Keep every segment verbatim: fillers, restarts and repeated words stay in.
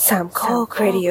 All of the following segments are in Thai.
สามข้อครดิโอ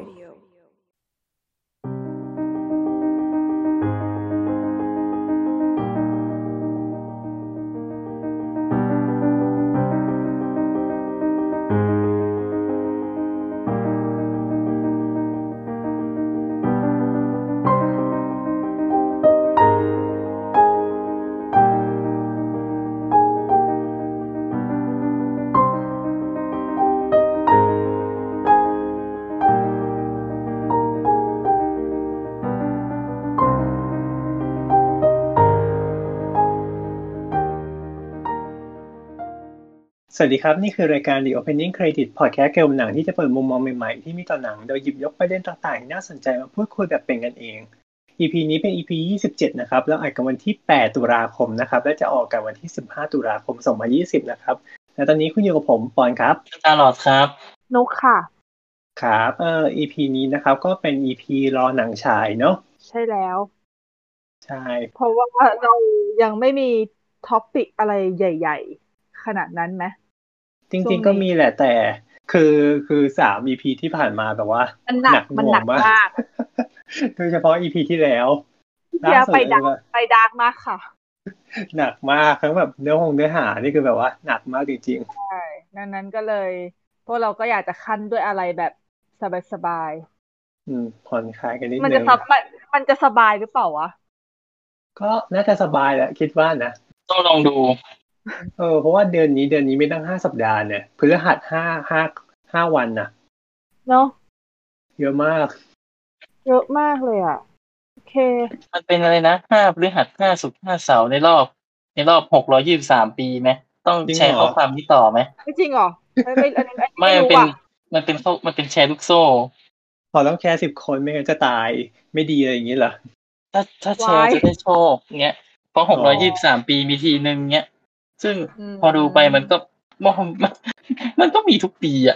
สวัสดีครับนี่คือรายการ The Opening Credit Podcast เกี่ยวกับหนังที่จะเปิดมุมมองใหม่ๆที่มีต่อหนังโดยหยิบยกประเด็นต่างๆที่น่าสนใจมาพูดคุยแบบเป็นกันเอง อี พี นี้เป็น อี พี ยี่สิบเจ็ดนะครับแล้วอัดกันวันที่แปดตุลาคมนะครับและจะออกกันวันที่สิบห้าตุลาคมสองพันยี่สิบนะครับและตอนนี้คุณอยู่กับผมปอนครับตลอดครับนุกค่ะครับเอ่อ อี พี นี้นะครับก็เป็น อี พี รอหนังฉายเนาะใช่แล้วใช่เพราะว่าเรายังไม่มีท็อปิกอะไรใหญ่ๆขนาดนั้นไหมจริงๆก็มีแหละแต่คือคือสาม อี พี ที่ผ่านมาแบบว่าหนักมันหนักมากโดยเฉพาะ อี พี ที่แล้วล่าสุดไปดักไปดาร์กมากค่ะหนักมากทั้งแบบเนื้อหงเนื้อหานี่คือแบบว่าหนักมากจริงๆใช่ดังนั้นก็เลยพวกเราก็อยากจะคั่นด้วยอะไรแบบสบายๆอืมผ่อนคลายกันนิดนึงมันจะมันมันจะสบายหรือเปล่าวะก็น่าจะสบายแหละคิดว่านะต้องลองดูเออเพราะว่าเดือนนี้เดือนนี้ไม่ตั้งห้าสัปดาห์เนี่ยพฤหัสห้าห้าห้าวันน่ะเนาะเยอะมากเยอะมากเลยอ่ะโอเคมันเป็นอะไรนะห้าพฤหัสห้าศุกร์ห้าเสาร์ในรอบในรอบหกร้อยยี่สิบสามปีไหมต้องแชร์ข้อความนี้ต่อไหมไม่จริงเหรอไม่ไม่อันนี้อันนี้ไม่มันเป็นมันเป็นมันเป็นแชร์ลูกโซ่พอต้องแชร์สิบคนไม่งั้นจะตายไม่ดีอะไรอย่างงี้เหรอถ้าถ้าแชร์จะได้โชคเงี้ยเพราะหกร้อยยี่สิบสามปีมีทีนึงเงี้ยซึ่งพอดูไปมันก็มันมันก็มีทุกปีอ่ะ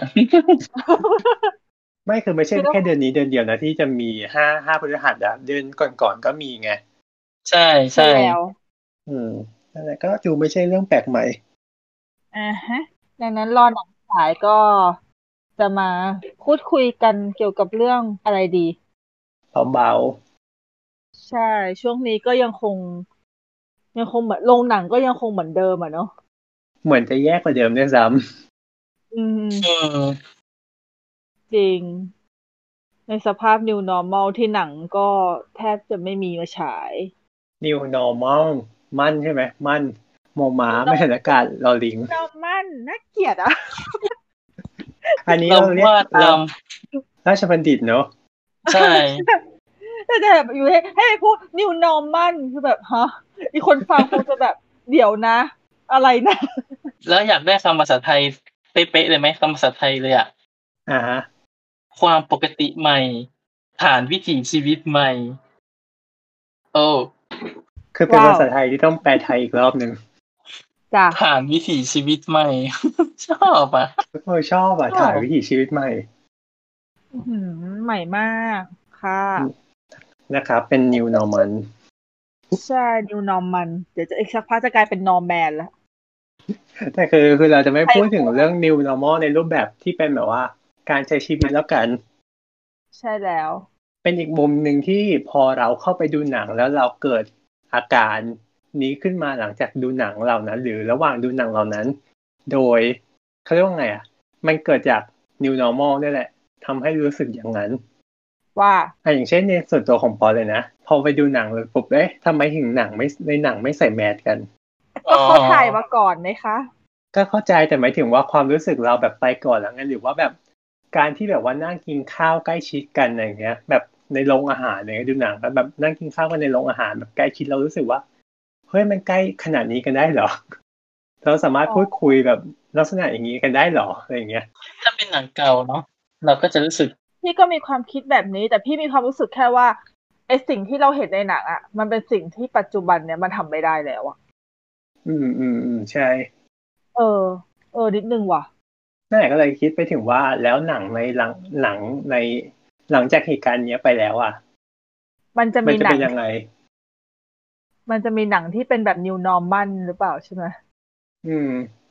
ไม่คือไม่ใช่แค่เดือนนี้เดือนเดียวนะที่จะมีห้าห้าพฤหัสอ่ะเดือนก่อนๆก็มีไงใช่ใช่แล้วอืมนั่นแหละก็ดูไม่ใช่เรื่องแปลกใหม่อ่าฮะดังนั้นรอหนังฉายก็จะมาพูดคุยกันเกี่ยวกับเรื่องอะไรดีเบาๆใช่ช่วงนี้ก็ยังคงยังคงเหมือนโรงหนังก็ยังคงเหมือนเดิมอ่ะเนาะเหมือนจะแย่กว่าเดิมด้วยซ้ำอืมจริงในสภาพ New Normal ที่หนังก็แทบจะไม่มีมาฉาย New Normal มั่นใช่ไหมมั่นโมม้าไม่หันอากาศลอลิงนอมั่นน่าเกลียดอ่ะอันนี้เราเรียกเราราชบัณฑิตเนาะใช่แต่จะแบบอยู่ให้ให้พูด New Normal คือแบบฮะอีคนฟังคงจะแบบเดี๋ยวนะอะไรนะแล้วอยากได้คำภาษาไทยเป๊ะๆเลยไหมคำภาษาไทยเลยอ่ะอ่าฮะความปกติใหม่ฐานวิถีชีวิตใหม่โอ้คือเป็นภาษาไทยที่ต้องแปลไทยอีกรอบนึงจ้ะฐานวิถีชีวิตใหม่ชอบอ่ะเออชอบอ่ะฐานวิถีชีวิตใหม่อืมใหม่มากค่ะนะครับเป็น New Normal ใช่ New Normal เดี๋ยวจะอีกสักพักจะกลายเป็น Norman แล้วแต่คือคือเราจะไม่พูดถึงเรื่อง New Normal ในรูปแบบที่เป็นแบบว่าการใช้ชีวิตแล้วกันใช่แล้วเป็นอีกมุมหนึ่งที่พอเราเข้าไปดูหนังแล้วเราเกิดอาการนี้ขึ้นมาหลังจากดูหนังเหล่านั้นหรือระหว่างดูหนังเหล่านั้นโดยเขาเรียกว่าไงอ่ะมันเกิดจาก New Normal นี่แหละทำให้รู้สึกอย่างนั้นว่าอ่ะอย่างเช่นในส่วนตัวของปอเลยนะพอไปดูหนังเลยปุ๊บเอ๊ะทำไมถึงหนังไม่ในหนังไม่ใส่แมสกันก็เขาถ่ายมาก่อนไหมคะก็เข้าใจแต่หมายถึงว่าความรู้สึกเราแบบไปก่อนแล้วงั้นหรือว่าแบบการที่แบบว่านั่งกินข้าวใกล้ชิดกันอย่างเงี้ยแบบในโรงอาหารเนี่ยดูหนังแล้วแบบนั่งกินข้าวกันในโรงอาหารแบบใกล้ชิดเรารู้สึกว่าเฮ้ยมันใกล้ขนาดนี้กันได้เหรอเราสามารถพูดคุยแบบลักษณะอย่างนี้กันได้เหรออะไรอย่างเงี้ยถ้าเป็นหนังเก่าเนาะเราก็จะรู้สึกพี่ก็มีความคิดแบบนี้แต่พี่มีความรู้สึกแค่ว่าไอสิ่งที่เราเห็นในหนังอ่ะมันเป็นสิ่งที่ปัจจุบันเนี่ยมันทำไม่ได้แล้วอ่ะอืมอืมอืมใช่เออเออนิดนึงว่ะนั่นแหละก็เลยคิดไปถึงว่าแล้วหนังในหลังหนังในหลังจากเหตุการณ์นี้ไปแล้วอ่ะมันจะมีหนังเป็นยังไงมันจะมีหนังที่เป็นแบบ New Normal หรือเปล่าใช่ไหมอืม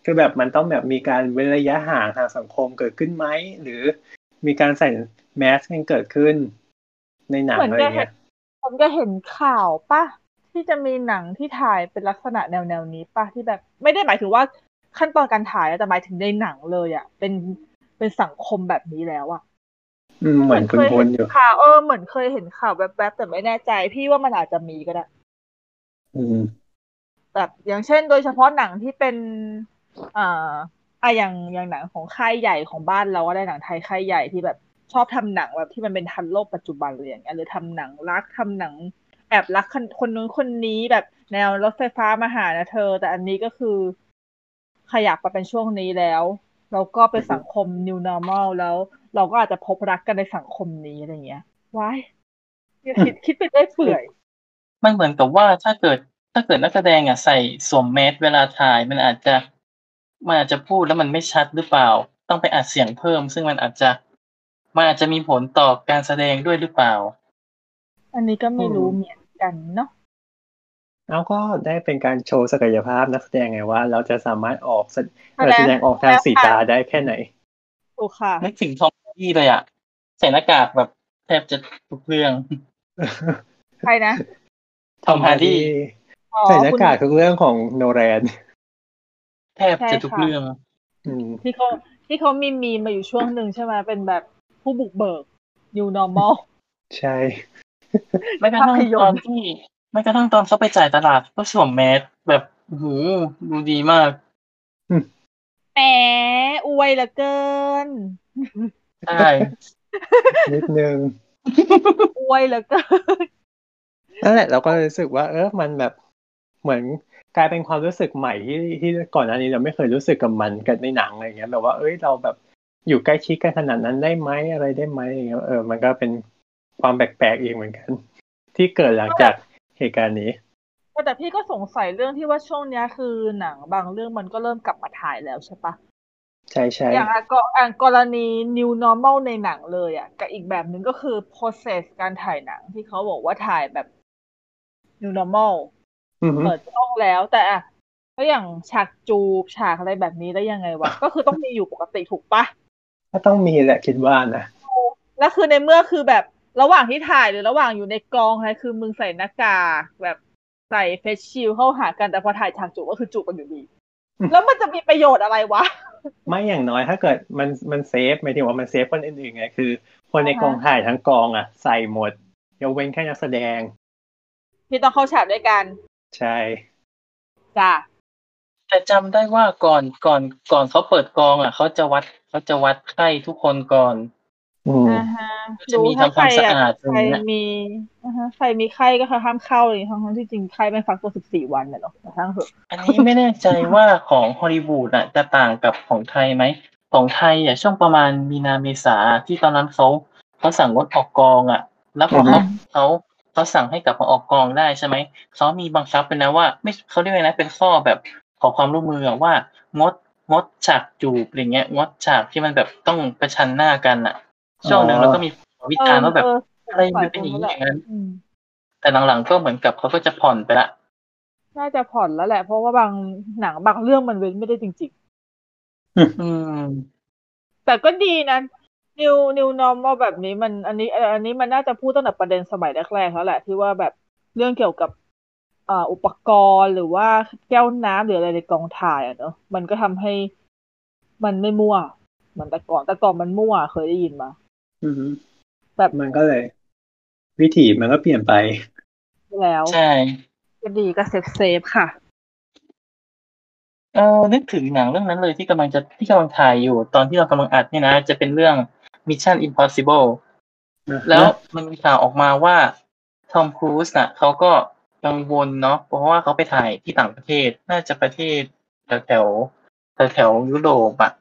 คือแบบมันต้องแบบมีการเว้นระยะห่างทางสังคมเกิดขึ้นไหมหรือมีการใส่แมสกันเกิดขึ้นในหนังอะไรเงี้ยผมก็เห็นข่าวป่ะที่จะมีหนังที่ถ่ายเป็นลักษณะแนวแนวนี้ป่ะที่แบบไม่ได้หมายถึงว่าขั้นตอนการถ่ายแต่หมายถึงในหนังเลยอ่ะเป็นเป็นสังคมแบบนี้แล้วอ่ะอืมเหมือนคุณพลอยู่ข่าวเออเหมือนเคยเห็นข่าวแวบๆแต่ไม่แน่ใจพี่ว่ามันอาจจะมีก็ได้อืมแบบอย่างเช่นโดยเฉพาะหนังที่เป็นอ่าอ่ะอย่างอย่างหนังของค่ายใหญ่ของบ้านเราก็ได้หนังไทยค่ายใหญ่ที่แบบชอบทำหนังแบบที่มันเป็นทันโลกปัจจุบันเลยอย่างเงี้ยหรือทำหนังรักทำหนังแอบรักคนนู้นคนนี้แบบแนวรถไฟฟ้ามาหานะเธอแต่อันนี้ก็คือขยับมาเป็นช่วงนี้แล้วแล้วก็เป็นสังคม new normal แล้วเราก็อาจจะพบรักกันในสังคมนี้อะไรเงี้ยว้ายคิดคิดไปได้เปื่อยมันเหมือนกับว่าถ้าเกิดถ้าเกิดนักแสดงอ่ะใส่สวมแมสเวลาถ่ายมันอาจจะมันอาจจะพูดแล้วมันไม่ชัดหรือเปล่าต้องไปอัดเสียงเพิ่มซึ่งมันอาจจะมันอาจจะมีผลต่อการแสดงด้วยหรือเปล่าอันนี้ก็ไม่รู้เหมือนกันเนาะแล้วก็ได้เป็นการโชว์ศักยภาพนักแสดงไงว่าเราจะสามารถออกแสดงออกทางสีตาได้แค่ไหนถูกค่ะนึกถึงทอมฮาร์ดี้เลยอ่ะใส่หน้ากากแบบแทบจะทุกเรื่องใครนะทอมฮาร์ดี้ใส่หน้ากากทุกเรื่องของโนแลนแทบจะทุกเรื่องที่เขาที่เขามีมีมาอยู่ช่วงหนึ่งใช่ไหมเป็นแบบผู้บุกเบิก new normal ใช่ไม่กระทั่งตอนที่ไม่กระทั่งตอนเขาไปจ่ายตลาดก็สวมแมสแบบโอ้โหดูดีมากแหมอวยเหลือเกินใช่นิดนึงอวยเหลือเกินนั่นแหละเราก็รู้สึกว่าเออมันแบบเหมือนกลายเป็นความรู้สึกใหม่ที่ที่ก่อนหน้านี้เราไม่เคยรู้สึกกับมันกันในหนังอะไรเงี้ยแบบว่าเอ้ยเราแบบอยู่ใกล้ชิดกันขนาดนั้นได้ไหมอะไรได้ไหมอย่างเงี้ยเออมันก็เป็นความแปลกๆอีกเหมือนกันที่เกิดหลังจากเหตุการณ์นี้แต่พี่ก็สงสัยเรื่องที่ว่าช่วงนี้คือหนังบางเรื่องมันก็เริ่มกลับมาถ่ายแล้วใช่ปะใช่ใช่อย่างกรณี new normal ในหนังเลยอ่ะกับอีกแบบหนึ่งก็คือ process การถ่ายหนังที่เขาบอกว่าถ่ายแบบ new normal เปิดกล้องแล้วแต่อะก็อย่างฉากจูบฉากอะไรแบบนี้ได้ยังไงวะก็คือต้องมีอยู่ปกติถูกปะก็ต้องมีแหละคิดว่านะแล้วคือในเมื่อคือแบบระหว่างที่ถ่ายหรือระหว่างอยู่ในกองคือมึงใส่หน้ากากแบบใส่เฟซชิลเข้าหากันแต่พอถ่ายฉากจูบก็คือจูบกันอยู่ดีแล้วมันจะมีประโยชน์อะไรวะไม่อย่างน้อยถ้าเกิดมันมันเซฟหมายถึงว่ามันเซฟคนอื่นๆไงคือคนในกองถ่ายทั้งกองอ่ะใส่หมดยกเว้นแค่นักแสดงที่ต้องเข้าฉากด้วยกันใช่จ้ะแต่จำได้ว่าก่อนก่อนก่อนเขาเปิดกองอ่ะเขาจะวัดเขาจะวัดไข้ทุกคนก่อนอ่าฮะจะมีทำความสะอาดใครมีอ่าฮะใครมีไข้ก็คือห้ามเข้าเลยทั้งที่จริงไข้ไม่ฟักตัวสิบสี่วันน่ะเนาะทั้งเหอะอันนี้ไม่แน่ใจว่าของฮอลลีวูดอ่ะจะต่างกับของไทยไหมของไทยอ่ะช่วงประมาณมีนาเมษาที่ตอนนั้นเขาเขาสั่งงดออกกองอ่ะแล้วพอเขาเขาเขาสั่งให้กลับมาออกกองได้ใช่ไหมเขามีบังคับเป็นนะว่าไม่เขาเรียกว่านะเป็นข้อแบบขอความร่วมมือว่างดงดฉากจูบอะไรเงี้ยงดฉากที่มันแบบต้องประชันหน้ากันอ่ะช่วงหนึ่งแล้วก็มีวิจารณ์ว่าแบบอะไรมันเป็นอย่างนี้อย่างนั้นแต่หลังๆก็เหมือนกับเขาก็จะผ่อนไปละน่าจะผ่อนแล้วแหละเพราะว่าบางหนังบางเรื่องมันเว้นไม่ได้จริงๆอืมแต่ก็ดีนะ new new normal แบบนี้มันอันนี้อันนี้มันน่าจะพูดตั้งแต่ประเด็นสมัยแรกๆแล้วแหละที่ว่าแบบเรื่องเกี่ยวกับอ่าอุปกรณ์หรือว่าแก้วน้ำหรืออะไรในกองถ่ายอ่ะเนอะมันก็ทำให้มันไม่มั่วเหมือนแต่ก่อนแต่ก่อนมันมั่วเคยได้ยินมาอืมแบบมันก็เลยวิถีมันก็เปลี่ยนไปแล้วใช่ก็ดีก็เซฟเซฟค่ะเออนึกถึงหนังเรื่องนั้นเลยที่กำลังจะที่กำลังถ่ายอยู่ตอนที่เรากำลังอัดเนี่ยนะจะเป็นเรื่อง Mission Impossible แล้วมันมีข่าวออกมาว่าทอมครูซน่ะเขาก็กังวลเนาะเพราะว่าเขาไปถ่ายที่ต่างประเทศน่าจะประเทศแถวแถวแถวแถวยุโรปอ่ะ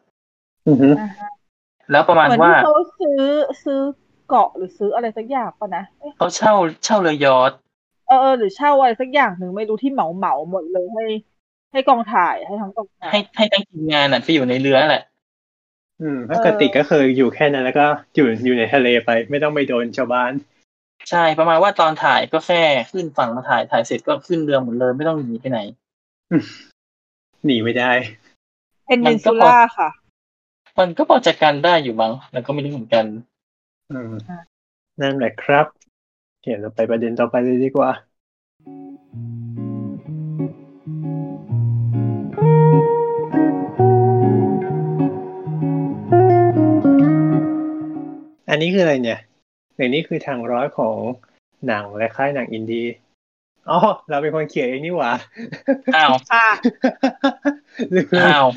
แล้วประมาณว่าเขาซื้อซื้อเกาะหรือซื้ออะไรสักอย่างป่ะนะเขาเช่าเช่าเรือยอชต์เออหรือเช่าอะไรสักอย่างหนึ่งไม่รู้ที่เหมาเหมาหมดเลยให้ให้กองถ่ายให้ทั้งกองถ่ายให้ให้ทั้งทีมงานอ่ะไปอยู่ในเรือแหละอืมถ้าเกิดติดก็คืออยู่แค่นั้นแล้วก็อยู่อยู่ในทะเลไปไม่ต้องไปโดนชาวบ้านใช่ประมาณว่าตอนถ่ายก็แค่ขึ้นฝั่งมาถ่ายถ่ายเสร็จก็ขึ้นเรือหมดเลยไม่ต้องหนีไปไหนหนีไม่ได้เพนนินซูล่าค่ะมันก็พอจะกันได้อยู่มั้งแล้วก็ไม่รู้เหมือนกันอืมนั่นแหละครับเดี๋ยวเราไปประเด็นต่อไปเลยดีกว่าอันนี้คืออะไรเนี่ยในนี้คือทางร้อยของหนังและค่ายหนังอินดี้อ๋อเราเป็นคนเขียนเองนี่หว่าอ้าวค่ะลืมอ้าว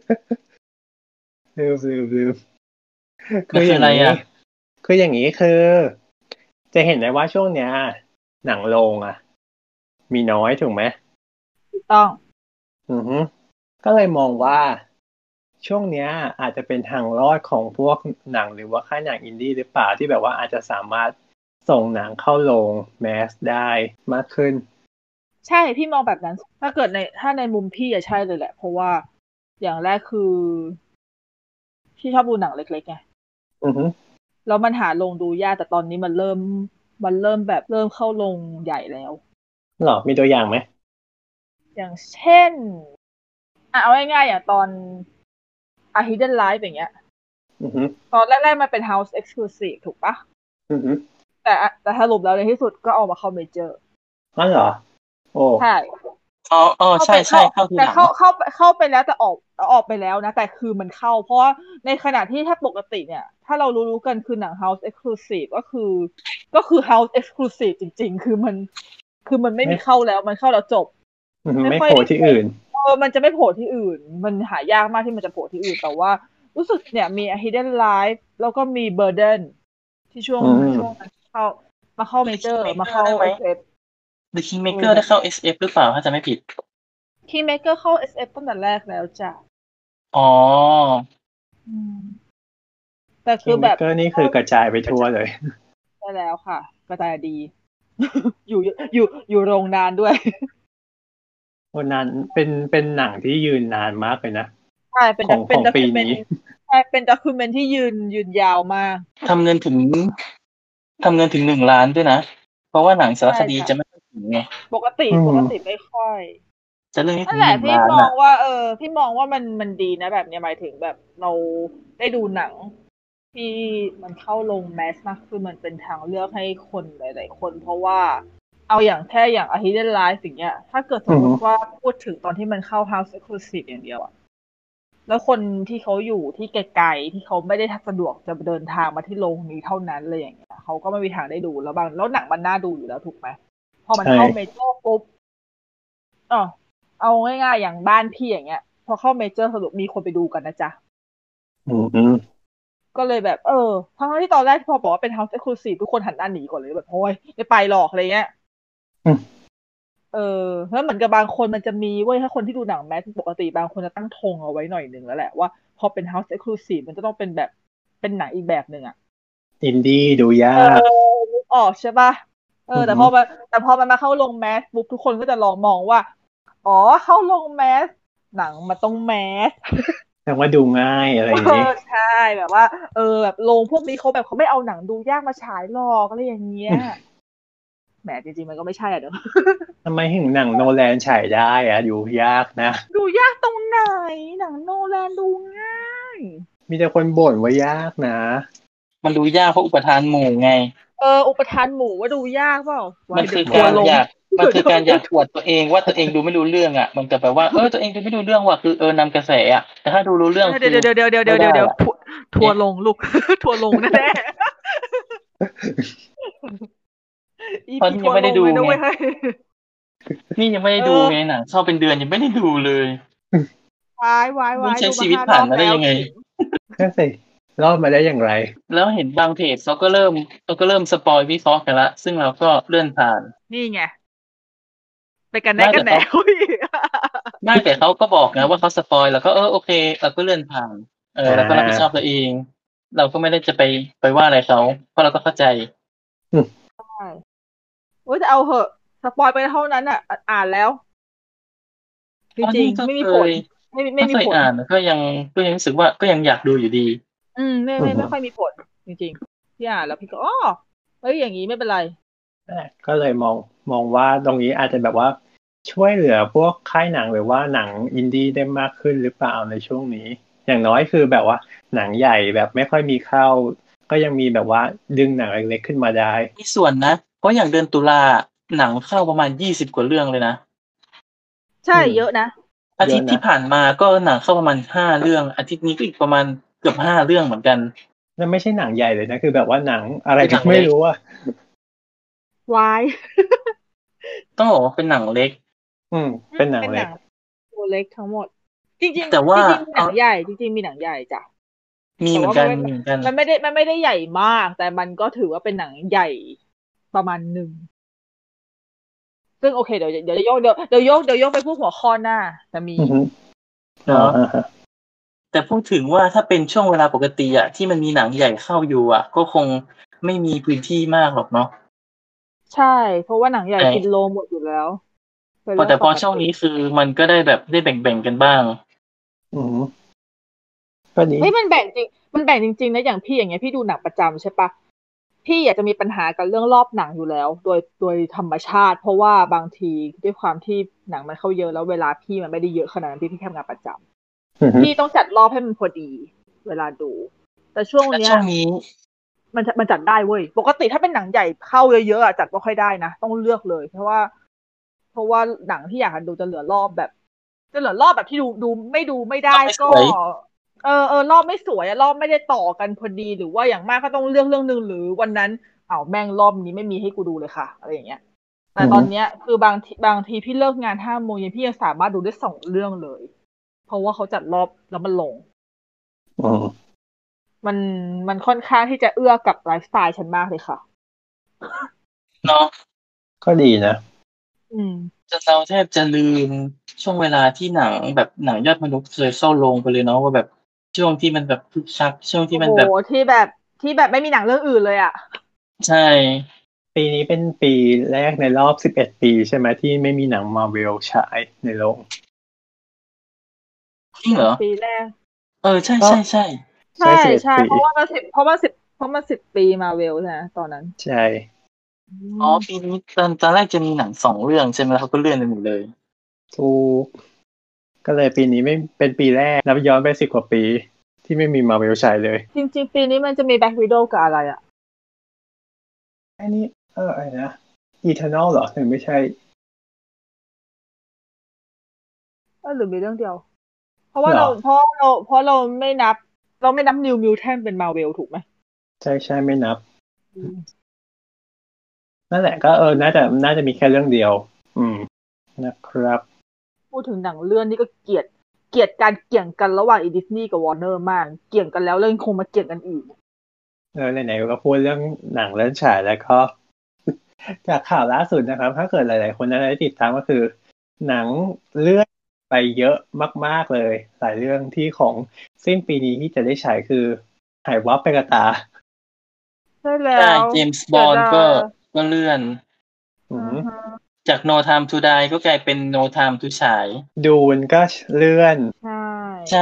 ลืมลืมลืมคืออย่างนี้คืออย่างนี้คือจะเห็นได้ว่าช่วงเนี้ยหนังโรงอ่ะมีน้อยถูกไหมถูกต้องอือฮึก็เลยมองว่าช่วงเนี้ยอาจจะเป็นทางรอดของพวกหนังหรือว่าค่ายหนังอินดี้หรือเปล่าที่แบบว่าอาจจะสามารถส่งหนังเข้าโรงแมสได้มากขึ้นใช่พี่มองแบบนั้นถ้าเกิดในถ้าในมุมพี่อะใช่เลยแหละเพราะว่าอย่างแรกคือพี่ชอบดูหนังเล็กๆไงอือฮึแล้วมันหาโรงดูยากแต่ตอนนี้มันเริ่มมันเริ่มแบบเริ่มเข้าโรงใหญ่แล้วหรอมีตัวอย่างไหมอย่างเช่นอ่ะเอาง่ายๆอย่างตอน A Hidden Life อย่างเงี้ยอือฮึตอนแรกๆมันเป็น House Exclusive ถูกปะอือฮึแต่แต่สรุปแล้วในที่สุดก็ออกมาเข้าเมเจอร์อ๋อเหรอโอ้ใช่อ๋ออ๋อเข้าใช่ไปเข้าใช่เข้าทีแต่หลังเข้าเข้าเข้าไปแล้วแต่ออกออกไปแล้วนะแต่คือมันเข้าเพราะว่าในขณะที่ถ้าปกติเนี่ยถ้าเรารู้ๆกันคือหนัง House Exclusive ก็คือก็คือ House Exclusive จริงๆคือมันคือมันไม่ไม่มีเข้าแล้วมันเข้าแล้วจบไม่ค่อยได้ไม่โผล่ที่อื่นเออมันจะไม่โผล่ที่อื่นมันหายากมากที่มันจะโผล่ที่อื่นแต่ว่ารู้สึกเนี่ยมี A Hidden Life แล้วก็มี Burden ที่ช่วงอืมช่วงนั้นเข้ามาเข้าเมเจอร์มาเข้าได้ไหมเอส เอฟ The เออ Kingmaker แต่ได้เข้า เอส เอฟ หรือเปล่าถ้าจะไม่ผิด Kingmaker เข้า เอส เอฟ ตั้งแต่แรกแล้วจ้ะอ๋ออืมแต่คิคือแบบงเมกเกอร์นี่คือกระจายไปทั่วเลยได้แล้วค่ะกระจายดี อยู่อยู่อยู่โรงนานด้วยวันนั้นเป็นเป็นหนังที่ยืนนานมากเลยนะใช่เป็นของเป็ของนด็อกิเมนปีนี้ใช่เป็นด็อกิเมนที่ยืนยืนยาวมากทำเงินถึงทำเงินถึงหนึ่งล้านด้วยนะเพราะว่าหนังสารใช่คดีค่ะจะไม่ค่อยถึงไงปกติอืปกติมไม่ค่อยจะเรื่องนี้นั่นแหละถึงหนึ่งพี่มองล้านอ่ะว่าเออพี่มองว่ามันมันดีนะแบบเนี้ยหมายถึงแบบเราได้ดูหนังที่มันเข้าลงแมสมากขึ้นมันเป็นทางเลือกให้คนหลายๆคนเพราะว่าเอาอย่างแค่อย่าง A Hidden Life อย่างเงี้ยถ้าเกิดสอืมมติมว่าพูดถึงตอนที่มันเข้า House Exclusive อย่างเดียวอะแล้วคนที่เขาอยู่ที่ไกลๆที่เขาไม่ได้สะดวกจะเดินทางมาที่โรงนี้เท่านั้นเลยอย่างเงี้ยเขาก็ไม่มีทางได้ดูแล้วบางแล้วหนังมันน่าดูอยู่แล้วถูกไหมพอมันใช่เข้าเมเจอร์ปุ๊บอ๋อเอาง่ายๆอย่างบ้านพี่อย่างเงี้ยพอเข้าเมเจอร์สรุปมีคนไปดูกันนะจ๊ะอืมอืมก็เลยแบบเออทั้งที่ตอนแรกพอบอกว่าเป็น House Exclusive ทุกคนหันหน้าหนีก่อนเลยแบบโอ้ยไม่ไปหรอกอะไรเงี้ยเออแล้วเหมือนกับบางคนมันจะมีเว้ยถ้าคนที่ดูหนังแมสปกติบางคนจะตั้งธงเอาไว้หน่อยหนึ่งแล้วแหละว่าพอเป็น House Exclusive มันจะต้องเป็นแบบเป็นหนังอีกแบบหนึ่งอะอินดี้ดูเออยากนึกออกใช่ป่ะเอออืแต่พอมมาแต่พอมันมาเข้าลงแมสปุ๊บทุกคนก็จะลองมองว่าอ๋อเข้าลงแมสหนังมันต้องแมสแต่ว่าดูง่ายอะไรเออย่างนี้อใช่แบบว่าเออแบบโรงพวกนี้เขาแบบเขาไม่เอาหนังดูยากมาฉายหรอกอะไรอย่างเงี้ยแหมจริงๆมันก็ไม่ใช่อ่ะเดี๋ยวทำไมถึงหนังโนแลนฉายได้อะดูยากนะดูยากตรงไหนหนังโนแลนดูง่ายมีแต่คนบ่นว่ายากนะมันดูยากเพราะอุปทานหมู่ไงเอออุปทานหมู่ว่าดูยากเปล่าไว้มันเดี๋คือยวทัวร์ลงการอยากมันคือการอยากอเดี๋ยววดตัวเองว่าตัวเองดูไม่รู้เรื่องอ่ะมันจะแบบว่าเออตัวเองดูไม่รู้เรื่องว่ะคือเออนำกระแสอ่ะแต่ถ้าดูรู้เรื่องเดี๋คือยวเดี๋ยวเดี๋ยวเดี๋ยวเดี๋ไม่ยวเดี๋ยวเดี๋ยวได้อ่ะทัวร์ลงลูกทัวร์ลงแน่ๆเพราะอี พีนี่ยังทัวร์ไม่ได้ดูลงเลยนะไงเว้ยนี่ยังไม่ได้เอดูอไงหนังเข้าเป็นเดือนยังไม่ได้ดูเลยววายวายวายไม่ใช้ดูมาห้าชีวิตผ่านรอบแล้วมาได้ยังไงขิงนั่นสิรอดมาได้อย่างไรแล้วเห็นบางเพจเขาก็เริ่มเขาก็เริ่มสปอยวิเคราะห์กันละซึ่งเราก็เลื่อนผ่านนี่ไงไปกันแน่กันแหนไม่แต่เขาอุ้ยไม่แต่เขาก็บอกนะว่าเขาสปอยแล้วก็เออโอเคเราก็เลื่อนผ่านเอออ่เราก็รับผิดชอบาตัวเองเราก็ไม่ได้จะไปไปว่าอะไรเขาเพราะเราก็เข้าใจอืมใช่โอ้ยแต่เอาเหอะสปอยไปเท่านั้นอ่ะอ่อ่านแล้วจอ๋อริงๆนี่ก็เคไม่มีผลยไม่ไม่ก็มีผลเคยอ่านก็ยังก็ยังรู้สึกว่าก็ยังอยากดูอยู่ดีอืมไม่อืไม่ไม่ค่อยมมีผลจริงๆพี่อ่านแล้วพี่ก็อ๋อเอ้ยอย่างนี้ไม่เป็นไรก็เลยมองมองว่าตรงนี้อาจจะแบบว่าช่วยเหลือพวกค่ายหนังหรือว่าหนังอินดี้ได้มากขึ้นหรือเปล่าในช่วงนี้อย่างน้อยคือแบบว่าหนังใหญ่แบบไม่ค่อยมีเข้าก็ยังมีแบบว่าดึงหนังเล็กๆขึ้นมาได้มีส่วนนะเพราะอย่างเดือนตุลาหนังเข้าประมาณยี่สิบกว่าเรื่องเลยนะใช่เยอะนะอาทิตย์ที่ผ่านมาก็หนังเข้าประมาณห้าเรื่องอาทิตย์นี้ก็อีกประมาณเกือบห้าเรื่องเหมือนกันนั่นไม่ใช่หนังใหญ่เลยนะคือแบบว่าหนังอะไรก็ไม่รู้อ่ะวายต้องบอกว่าเป็นหนังเล็กอืมเป็นหนังเล็กตัวเล็กทั้งหมดจริงๆแต่ว่าจริงๆมีหนังใหญ่จริงๆมีหนังใหญ่จ้ะมีเหมือนกันมีเหมือนกันมันไม่ได้มันไม่ได้ใหญ่มากแต่มันก็ถือว่าเป็นหนังใหญ่ประมาณหนึ่งซึ่งโอเคเดี๋ยวเดี๋ยวจะยกเดี๋ยวเดี๋ยวยกเดี๋ยวยกไปพูดหัวข้อหน้าจะมีเนาะแต่พูดถึงว่าถ้าเป็นช่วงเวลาปกติอะที่มันมีหนังใหญ่เข้าอยู่อะก็คงไม่มีพื้นที่มากหรอกเนาะใช่เพราะว่าหนังใหญ่กินโลหมดอยู่แล้วพอแต่พอช่วงนี้คือมันก็ได้แบบได้แบ่งๆกันบ้างอืมก็ดีเฮ้ยมันแบ่งจริงมันแบ่งจริงๆนะอย่างพี่อย่างเงี้ยพี่ดูหนังประจำใช่ปะพี่อยากจะมีปัญหากับเรื่องรอบหนังอยู่แล้วโดยโดยธรรมชาติเพราะว่าบางทีด้วยความที่หนังมันเข้าเยอะแล้วเวลาพี่มันไม่ได้เยอะขนาดนั้นพี่พี่ทำงานประจำพี่ต้องจัดรอบให้มันพอดีเวลาดูแต่ช่วงเนี้ยมันมันจัดได้เว้ยปกติถ้าเป็นหนังใหญ่เข้าเยอะๆอ่ะจัดไม่ค่อยได้นะต้องเลือกเลยเพราะว่าเพราะว่าหนังที่อยากดูจะเหลือรอบแบบจะเหลือรอบแบบที่ดูดูไม่ดูไม่ได้ก็เออเออรอบไม่สวยอะรอบไม่ได้ต่อกันพอดีหรือว่าอย่างมากก็ต้องเลือกเรื่องนึงหรือวันนั้นเอาแม่งรอบนี้ไม่มีให้กูดูเลยค่ะอะไรอย่างเงี้ยแต่ตอนเนี้ยคือบางทีบางทีพี่เลิกงานห้าโมงเย็นพี่ยังสามารถดูได้สองเรื่องเลยเพราะว่าเขาจัดรอบแล้วมันลงมันมันค่อนข้างที่จะเอื้อกับไลฟ์สไตล์ฉันมากเลยค่ะเนาะก็ดีนะอืมจะเราแทบจะลืมช่วงเวลาที่หนังแบบหนังยอดมนุษย์เคยเข้าโรงไปเลยเนาะว่าแบบช่วงที่มันแบบคึกคักช่วงที่มันแบบโอ้ที่แบบที่แบบไม่มีหนังเรื่องอื่นเลยอ่ะใช่ปีนี้เป็นปีแรกในรอบสิบเอ็ดปีใช่ไหมที่ไม่มีหนังมาร์เวลฉายในโรงจริงเหรอปีแรกเออใช่ใช่ใช่ใช่ใช่เพราะว่ามันสิบเพราะว่าสิบเพราะมันสิบปีมาเวลนะตอนนั้นใช่อ๋อปีนี้ตอนตอนแรกจะมีหนังสองเรื่องใช่ไหมแล้วเขาก็เลื่อนไปหมดเลยถูกก็เลยปีนี้ไม่เป็นปีแรกนับย้อนไปสิบกว่าปีที่ไม่มีมาร์เวลฉายเลยจริงๆปีนี้มันจะมีแบ็ควิดโอกับอะไรอ่ะอันนี้เอออะไรนะ Eternal เหรอหรือไม่ใช่เออหรือมีเรื่องเดียวเพราะว่าเราเพราะเราเพราะเราไม่นับเราไม่นับนิวมิวแทนเป็นมาเวลถูกไหมใช่ใช่ไม่นับนั่นแหละก็เออน่าจะน่าจะมีแค่เรื่องเดียวอืมนะครับพูดถึงหนังเรื่องนี้ก็เกลียดเกลียดการเกี่ยงกันระหว่างอีดิสนีย์กับวอร์เนอร์มากเกี่ยงกันแล้วเรื่องคงมาเกี่ยงกันอีกเออไหนๆก็พูดเรื่องหนังเรื่องฉายแล้วก็จากข่าวล่าสุดนะครับถ้าเกิดหลายๆคนได้ติดตามก็คือหนังเลื่อนไปเยอะมากๆเลยหลายเรื่องที่ของสิ้นปีนี้ที่จะได้ฉายคือหายวับไปกับตาใช่แล้วเจมส์บอนด์ก็ก็เลื่อนจาก No Time to Die ก็กลายเป็น No Time to ฉายดูนก็เลื่อนใช่ใช่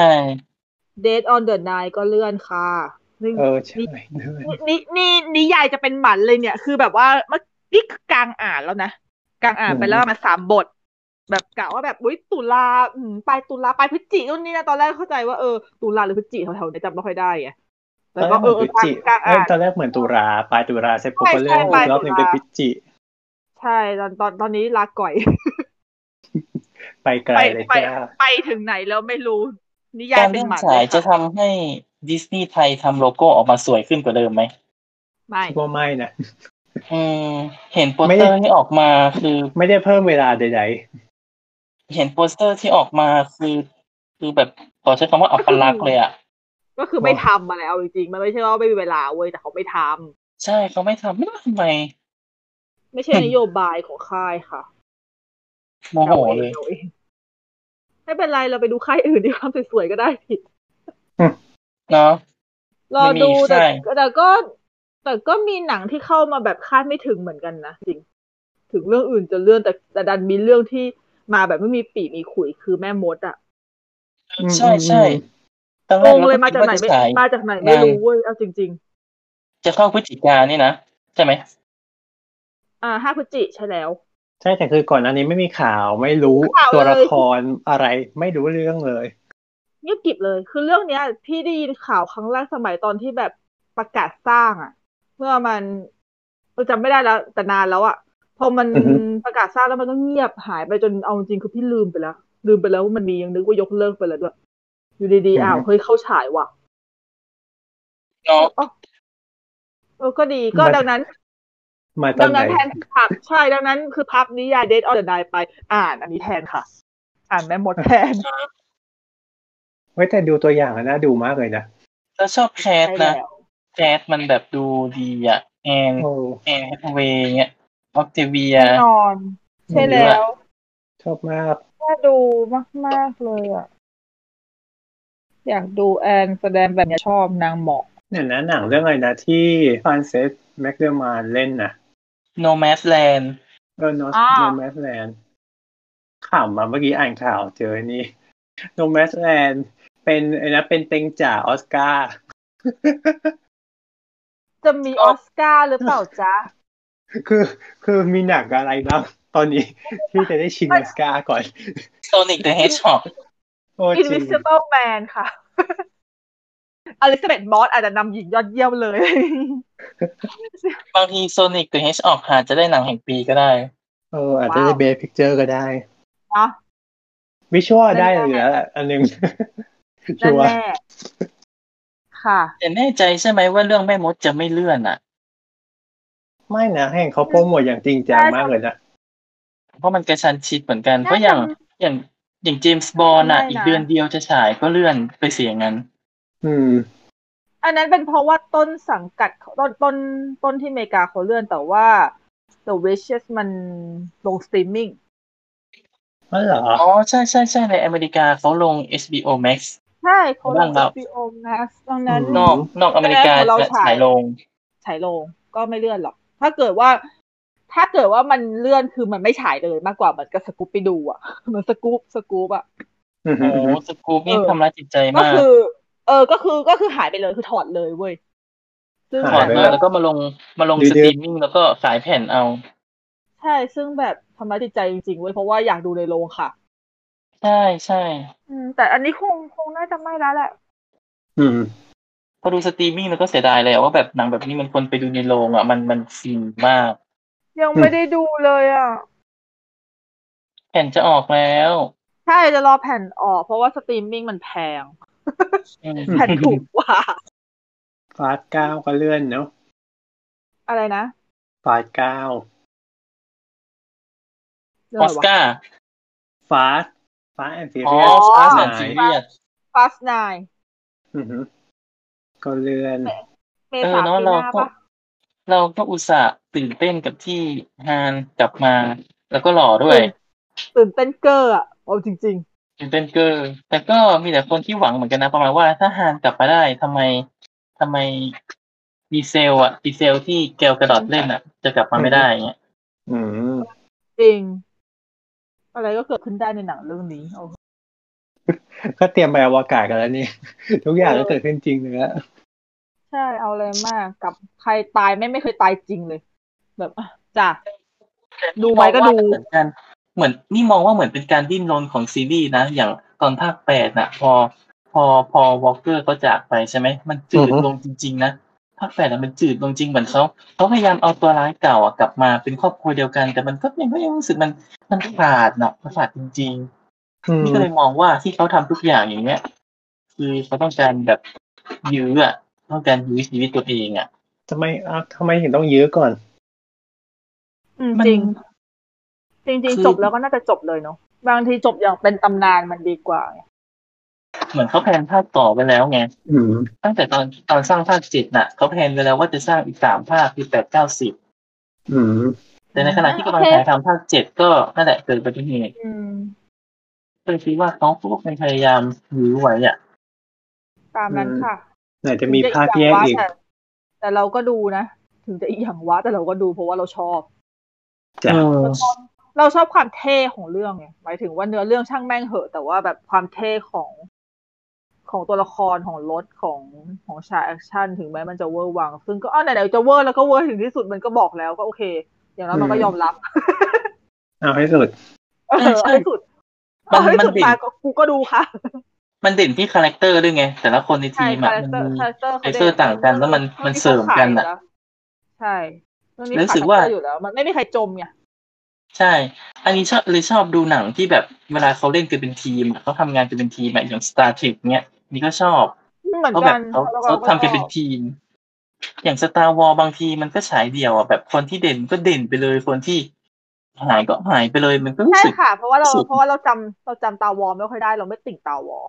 Dead on the Nile ก็เลื่อนค่ะเออใช่นี่นี่นิยายจะเป็นหมันเลยเนี่ยคือแบบว่าเมื่อนี่กลางอ่านแล้วนะกลางอ่านไปแล้วมาสามบทแบบกะว่าแบบอุ้ยตุลาอืมปลายตุลาปลายพฤศจิกายนนี่นะตอนแรกเข้าใจว่าเออตุลาหรือพฤศจิกแถวๆนี้จำไม่ค่อยได้ไงแล้วก็เออเออกลางอ่านตอนแรกเหมือนตุลาปลายตุลาเสร็จปุ๊บก็เลื่อนอีกรอบหนึ่งเป็นพฤศจิใช่ตอนตอนตอนนี้ลาก่อยไปไกลเลยจ้าไปถึงไหนแล้วไม่รู้นิยายเป็นหมันเลยจะทำให้ดิสนีย์ไทยทำโลโก้ออกมาสวยขึ้นกว่าเดิมไหมไม่คิดว่าไม่นะอืมเห็นโปสเตอร์ที่ออกมาคือไม่ได้เพิ่มเวลาใดๆเห็นโปสเตอร์ที่ออกมาคือคือแบบขอใช้คำว่าอัปลักษณ์เลยอ่ะก็คือไม่ทำมาแล้วจริงๆมันไม่ใช่ว่าไม่มีเวลาเว้ยแต่เขาไม่ทำใช่เขาไม่ทำไม่รู้ทำไมไม่ใช่นโยบายของค่ายค่ะโมโหเลยไม่เป็นไรเราไปดูค่ายอื่นที่ความสวยๆก็ได้ผิดเนาะรอดูแต่แต่ก็แต่ก็มีหนังที่เข้ามาแบบคาดไม่ถึงเหมือนกันนะจริงถึงเรื่องอื่นจะเลื่อนแต่แต่ดันมีเรื่องที่มาแบบไม่มีปีมีขุยคือแม่มดอ่ะใช่ใช่ตรงเลยมาจากไหนไม่มาจากไหนไม่รู้เว้ยเอาจริงๆจะเข้าพฤศจิกายนนี่นะใช่ไหมอ่าห้าพฤศจิกายนใช่แล้วใช่แต่คือก่อนอันนี้ไม่มีข่าวไม่รู้ตัวละครอะไรไม่รู้เรื่องเลยเงียบกริบเลยคือเรื่องเนี้ยพี่ได้ยินข่าวครั้งแรกสมัยตอนที่แบบประกาศสร้างอ่ะเมื่อมันเราจำไม่ได้แล้วแต่นานแล้วอ่ะพอมันประกาศสร้างแล้วมันก็เงียบหายไปจนเอาจริงคือพี่ลืมไปแล้วลืมไปแล้วว่ามันมียังนึกว่ายกเลิกไปแล้วด้วยอยู่ดีๆอ้าวเฮ้ยเข้าฉายว่ะเนาะเออก็ดีก็ดังนั้นดังนั้นแทนพักใช่ดังนั้นคือพักนิยาย Dead or the Night ไปอ่านอันนี้แทนค่ะอ่านแม่มดแทนเว้ยแต่ดูตัวอย่างน่าดูมากเลยนะแล้วชอบแคสนะแคสมันแบบดูดีอ่ะแอนแอนแฮทเวย์เงี้ยออกเทเวียแน่นอนใช่แล้วชอบมากน่าดูมากๆเลยอ่ะอยากดูแอนแสดงแบบนี้ชอบนางเหมาะเนี่ยนะหนังเรื่องอะไรนะที่ฟรานเซสแมคเดอร์มานเล่นนะ Nomadland เออ Nomadland ข่าวมาเมื่อกี้อ่านข่าวเจอนี่ Nomadland เป็นไอ้นะเป็นเต็งจ่าออสการ์จะมีออสการ์หรือเปล่าจ๊ะคือคือมีหนังอะไรบ้างตอนนี้ที่จะได้ชิงออสการ์ก่อน Sonic the Hedgehog Invisible Man ค่ะอลิซาเบธมอสอาจจะนำหญิงยอดเยี่ยมเลยบางที Sonic the Hedgehog อาจจะได้หนังแห่งปีก็ได้เอออาจจะได้ Best Picture ก็ได้นะวิชวลได้เลยแล้วอันนึงชัวร์ค่ะแต่แน่ใจใช่ไหมว่าเรื่องแม่มดจะไม่เลื่อนอ่ะไม่นะเห็นเขาโปรโมทอย่างจริงจังมากเลยนะเพราะมันกระชั้นชิดเหมือนกันเพราะอย่างอย่างอย่างเจมส์บอนด์อ่ะอีกเดือนเดียวจะฉายก็เลื่อนไปเสียงั้นอืมอันนั้นเป็นเพราะว่าต้นสังกัดต้นต้นต้นที่อเมริกาเขาเลื่อนแต่ว่า The Witches มันลงสตรีมมิ่งอ๋อเหรออ๋อใช่ใช่ใช่ในอเมริกาเขาลง เอช บี โอ Max ใช่เขาลง เอช บี โอ Max ดังนั้นนอกนอกอเมริกาจะฉายลงฉายลงก็ไม่เลื่อนหรอกถ้าเกิดว่าถ้าเกิดว่ามันเลื่อนคือมันไม่ฉายเลยมากกว่ามันก็สกู๊ปไปดูอ่ะมันสกู๊ปสกู๊ปอ่ะโอ้สกู๊ปนี่ทำร้ายจิตใจมากก็คือเออก็คือก็คือหายไปเลยคือถอดเลยเว้ยถอดเลยแล้วก็มาลงมาลงสตรีมมิ่งแล้วก็ขายแผ่นเอาใช่ซึ่งแบบทำร้ายจิตใจจริงๆเว้ยเพราะว่าอยากดูในโรงค่ะใช่ใช่อืมแต่อันนี้คงคงน่าจะไม่แล้วแหละอืมพอดูสตรีมมิ่งแล้วก็เสียดายเลยว่าแบบหนังแบบนี้มันควรไปดูในโรงอ่ะมันมันฟินมากยังไม่ได้ดูเลยอ่ะแผ่นจะออกแล้วใช่จะรอแผ่นออกเพราะว่าสตรีมมิ่งมันแพงแผ่นถูกกว่าฟาสเก้าก็เลื่อนเนาะอะไรนะฟาสเก้าออสการ์ฟาสฟาสแอนด์ฟิเรียสฟาสแอนด์ฟิเรียสฟาสไนน์อือฮึก็เลื่อนเมษาปีหน้าปะเราก็อุตส่าห์ตื่นเต้นกับที่ฮานกลับมาแล้วก็หล่อด้วยตื่นเต้นเกอร์อ่ะเอาจริงๆตื่นเต้นเกอร์แต่ก็มีแต่คนที่หวังเหมือนกันนะประมาณว่าถ้าฮานกลับมาได้ทำไมทำไมดีเซลอ่ะดีเซลที่เกลกระดอดเล่นอ่ะจะกลับมาไม่ได้เงี้ยอืมจริงอะไรก็เกิดขึ้นได้ในหนังเรื่องนี้ก็เตรียมไปอวกาศกันแล้วนี่ทุกอย่างก็เกิดขึ้นจริงเลยแล้วใช่เอาเลยมากกับใครตายไม่ไม่เคยตายจริงเลยแบบจ้ะดูไหมก็ดูเหมือนกันเหมือนนี่มองว่าเหมือนเป็นการดิ้นรนของซีรีส์นะอย่างตอนภาคแปดน่ะพอพอพอวอลเกอร์เขาจากไปใช่ไหมมันจืดลงจริงๆนะภาคแปดน่ะมันจืดลงจริงเหมือนเขาเขาพยายามเอาตัวร้ายเก่าอ่ะกลับมาเป็นครอบครัวเดียวกันแต่มันก็ยังก็ยังรู้สึกมันมันขาดเนาะมันขาดจริงๆนี่ก็เลยมองว่าที่เขาทำทุกอย่างอย่างเงี้ยคือเขาต้องการแบบยื้ออ่ะต้องการยื้อชีวิตตัวเองอ่ะทำไมอ่ะทำไมถึงต้องยื้อก่อนจริงจริงๆจบแล้วก็น่าจะจบเลยเนาะบางทีจบอย่างเป็นตำนานมันดีกว่าเหมือนเขาแพลนภาคต่อไปแล้วไงตั้งแต่ตอนตอนสร้างภาคเจ็ดน่ะเขาแพลนไปแล้วว่าจะสร้างอีกสามภาคคือแปดเก้าสิบแต่ในขณะที่กำลังถ่ายทำภาคเจ็ดก็นั่นแหละเกิดอุบัติเหตุก็เลยคิดว่าเขาพวกมันพยายามยื้อไว้อ่ะตามนั้นค่ะไหนจะมีภาคแยกอีกแต่เราก็ดูนะถึงจะอีกอย่างวะแต่เราก็ดูเพราะว่าเราชอบจ้ะเราชอบความเท่ของเรื่องไงหมายถึงว่าเนื้อเรื่องช่างแม่งเหอะแต่ว่าแบบความเท่ของของตัวละครของรถของของฉากแอคชั่นถึงแม้มันจะเวอร์วังซึ่งก็อ้อไหนๆจะเวอร์แล้วก็เวอร์ถึงที่สุดมันก็บอกแล้วก็โอเคอย่างนั้นมันก็ยอมรับเอาให้สุดเออเอาให้สุดเอาให้สุดมาก็กูก็ดูค่ะมันเด่นที่คาแรคเตอร์ด้วยไงแต่ละคนในทีมอ่ะมันมีคาแรคเตอร์ต่างกันแล้วมันมันเสริมกันอ่ะใช่เรื่องนี้ขาดคาแรคเตอร์อยู่แล้วมันไม่มีใครจมไงใช่อันนี้ชอบเลยชอบดูหนังที่แบบเวลาเขาเล่นกันเป็นทีมเขาทำงานกันเป็นทีมแบบอย่าง Star Trek เนี้ยนี่ก็ชอบเขาแบบเขาเขาทำกันเป็นทีมอย่าง Star Wars บางทีมันก็ฉายเดี่ยวอ่ะแบบคนที่เด่นก็เด่นไปเลยคนที่หายก็หายไปเลยมันก็รู้สึกใช่ค่ะเพราะว่าเราเพราะว่าเราจำเราจำตาวอไม่ค่อยได้เราไม่ติ่งตาวอ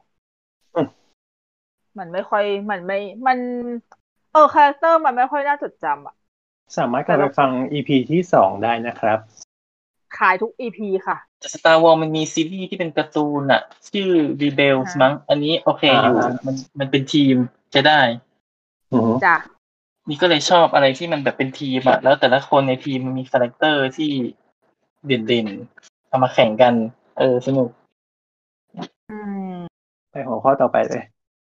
มันไม่ค่อยมันไม่มันเออคาแรคเตอร์มันไม่ค่อยน่าจดจำอ่ะสามารถกลับไปฟัง อี พี ที่สองได้นะครับขายทุก อี พี ค่ะแต่ Star Wars มันมีซีรีส์ที่เป็นการ์ตูนอ่ะชื่อ Rebels มั้งอันนี้โอเคอยู่มันมันเป็นทีมจะได้จ้ะนี่ก็เลยชอบอะไรที่มันแบบเป็นทีมอ่ะแล้วแต่ละคนในทีมมันมีคาแรคเตอร์ที่เด่นๆเอามาแข่งกันเออสนุกอืมไปหัวข้อต่อไปเลย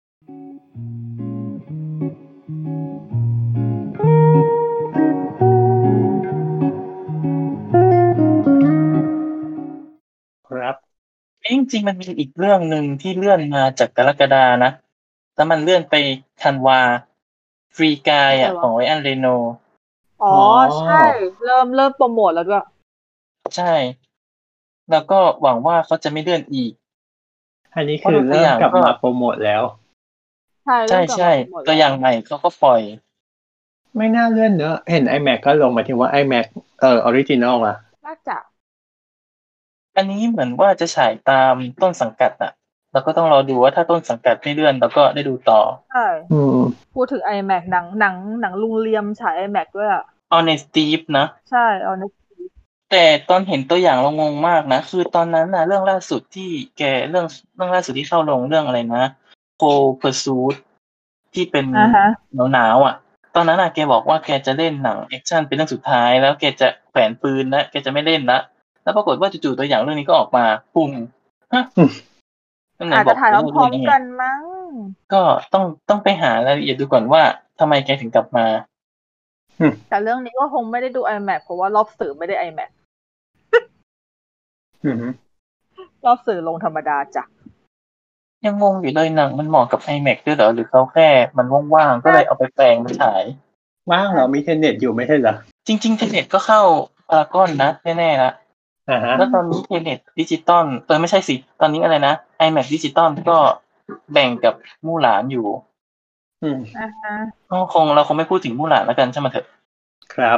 ครับจริงๆมันมีอีกเรื่องนึงที่เลื่อนมาจากกรกฎานะแล้วมันเลื่อนไปธันวาฟรีกายอ่ะของไวอันเรโนอ๋อใช่เริ่มเริ่มโปรโมทแล้วด้วยใช่แล้วก็หวังว่าเขาจะไม่เลื่อนอีกอันนี้คือเริ่มกลับมาโปรโมทแล้วใช่ใช่ใช่ตัวอย่างใหม่เขาก็ปล่อยไม่น่าเลื่อนเนอะเห็น iMac ก็ลงมาถึงว่า iMac เอ่อออริจินอลอ่ะน่าจะอันนี้เหมือนว่าจะฉายตามต้นสังกัดอ่ะเราก็ต้องรอดูว่าถ้าต้นสังกัดไม่เลื่อนเราก็ได้ดูต่อใช่พูดถึง iMac หนังหนังหนังลุงเลียมฉาย iMac ด้วยอ่ะ Honest Thief นะใช่ Honest Thief แต่ตอนเห็นตัวอย่างเรางงมากนะคือตอนนั้นน่ะเรื่องล่าสุดที่แกเรื่องเรื่องล่าสุดที่เข้าลงเรื่องอะไรนะ Cold Pursuit ที่เป็นหนาวๆอ่ะตอนนั้นน่ะแกบอกว่าแกจะเล่นหนังแอคชั่นเป็นเรื่องสุดท้ายแล้วแกจะแขวนปืนแล้วแกจะไม่เล่นละแล้วปรากฏว่าจู่ๆตัวอย่างเรื่องนี้ก็ออกมาปุ่มฮะอาจจะถ่ายพร้อมๆกันมั้งก็ต้องต้องไปหารายละเอียดดูก่อนว่าทำไมแกถึงกลับมาแต่เรื่องนี้ก็คงไม่ได้ดู iMac เพราะว่ารอบสื่อไม่ได้ iMac รอบสื่อลงธรรมดาจ้ะยังงงอยู่เลยหนังมันเหมาะกับ iMac ด้วยเหรอหรือเขาแค่มันว่างๆก็เลยเอาไปแปลงมาฉายว่างเหรอมีเทเน็ตอยู่ไม่ใช่เหรอจริงๆเทเน็ตก็เข้าพารากอนนะแน่ๆละแล้วตอนนี้เทเน็ตดิจิตอลเออไม่ใช่สิตอนนี้อะไรนะ iMac ดิจิตอลก็แบ่งกับมู่หลานอยู่อืมอ่าฮะก็คงเราคงไม่พูดถึงมู่หลานแล้วกันใช่ไหมเถอะครับ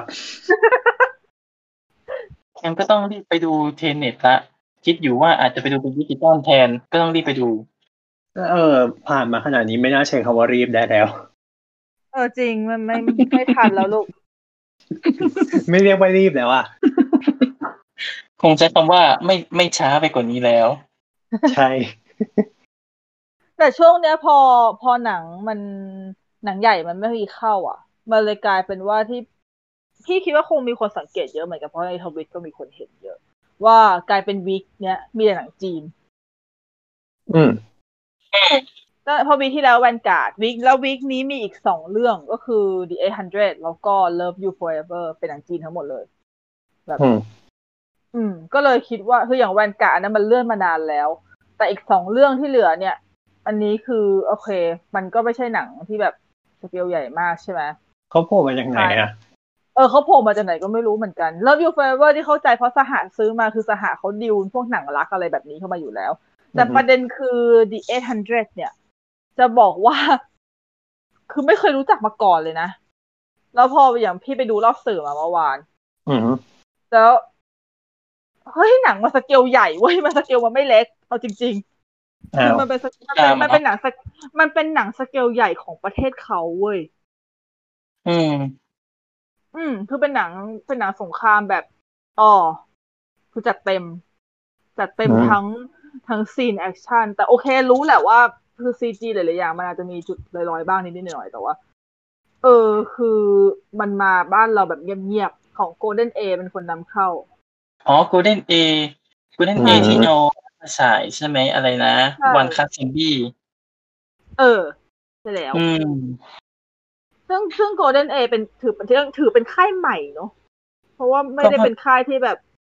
ยังก็ต้องรีบไปดูเทเน็ตละคิดอยู่ว่าอาจจะไปดูเป็นดิจิตอลแทนก็ต้องรีบไปดูเออผ่านมาขนาดนี้ไม่น่าใช้คำว่ารีบได้แล้วเออจริงมันไม่ไม่ทันแล้วลูกไม่เรียกว่ารีบแล้วอ่ะคงใช้คำว่าไม่ไม่ช้าไปกว่านี้แล้วใช่แต่ช่วงเนี้ยพอพอหนังมันหนังใหญ่มันไม่มีเข้าอ่ะมันเลยกลายเป็นว่าที่พี่คิดว่าคงมีคนสังเกตเยอะเหมือนกันเพราะในทวิตก็มีคนเห็นเยอะว่ากลายเป็นวีคเนี้ยมีแต่หนังจีนอืมก็พอวีคที่แล้วแวนการ์ดวีคแล้ววีคนี้มีอีกสองเรื่องก็คือ The แปดร้อยแล้วก็ Love You Forever เป็นหนังจีนทั้งหมดเลยแบบอืมก็เลยคิดว่าคืออย่างแวนการ์ดนั้นมันเลื่อนมานานแล้วแต่อีกสองเรื่องที่เหลือเนี่ยอันนี้คือโอเคมันก็ไม่ใช่หนังที่แบบสเกลใหญ่มากใช่ไหมเขาโผล่มาจากไหนอ่ะเออเขาโผล่มาจากไหนก็ไม่รู้เหมือนกัน Love You Forever ที่เข้าใจเพราะสหะซื้อมาคือสหะเขาดิวพวกหนังรักอะไรแบบนี้เข้ามาอยู่แล้วแต่ประเด็นคือ The แปดร้อยเนี่ยจะบอกว่าคือไม่เคยรู้จักมาก่อนเลยนะแล้วพออย่างพี่ไปดูรอบสื่อมาเมื่อวานแล้วเฮ้ยหนังมันสเกลใหญ่เว้ยมันสเกลมันไม่เล็กเอาจริงๆคือมันเป็นมันเป็นมันเป็นหนังมันเป็นหนังสเกลใหญ่ของประเทศเขาเว้ยอืมอืมคือเป็นหนังเป็นหนังสงครามแบบอ๋อคือจัดเต็มจัดเต็มทั้งทั้งซีนแอคชั่นแต่โอเครู้แหละว่าคือซีจีหลายๆอย่างมันอาจจะมีจุดลอยๆบ้างนิดๆหน่อยๆแต่ว่าเออคือมันมาบ้านเราแบบเงียบๆของ Golden A เป็นคนนำเข้าอ๋อ Golden A Golden A ที่เอามาฉายใช่ไหมอะไรนะวันคัสซิมบี้เออใช่แล้วอืมซึ่งซึ่ง Golden A เป็นถือเป็นถือเป็นค่ายใหม่เนาะเพราะว่าไม่ได้เป็นค่ายที่แบบ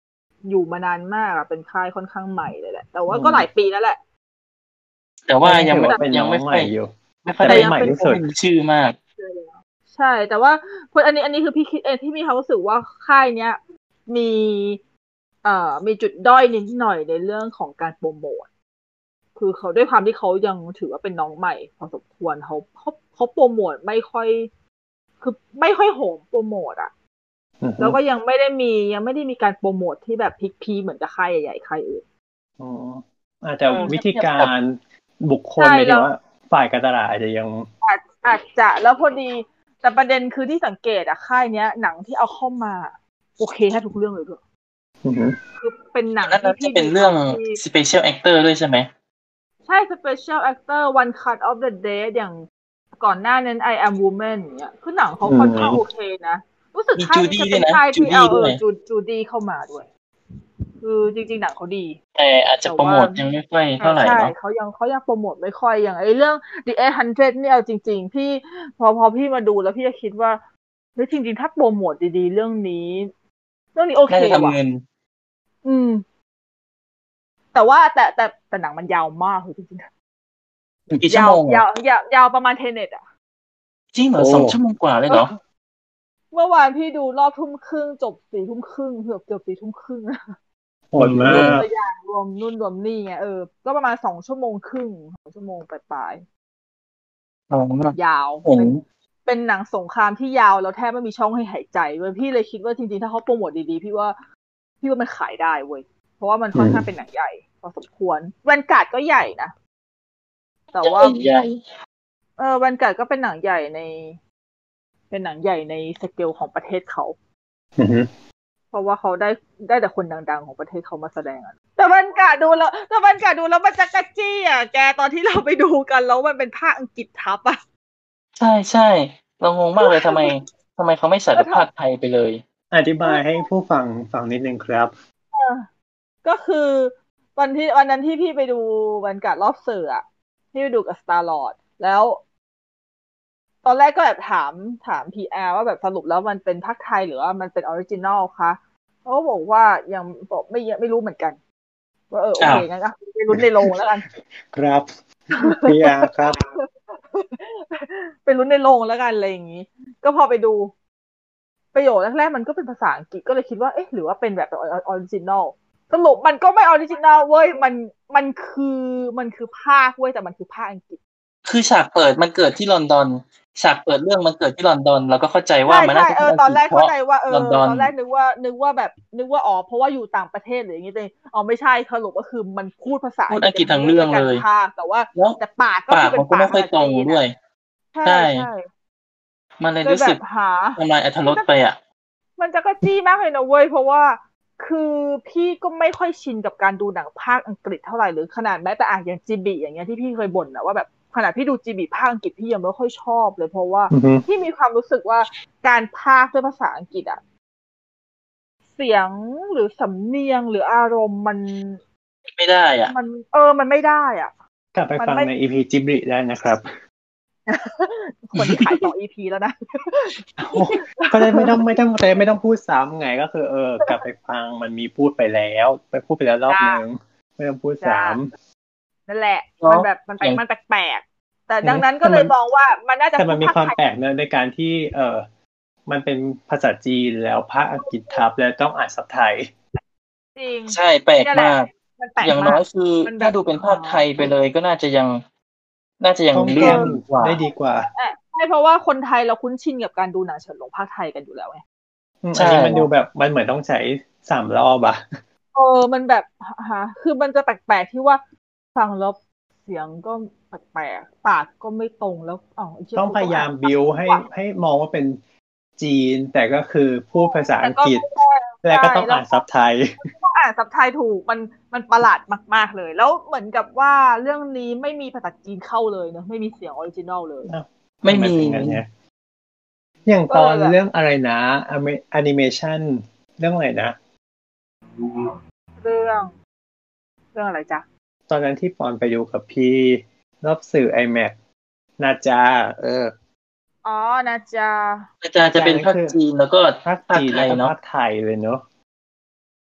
อยู่มานานมากอะเป็นค่ายค่อนข้างใหม่เลยแหละแต่ว่าก็หลายปีแล้วแหละแต่ว่ายังไม่เป็นยังไม่ใหค่อม่ยอยู่ไม่ค่อยแต่ได้เป็นใหม่ที่สุดมีชื่อมากใช่แต่ว่าอันนี้อันนี้คือพี่คิดเองที่มีความรู้สึกว่าค่ายเนี้ยมีเอ่อมีจุดด้อยนิดหน่อยในเรื่องของการโปรโมทคือเขาด้วยความที่เขายังถือว่าเป็นน้องใหม่พอสมควรเขาเขาเขาโปรโมทไม่ค่อยคือไม่ค่อยโหมโปรโมทอ่ะแล้วก็ยังไม่ได้มียังไม่ได้มีการโปรโมทที่แบบพีคๆเหมือนกับค่ายใหญ่ๆค่ายอื่นอ๋ออาจจะวิธีการบุคคลหมายถึงว่าฝ่ายการตลาดอาจจะยังอาจอาจจะแล้วพอดีแต่ประเด็นคือที่สังเกตอะค่ายเนี้ยหนังที่เอาเข้ามาโอเคแทบทุกเรื่องเลยด้วยคือเป็นหนังที่พี่เป็นเรื่อง special actor ด้วยใช่ไหมใช่ special actor One Cut of the Dead อย่างก่อนหน้านั้น I Am Woman อย่างเงี้ยคือหนังเขาค่อนข้างโอเคนะรู้สึกค่ายนี้จะเป็นค่ายที่เอาเออจูจูดี้เข้ามาด้วยคือจริงๆหนังเขาดีแต่อาจจะโปรโมทยังไม่ค่อยเท่าไหร่เนาะใช่เขายังเขายังโปรโมทไม่ค่อยอย่างไอ้เรื่อง The แปดร้อยนี่เอาจริงๆพี่พอพอพี่มาดูแล้วพี่จะคิดว่าเฮ้ยจริงๆถ้าโปรโมทดีๆเรื่องนี้เรื่องนี้โอเคว่ะอืมแต่ว่าแต่แต่แต่หนังมันยาวมากเลยจริงๆยาวยาวยาวยาวประมาณเทเน็ตอ่ะจริงเหรอสองชั่วโมงกว่าเลยเหรอเมื่อวานพี่ดูรอบทุ่มครึ่งจบสี่ทุ่มครึ่งเกือบเกือบสี่ทุ่มครึ่งโหดมากตัวอย่างรวมนู่นรวมนี่ไงเออก็ประมาณสองชั่วโมงครึ่งสองชั่วโมงปลายๆยาวเป็นเป็นหนังสงครามที่ยาวแล้วแทบไม่มีช่องให้หายใจเว้ยพี่เลยคิดว่าจริงๆถ้าเขาโปรโมทดีๆพี่ว่าพี่ว่ามันขายได้เว้ยเพราะว่ามันค่อนข้างเป็นหนังใหญ่พอสมควรแวนการ์ดก็ใหญ่นะแต่ว่าใหญ่เออแวนการ์ดก็เป็นหนังใหญ่ในเป็นหนังใหญ่ในสเกลของประเทศเขาเพราะว่าเขาได้ได้แต่คนดังๆของประเทศเขามาแสดงอ่ะแต่บรรยากาศดูแล้วแต่บรรยากาศดูแล้วมันจะกระจี้อ่ะแกตอนที่เราไปดูกันแล้วมันเป็นภาคอังกฤษทับอ่ะใช่ใช่เรางงมากเลยทำไมทำไมเขาไม่ใส่ภาคไทยไปเลยอธิบายให้ผู้ฟังฟังนิดนึงครับก็คือวันที่วันนั้นที่พี่ไปดูบรรยากาศรอบสื่ออ่ะที่ไปดูกับ Star Lord แล้วตอนแรกก็แบบถามถาม พี อาร์ ว่าแบบสรุปแล้วมันเป็นภาคไทยหรือว่ามันเป็นออริจินอลคะเขาบอกว่ายังบอกไม่ไม่รู้เหมือนกันว่าเออโอเคงั้นก็ไปลุ้นในโรงแล้วกันครับ พี อาร์ ครับไปลุ้นในโรงแล้วกันอะไรอย่างนี้ก็พอไปดูประโยคแรกๆมันก็เป็นภาษาอังกฤษก็เลยคิดว่าเอ๊ะหรือว่าเป็นแบบออริจินอลสรุปมันก็ไม่ออริจินอลเว้ยมันมันคือมันคือภาคเว้ยแต่มันคือภาคอังกฤษคือฉากเปิดมันเกิดที่ลอนดอนฉากเปิดเรื่องมันเกิดที่ลอนดอนเราก็เข้าใจว่ามันน่าจะเป็นตอนแรกเข้าใจว่าเออตอนแรกนึกว่านึกว่าแบบนึกว่าอ๋อเพราะว่าอยู่ต่างประเทศหรืออย่างงี้เลยอ๋อไม่ใช่สรุปก็คือมันพูดภาษาพูดอังกฤษทั้งเรื่องเลยแต่ว่าแต่ปากก็คือเป็นปากไม่ค่อยตรงด้วยใช่มันเลยรู้สึกทำลายอรรถรสไปอ่ะมันจะกระจี้มากเลยนะเว้ยเพราะว่าคือพี่ก็ไม่ค่อยชินกับการดูหนังภาคอังกฤษเท่าไหร่หรือขนาดแม้แต่อ่ะอย่างจิบิอย่างเงี้ยที่พี่เคยบ่นนะว่าแบบขนาดพี่ดูจิบิภาคอังกฤษพี่ยังไม่ค่อยชอบเลยเพราะว่าพี่มีความรู้สึกว่าการพากย์ด้วยภาษาอังกฤษอะเสียงหรือสำเนียงหรืออารมณ์มันไม่ได้อ่ะมันเออมันไม่ได้อ่ะกลับไปฟังใน อี พี จิบลิได้นะครับคนที่ขายต่อ อี พี แล้วนะก็เลยไม่ต้องไม่ต้องแต่ไม่ต้องพูดซ้ำไงก็คือเออกลับไปฟังมันมีพูดไปแล้วไปพูดไปแล้วรอบนึงไม่ต้องพูดซ้ำนั่นแหละมันแบบมันแปลกมันแปลกๆแต่ดังนั้นก็เลยมองว่ามันน่าจะแต่มันมีความแปลกเนอะในการที่เออมันเป็นภาษาจีนแล้วภาคอังกฤษทับแล้วต้องอ่านซับไทยจริงใช่แปลกมากอย่างน้อยคือถ้าดูเป็นภาคไทยไปเลยก็น่าจะยังน่าจะยังเรื่องได้ดีกว่าใช่เพราะว่าคนไทยเราคุ้นชินกับการดูหนังเฉินหลงภาคไทยกันอยู่แล้วไงอันนี้มันดูแบบมันเหมือนต้องใช้สามรอบอะเออมันแบบฮะคือมันจะแปลกๆที่ว่าฟังแล้วเสียงก็แปลกๆปากก็ไม่ตรงแล้วอ๋อต้องพยายามบิวให้ให้มองว่าเป็นจีนแต่ก็คือพูดภาษาอังกฤษแล้วก็ต้องอ่านซับไทยต้องอ่านซับไทยถูกมันมันประหลาดมากๆเลยแล้วเหมือนกับว่าเรื่องนี้ไม่มีภาษาจีนเข้าเลยเนอะไม่มีเสียงออริจินอลเลยไม่มีอย่างตอนเรื่องอะไรนะแอนิเมชันเรื่องอะไรนะเรื่องเรื่องอะไรจ๊ะตอนนั้นที่ปอนไปดูกับพี่รอบสื่อ ไอแม็กซ์ นาจาเอออ๋อนาจานาจาจะเป็นภาคจีนแล้วก็ภาคจีนแล้วก็ภาคไทยเลยเนาะใ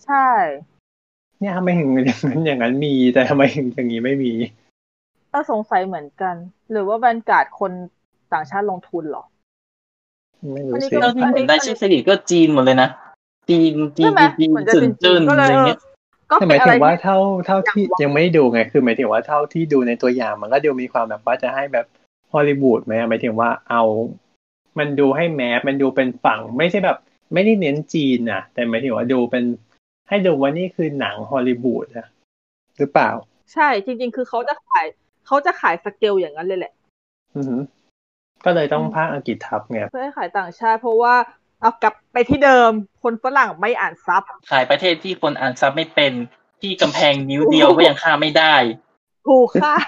ใช่เนี่ยทำไมถึงอย่างนั้นอย่างนั้นมีแต่ทำไมถึงอย่างนี้ไม่มีก็สงสัยเหมือนกัน หรือว่าแวนการ์ดคนต่างชาติลงทุนเหรอไม่อันนี้รู้สิก็เท่าที่อันนี้เห็นได้อันนี้ชื่อเครดิตก็จีนหมดเลยนะจีนจีใช่ไหมนจีนเหมือนจะเจินจีนจีเจิ้นนก็เลยเอออะไรเงี้ยก็แต่หเป็นอะไรที่มายถึงว่าเท่าเท่าที่อย่างว่ายังไม่ได้ดูไงคือหมายถึงว่าเท่าที่ดูในตัวอย่างมันก็ดูมีความแบบว่าจะให้แบบฮอลลีวูดไหมหมายถึงว่าเอามันดูให้แมสมันดูเป็นฝั่งไม่ใช่แบบไม่ได้เน้นจีนนะแต่หมายถึงว่าดูเป็นให้ดูว่านี่คือหนังฮอลลีวูดนะหรือเปล่าใช่จริงๆคือเขาจะขายเขาจะขายสเกลอย่างนั้นเลยแหละอือหือก็เลยต้องอืมพากย์อังกฤษทับไงเพื่อให้ขายต่างชาติเพราะว่าเอากลับไปที่เดิมคนฝรั่งไม่อ่านซับขายประเทศที่คนอ่านซับไม่เป็นที่กำแพงนิ้วถูเดียวก็ยักงข้ามไม่ได้ถูกค่ะ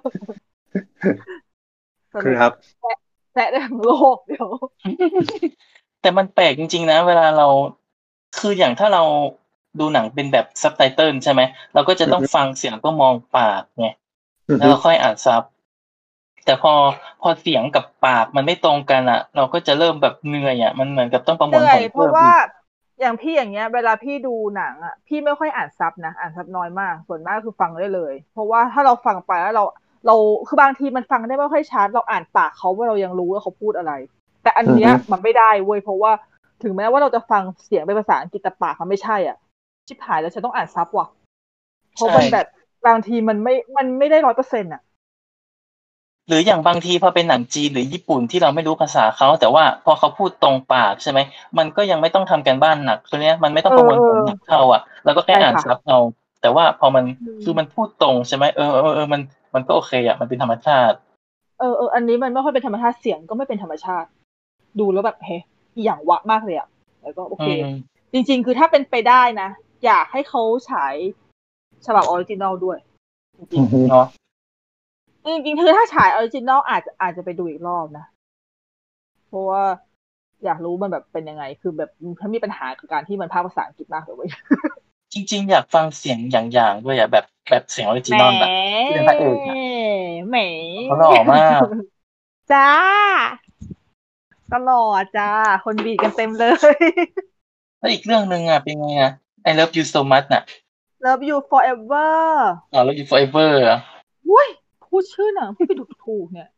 สครุปรับแซะแซะได้ทั้งโลกเดี๋ยวแต่มันแปลกจริงๆนะเวลาเราคืออย่างถ้าเราดูหนังเป็นแบบซับไตเติลใช่ไหมเราก็จะต้องฟังเสียงก็มองปากไงอือแล้วหือเราค่อยอ่านซับแต่พอพอเสียงกับปากมันไม่ตรงกันอ่ะ เราก็จะเริ่มแบบเหนื่อยอ่ะมันเหมือนกับต้องประมวลผเหนื่อยลเพิ่มอีเพราะว่ากอย่างพี่อย่างเงี้ยเวลาพี่ดูหนังอ่ะพี่ไม่ค่อยอ่านซับนะอ่านซับน้อยมากส่วนมากคือฟังได้เลยเพราะว่าถ้าเราฟังไปแล้วเราเราคือบางทีมันฟังได้ไม่ค่อยชัดเราอ่านปากเขาว่าเรายังรู้ว่าเขาพูดอะไรแต่อันเนี้ยมันไม่ได้เว้ยเพราะว่าถึงแม้ว่าเราจะฟังเสียงเป็นภาษาอังกฤษแต่ปากมันไม่ใช่อ่ะชิบหายแล้วฉันต้องอ่านซับว่ะเพราะใช่มันแบบบางทีมันไม่มันไม่ได้ร้อยเปอร์เซ็นต์อ่ะหรืออย่างบางทีพอเป็นหนังจีนหรือญี่ปุ่นที่เราไม่รู้ภาษาเขาแต่ว่าพอเขาพูดตรงปากใช่ไหมมันก็ยังไม่ต้องทำการบ้านหนักตัวเนี้ยมันไม่ต้องประมวลเออเออผลหนักเท่าอ่ะแล้วก็แค่ใช่ค่ะอ่านซับเอาแต่ว่าพอมันอืมคือมันพูดตรงใช่ไหมเออเออเออมันมันก็โอเคอ่ะมันเป็นธรรมชาติเออเอออันนี้มันไม่ค่อยเป็นธรรมชาติเสียงก็ไม่เป็นธรรมชาติดูแล้วแบบเฮ้ยอหย่างวะมากเลยอ่ะแล้วก็โออืเคมจริงๆ คือถ้าเป็นไปได้นะ อยากให้เขาฉายฉบับออริจินอลด้วยจริงอือหือเนาะๆจริงๆคือถ้าฉายออริจินอลอาจจะอาจจะไปดูอีกรอบนะ เพราะว่าอยากรู้มันแบบเป็นยังไง คือแบบถ้ามีปัญหากับการที่มันพากย์ภาษาอังกฤษมากเลยเว้ยจริงๆอยากฟังเสียงอย่างๆด้วยอ่ะแบบแบบเสียงออริแหมจินอลอ่ะที่เป็นพระเอกอ่ะแหมเขาหล่อมากจ้าตลอดจ้า คนบีดกันเต็มเลยแล้วอีกเรื่องหนึ่งอ่ะเป็นไงอ่ะ I love you so much น่ะ Love you forever อ๋อ love you forever อ่ะอุ้ยพูดชื่อหนังพี่ไปดูถูกเนี่ย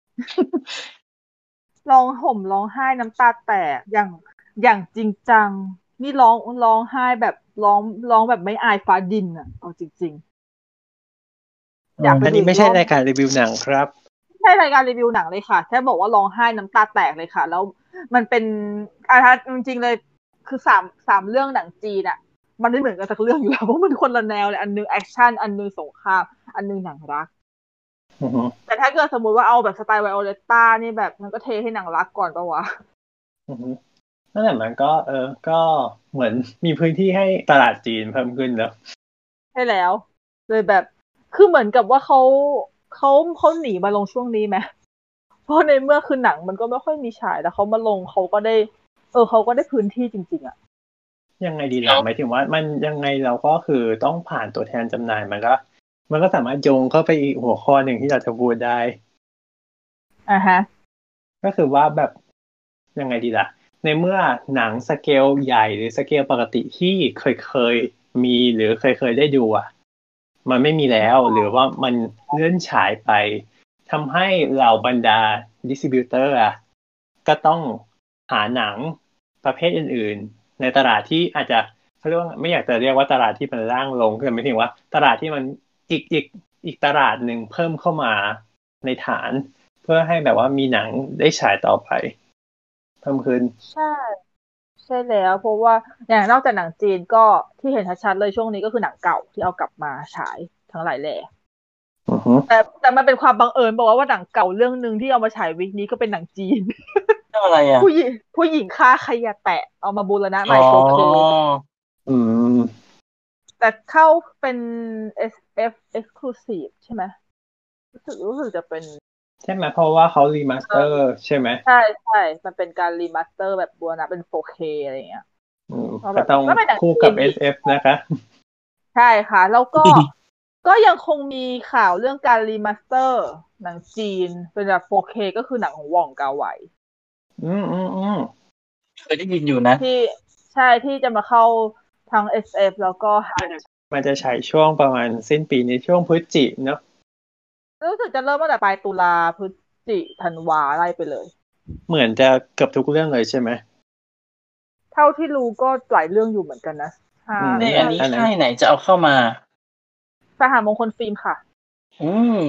ร้องห่มร้องไห้น้ำตาแตกอย่างอย่างจริงจังนี่ร้องร้องไห้แบบร้องร้องแบบไม่อายฟ้าดินอ่ะเอาจริงๆอยากไปอันนี้ไม่ดูอีกรอบใช่รายการรีวิวหนังครับไม่ใช่รายการรีวิวหนังเลยค่ะแค่บอกว่าร้องไห้น้ำตาแตกเลยค่ะแล้วมันเป็นอาทัจริงๆเลยคือสามสามเรื่องหนังจีนอ่ะมันไม่เหมือนกันสักเรื่องอยู่แล้วเพราะมันคนละแนวเลยอันนึงแอคชั่นอันนึงสงครามอันนึงหนังรักอือหือแต่ถ้าเกิดสมมติว่าเอาแบบสไตล์ไวโอเลต้านี่แบบมันก็เทให้หนังรักก่อนปะวะอือหือนั่นแหละมันก็เออก็เหมือนมีพื้นที่ให้ตลาดจีนเพิ่มขึ้นแล้วใช่แล้วเลยแบบคือเหมือนกับว่าเขาเขาเขาหนีมาลงช่วงนี้ไหมเพราะในเมื่อคือหนังมันก็ไม่ค่อยมีฉายแล้วเขามาลงเขาก็ได้เออเขาก็ได้พื้นที่จริงๆอ่ะยังไงดีล่ะหมายถึงว่ามันยังไงเราก็คือต้องผ่านตัวแทนจำหน่ายมันก็มันก็สามารถโยงเข้าไปอีกหัวข้อหนึ่งที่เราจะพูดได้อ่าฮะก็คือว่าแบบยังไงดีล่ะในเมื่อหนังสเกลใหญ่หรือสเกลปกติที่เคยเคยมีหรือเคยเคยได้ดูอ่ะมันไม่มีแล้วหรือว่ามันเลื่อนฉายไปทำให้เหล่าบรรดาดิสติบิวเตอร์อ่ะก็ต้องหาหนังประเภทอื่นๆในตลาดที่อาจจะเขาเรียกว่าไม่อยากจะเรียกว่าตลาดที่มันร่างลงคือหมายถึงว่าตลาดที่มันอีกอีกอีกตลาดหนึ่งเพิ่มเข้ามาในฐาน เพื่อให้แบบว่ามีหนังได้ฉายต่อไปเพิ่มขึ้นใช่ใช่แล้วเพราะว่าอย่างนอกจากหนังจีนก็ที่เห็นชัดๆเลยช่วงนี้ก็คือหนังเก่าที่เอากลับมาฉายทั้งหลายแหล่อือฮึแต่แต่มันเป็นความบังเอิญบอกว่าว่าหนังเก่าเรื่องหนึ่งที่เอามาฉายวีคนี้ก็เป็นหนังจีนเรื่องอะไรอ่ะผู้หญิงผู้หญิงฆ่าใครอย่าแตะเอามาบูรณะใหอ๋อม่ โฟ เคอืมแต่เข้าเป็น เอส เอฟ Exclusive ใช่ไหมรู้สึกรู้สึกจะเป็นใช่ไหมเพราะว่าเขารีมาสเออเตอร์ใช่ไหมใช่ใช่มันเป็นการรีมาสเตอร์แบบบูรณะเป็น โฟ เค อะไรอย่างเงี้ยอืมก็แบบก็ต้องก็เป็นหนังคู่กับจีนอีกเอส เอฟ นะคะใช่ค่ะ แล้วก็ก็ยังคงมีข่าวเรื่องการรีมาสเตอร์หนังจีนเป็นแบบ โฟ เค ก็คือหนังของหว่องกาไวอืมอืมอืมเคยได้ยินอยู่นะที่ใช่ที่จะมาเข้าทั้ง เอส เอฟ แล้วก็ High มันจะฉายช่วงประมาณสิ้นปีนี้ช่วงพฤศจิเนาะรู้สึกจะเริ่มตั้งแต่ปลายตุลาพฤศจิธันวาไล่ไปเลยเหมือนจะเกือบทุกเรื่องเลยใช่ไหมเท่าที่รู้ก็หลายเรื่องอยู่เหมือนกันนะอืมในเนี่ยอันนี้อันนั้นค่ายไหนจะเอาเข้ามาสหมงคลฟิล์มค่ะอืม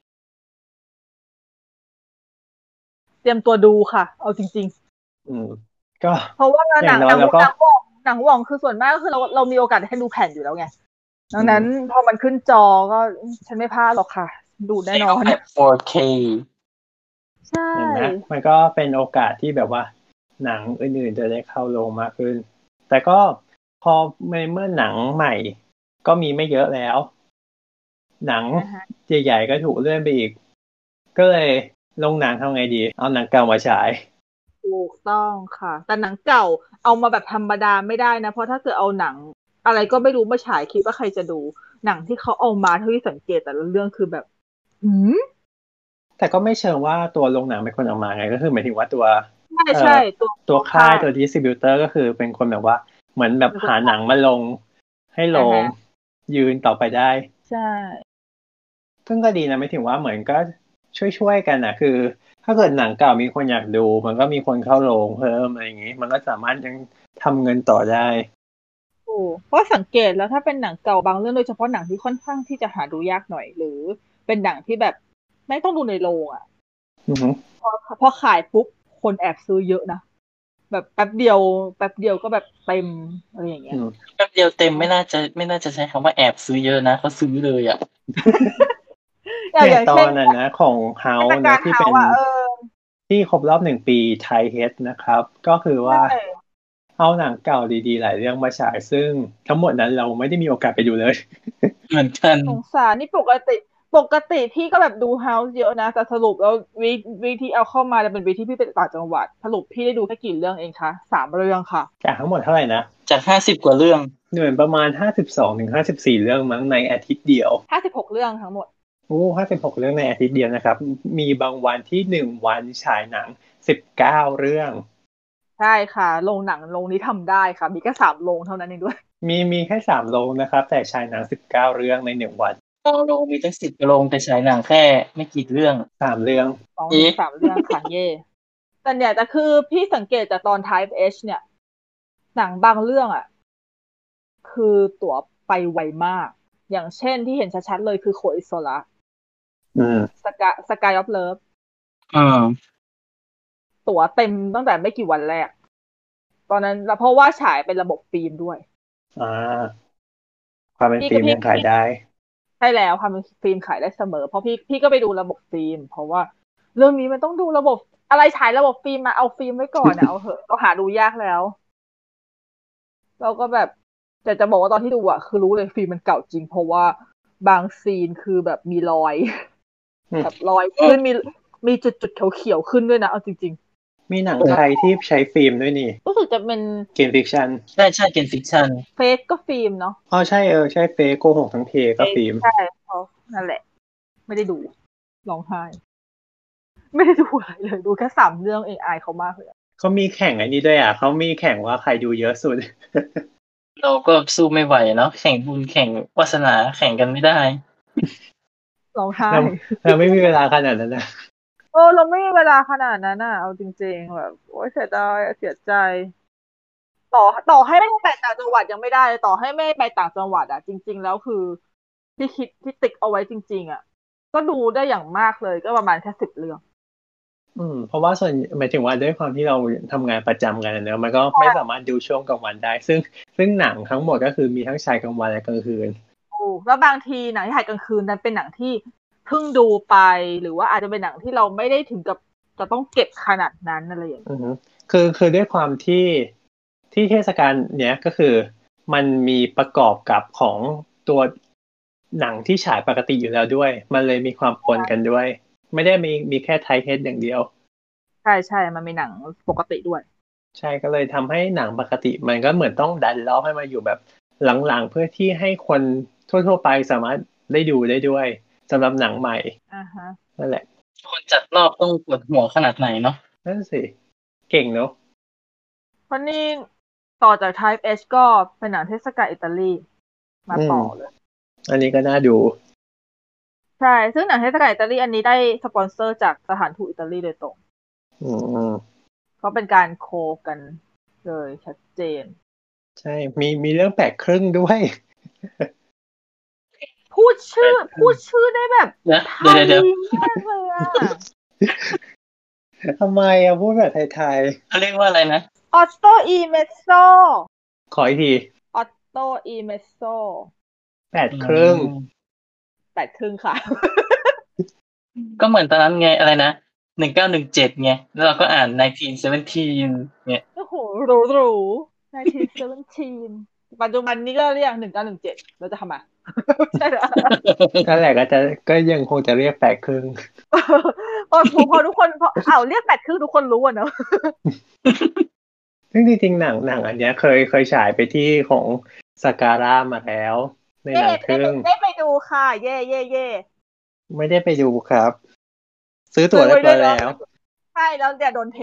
เตรียมตัวดูค่ะ เอาจริงอืมก็ๆ เพราะว่าหอนัย่างงน้อหนัยงเราก็หนังว่องหนังว่องคือส่วนมากก็คือเราเรามีโอกาสให้ดูแผ่นอยู่แล้วไงดังนั้นพอมันขึ้นจอก็ฉันไม่พลาดหรอกค่ะ ดูแน่นอนแบบ โฟร์เคใช่เห็นไหมมันก็เป็นโอกาสที่แบบว่าหนังอื่นๆจะได้เข้าโรงมากขึ้น แต่ก็พอในเมื่อหนังใหม่ก็มีไม่เยอะแล้ว หนังอ่าฮะใหญ่ๆก็ถูกเลื่อนไปอีก ก็เลยลงหนังทำไงดี เอาหนังเก่ามาฉายถูกต้องค่ะ แต่หนังเก่าเอามาแบบธรรมดาไม่ได้นะ เพราะถ้าเกิดเอาหนัง อะไรก็ไม่รู้มาฉายคิดว่าใครจะดู หนังที่เขาเอามาเท่าที่สังเกตแต่ละเรื่องคือแบบหืมแต่ก็ไม่เชิงว่าตัวโรงหนังเป็นคนเอามาไงก็คือหมายถึงว่าตัวใช่ใช่ตัวตัวค่ายตัวดิสติบิวเตอร์ก็คือเป็นคนแบบว่าเหมือนแบบหาหนังมาลงให้โรงยืนต่อไปได้ใช่ซึ่งก็ดีนะไม่ถึงว่าเหมือนก็ช่วยๆกันนะคือ ถ้าเกิดหนังเก่ามีคนอยากดู มันก็มีคนเข้าโรงเพิ่มอะไรอย่างนี้ มันก็สามารถยังทำเงินต่อได้โอ้เพราะสังเกตแล้วถ้าเป็นหนังเก่าบางเรื่องโดยเฉพาะหนังที่ค่อนข้างที่จะหาดูยากหน่อย หรือเป็นหนังที่แบบไม่ต้องดูในโรงอ่ะอือฮึพอพอขายปุ๊บคนแอบซื้อเยอะนะแบบแป๊บเดียวแป๊บเดียวก็แบบเต็มอะไรอย่างเงี้ยอืมแป๊บเดียวเต็มไม่น่าจะไม่น่าจะใช้คำว่าแอบซื้อเยอะนะเขาซื้อเลยอ่ะอย่างออย่างตอเช่นนนั้นนะของเฮาเทศส์กานะลที่เฮาเป็นส์อ่ะเออที่ครบรอบหนึ่งปีไทยเฮดนะครับ ก็คือว่าใช่เอาหนังเก่าดีๆหลายเรื่องมาฉายซึ่งทั้งหมดนั้นเราไม่ได้มีโอกาสไปดูเลยเหมือนกันสงสารนี่ปกติปกติพี่ก็แบบดูเฮาส์เยอะนะแต่สรุปแล้ววีควีคที่เอาเข้ามาจะเป็นวีคที่พี่ไปต่างจังหวัดสรุปพี่ได้ดูแค่กี่เรื่องเองคะสามเรื่องค่ะจากทั้งหมดเท่าไหร่นะจากห้าสิบกว่าเรื่องเหมือนประมาณห้าสิบสองถึงห้าสิบสี่เรื่องมั้งในอาทิตย์เดียวห้าสิบหกเรื่องทั้งหมดโอ้ห้าสิบหกเรื่องในอาทิตย์เดียวนะครับ มีบางวันที่หนึ่งวันฉายหนังสิบเก้าเรื่องใช่ค่ะโรงหนังโรงนี้ทำได้ค่ะมีแค่สามโรงเท่านั้นเองด้วยมีมีแค่สามโรงนะครับ แต่ฉายหนังสิบเก้าเรื่องในหนึ่งวันโรงมีตั้งสิบโรงแต่ฉายหนังแค่ไม่กี่เรื่องสามเรื่องสองถึงสามเรื่องค่ะเย่แต่เนี่ยแต่คือพี่สังเกตจากตอน Type H เนี่ย หนังบางเรื่องอ่ะ คือตั๋วไปไวมาก อย่างเช่นที่เห็นชัดๆเลยคือโคอิโซระอืมสกาสกายออฟเลิฟอืมตั๋วเต็มตั้งแต่ไม่กี่วันแรก ตอนนั้นแล้วเพราะว่าฉายเป็นระบบฟิล์มด้วยอ่า ความเป็นฟิล์มยังขายได้ใช่แล้วความเป็นฟิล์มขายได้เสมอเพราะพี่พี่ก็ไปดูระบบฟิล์มเพราะว่าเรื่องนี้มันต้องดูระบบอะไรฉายระบบฟิล์มมาเอาฟิล์มไว้ก่อนนะเอาเหอะก็หาดูยากแล้วเราก็แบบแต่จะบอกว่าตอนที่ดูอ่ะคือรู้เลยฟิล์มมันเก่าจริง เพราะว่าบางซีนคือแบบมีรอยอืมแบบรอยขึ้นมีมีจุดจุดเขียวๆขึ้นด้วยนะเอาจริงมีหนังไทยที่ใช้ฟิล์มด้วยนี่ๆรู้สึกจะเป็นเกมฟิกชันใช่ใช่เกนฟิกชันเฟกก็ฟิล์มเนาะอ๋อใช่เออใช่เฟซโกหกทั้งเพก็ฟิล์มใช่เพราะนั่นแหละ ไม่ได้ดูร้องไห้ ไม่ได้ดูอะไรเลยดูแค่สามเรื่องเองอายเขามากเลยเขามีแข่งไอ้นี้ด้วยอ่ะเขามีแข่งว่าใครดูเยอะสุดเราก็สู้ไม่ไหวเนาะแข่งบุญแข่งวาสนาแข่งกันไม่ได้ร้องไห้เราเราไม่มีเวลาขนาดนั้นนะเออเราไม่มีเวลาขนาดนั้นอ่ะเอาจริงๆแบบโอ๊ยเสียดายเสียใจ ต่อต่อให้ไม่ไปต่างจังหวัดยังไม่ได้เลยต่อให้ไม่ไปต่างจังหวัดอ่ะ จริง ๆ แล้วคือที่คิดที่ติ๊กเอาไว้จริง ๆ อ่ะ ก็ดูได้อย่างมากเลยก็ประมาณแค่สิบเรื่องอืมเพราะว่าส่วนหมายถึงว่าด้วยความที่เราทำงานประจำกันอะเนอะมันก็ไม่สามารถดูช่วงกลางวันได้ ซึ่งซึ่งหนังทั้งหมดก็คือมีทั้งฉายกลางวันและกลางคืนถูกแล้วบางทีหนังที่ถ่ายกลางคืนนั้นเป็นหนังที่เพิ่งดูไปหรือว่าอาจจะเป็นหนังที่เราไม่ได้ถึงกับจะต้องเก็บขนาดนั้นอะไรอย่างเงี้ยอือฮึคือคือด้วยความที่ที่เทศกาลเนี้ยก็คือมันมีประกอบกับของตัวหนังที่ฉายปกติอยู่แล้วด้วย มันเลยมีความปนกันด้วย ไม่ได้มีมีแค่ไทยเฮดอย่างเดียวใช่ใช่มันมีหนังปกติด้วยใช่ก็เลยทำให้หนังปกติมันก็เหมือนต้องดันล้อให้มาอยู่แบบหลังๆเพื่อที่ให้คนทั่วๆไปสามารถได้ดูได้ด้วยสำหรับหนังใหม่อ่าฮะนั่นแหละคนจัดรอบต้องปวดหัวขนาดไหนเนาะนั่นสิเก่งเนอะเพราะนี่ต่อจาก Type H ก็เป็นหนังเทศกาลอิตาลีมาต่อเลยอันนี้ก็น่าดูใช่ซึ่งหนังเทศกาลอิตาลีอันนี้ได้สปอนเซอร์จากสถานทูตอิตาลีโดยตรงอืมก็เป็นการโคกันเลยชัดเจนใช่มีมีเรื่องแปลกครึ่งด้วยพูดชื่อพูดชื่อได้แบบไทยมากเลยอ่ะทำไมอ่ะพูดแบบไทยๆเขาเรียกว่าอะไรนะออตโตอีเมสโซขออีกทีออตโตอีเมสโซแปดครึ่งแปดครึ่งค่ะก็เหมือนตอนนั้นไงอะไรนะหนึ่งเก้าหนึ่งเจ็ดไงแล้วเราก็อ่านหนึ่งพันเก้าร้อยสิบเจ็ดเนี่ยโอ้โหรู้รู้หนึ่งพันเก้าร้อยสิบเจ็ดปัจจุบันนี้ก็เรียกหนึ่งเก้าหนึ่งเจ็ดเราจะทำไมใช่เหรอนั่นแหละก็จะก็ยังคงจะเรียกแปดครึ่งพอพอทุกคนพอเอาเรียกแปดครึ่งทุกคนรู้อ่ะเนอะซึ่งจริงๆหนังหนังอันเนี้ยเคยเคยฉายไปที่ของสการ่ามาแล้วในหนังครึ่งได้ไปดูค่ะเย่เย่เย่ไม่ได้ไปดูครับซื้อตั๋วเรียบร้อยแล้วใช่แล้วเดี๋ยวโดนเท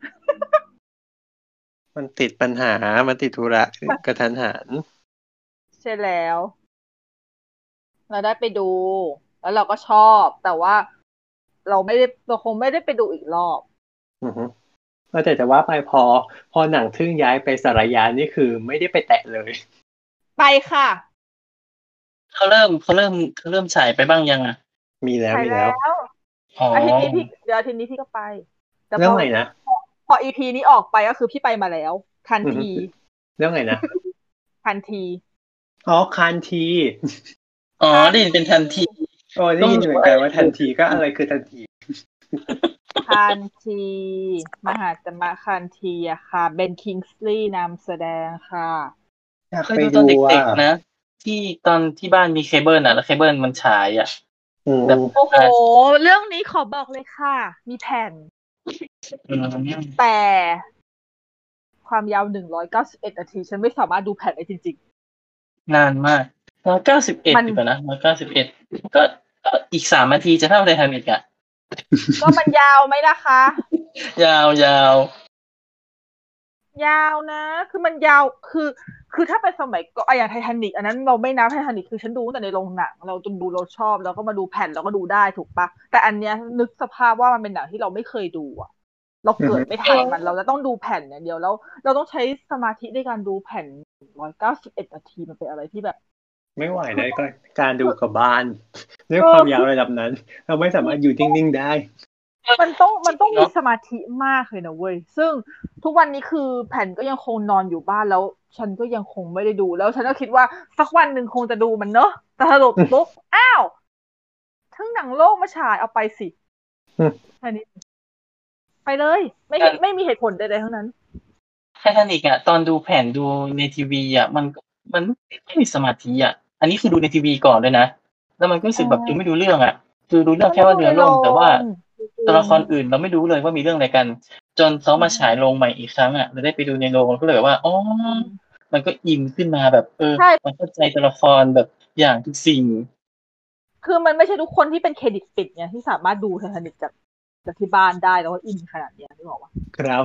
มันติดปัญหามันติดธุระกระทันหันใช่แล้วเราได้ไปดูแล้วเราก็ชอบแต่ว่าเราไม่ได้เราคงไม่ได้ไปดูอีกรอบอือฮึแต่จะว่าไปพอพอหนังทึ่งย้ายไปสารยานี่คือไม่ได้ไปแตะเลยไปค่ะเขาเริ่มเขาเริ่มเขาเริ่มฉายไปบ้างยังอ่ะมีแล้วมีแล้วอาทิตย์นี้พี่เดี๋ยวอาทิตย์นี้พี่ก็ไปเรื่องไหนนะพอ อี พี นี้ออกไปก็คือพี่ไปมาแล้วทันทีเรื่องไหนนะทันทีอ๋อคันทีอ๋อได้ยินเป็นทันทีโอ้ได้ยินเหมือนกันว่าทันทีก็อะไรคือทันทีคันทีมหาจมะคันทีอะค่ะเบนคิงส์ลีย์นำแสดงค่ะเคยดูตอนเด็กๆนะที่ตอนที่บ้านมีเคเบิลอ่ะแล้วเคเบิลมันฉายอ่ะแบบโอ้โหเรื่องนี้ขอบอกเลยค่ะมีแผ่นแต่ความยาวหนึ่งร้อยเก้าสิบเอ็ดนาทีฉันไม่สามารถดูแผ่นได้จริงๆนานมากหนึ่งร้อยเก้าสิบเอ็ดดีกว่านะหนึ่งร้อยเก้าสิบเอ็ดก็อีกสามนาทีจะเท่าไททานิคอ่ะก็มันยาวไหมล่ะคะยาวยาวยาวนะคือมันยาวคือคือถ้าเป็นสมัยก็อย่างไททานิคอันนั้นเราไม่นับไททานิคคือฉันดูแต่ในโรงหนังเราจนดูเราชอบแล้วก็มาดูแผ่นเราก็ดูได้ถูกปะแต่อันเนี้ยนึกสภาพว่ามันเป็นหนังที่เราไม่เคยดูอ่ะเราเกิดไม่ทันมันเราจะต้องดูแผ่นอย่างเดียวแล้วเราต้องใช้สมาธิในการดูแผ่นหนึ่งร้อยเก้าสิบเอ็ดนาทีมันเป็นอะไรที่แบบไม่ไหวเลยก็การดูกับบ้านด้วยความยาวระดับนั้นเราไม่สามารถอยู่นิ่งๆได้มันต้องมันต้องมีสมาธิมากเลยนะเว้ยซึ่งทุกวันนี้คือแผ่นก็ยังคงนอนอยู่บ้านแล้วฉันก็ยังคงไม่ได้ดูแล้วฉันก็คิดว่าสักวันหนึ่งคงจะดูมันเนอะแต่สรุปปุ๊บอ้าวทั้งหนังโลกมาฉายเอาไปสิอันนี้ไปเลยไม่ไม่มีเหตุผลใดๆทั้งนั้นไททานิคอ่ะตอนดูแผ่นดูในทีวีอ่ะมันมันไม่มีสมาธิอ่ะอันนี้คือดูในทีวีก่อนเลยนะแล้วมันก็รู้สึกแบบดูไม่ดูเรื่องอ่ะคือดูเรื่องแค่ว่าเรือล่มแต่ว่าตัวละครอื่นเราไม่รู้เลยว่ามีเรื่องอะไรกันจนเขามาฉายโรงใหม่อีกครั้งอ่ะเราได้ไปดูในโรงก็เลยว่าอ๋อมันก็อินขึ้นมาแบบเออมันเข้าใจตัวละครแบบอย่างทุกสิ่งคือมันไม่ใช่ทุกคนที่เป็นเครดิตปิดไงที่สามารถดูไททานิคจากจากที่บ้านได้แล้วก็อินขนาดนี้นึกออกปะครับ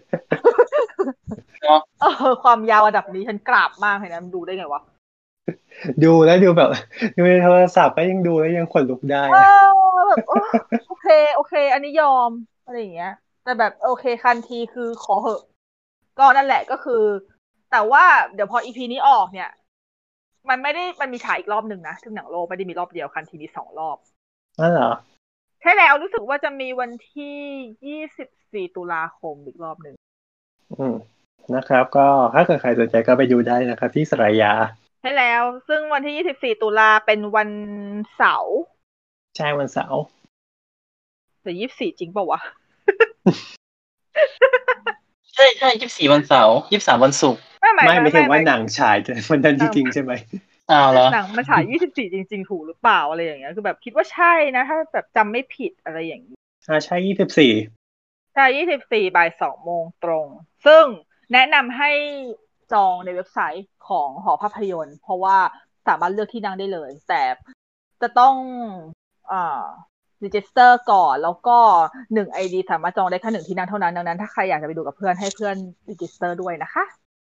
เนาะเออความยาวระดับนี้ฉันกราบมากเลยนะมันดูได้ไงวะดูแล้วดูแบบดูในโทรศัพท์ก็ยังดูแล้วยังขนลุกได้เออแบบโอเคโอเคอันนี้ยอมอะไรอย่างเงี้ยแต่แบบโอเคคันทีคือขอเหอะก็นั่นแหละก็คือแต่ว่าเดี๋ยวพออีพีนี้ออกเนี่ยมันไม่ได้มันมีฉายอีกรอบหนึ่งนะซึ่งหนังโลกไม่ได้มีรอบเดียวคันทีมีสองรอบอ๋อเหรอใช่แล้วรู้สึกว่าจะมีวันที่ยี่สิบสี่ตุลาคมอีกรอบหนึ่งอืมนะครับก็ถ้าเกิดใครสนใจก็ไปดูได้นะครับที่สรยาใช่แล้วซึ่งวันที่ยี่สิบสี่ตุลาเป็นวันเสาร์ใช่วันเสาร์แต่ยี่สิบสี่จริงเปล่าวะใช่ใช่ยี่สิบสี่วันเสาร์ยี่สิบสามวันศุกร์ไม่ไม่ไม่ถึงว่าหนังฉายวันนั้นจริงๆใช่ไหมอ้าวเหรอหนังมาฉายยี่สิบสี่จริงๆถูกหรือเปล่าอะไรอย่างเงี้ยคือแบบคิดว่าใช่นะถ้าแบบจำไม่ผิดอะไรอย่างนี้อ่าใช่ยี่สิบสี่ใช่ยี่สิบสี่บ่ายสองโมงตรงซึ่งแนะนำให้จองในเว็บไซต์ของหอภาพยนตร์เพราะว่าสามารถเลือกที่นั่งได้เลยแต่จะต้องอ่ารีจิสเตอร์ก่อนแล้วก็หนึ่ง ไอ ดี สามารถจองได้แค่หนึ่งที่นั่งเท่านั้นดังนั้นถ้าใครอยากจะไปดูกับเพื่อนให้เพื่อนรีจิสเตอร์ด้วยนะคะ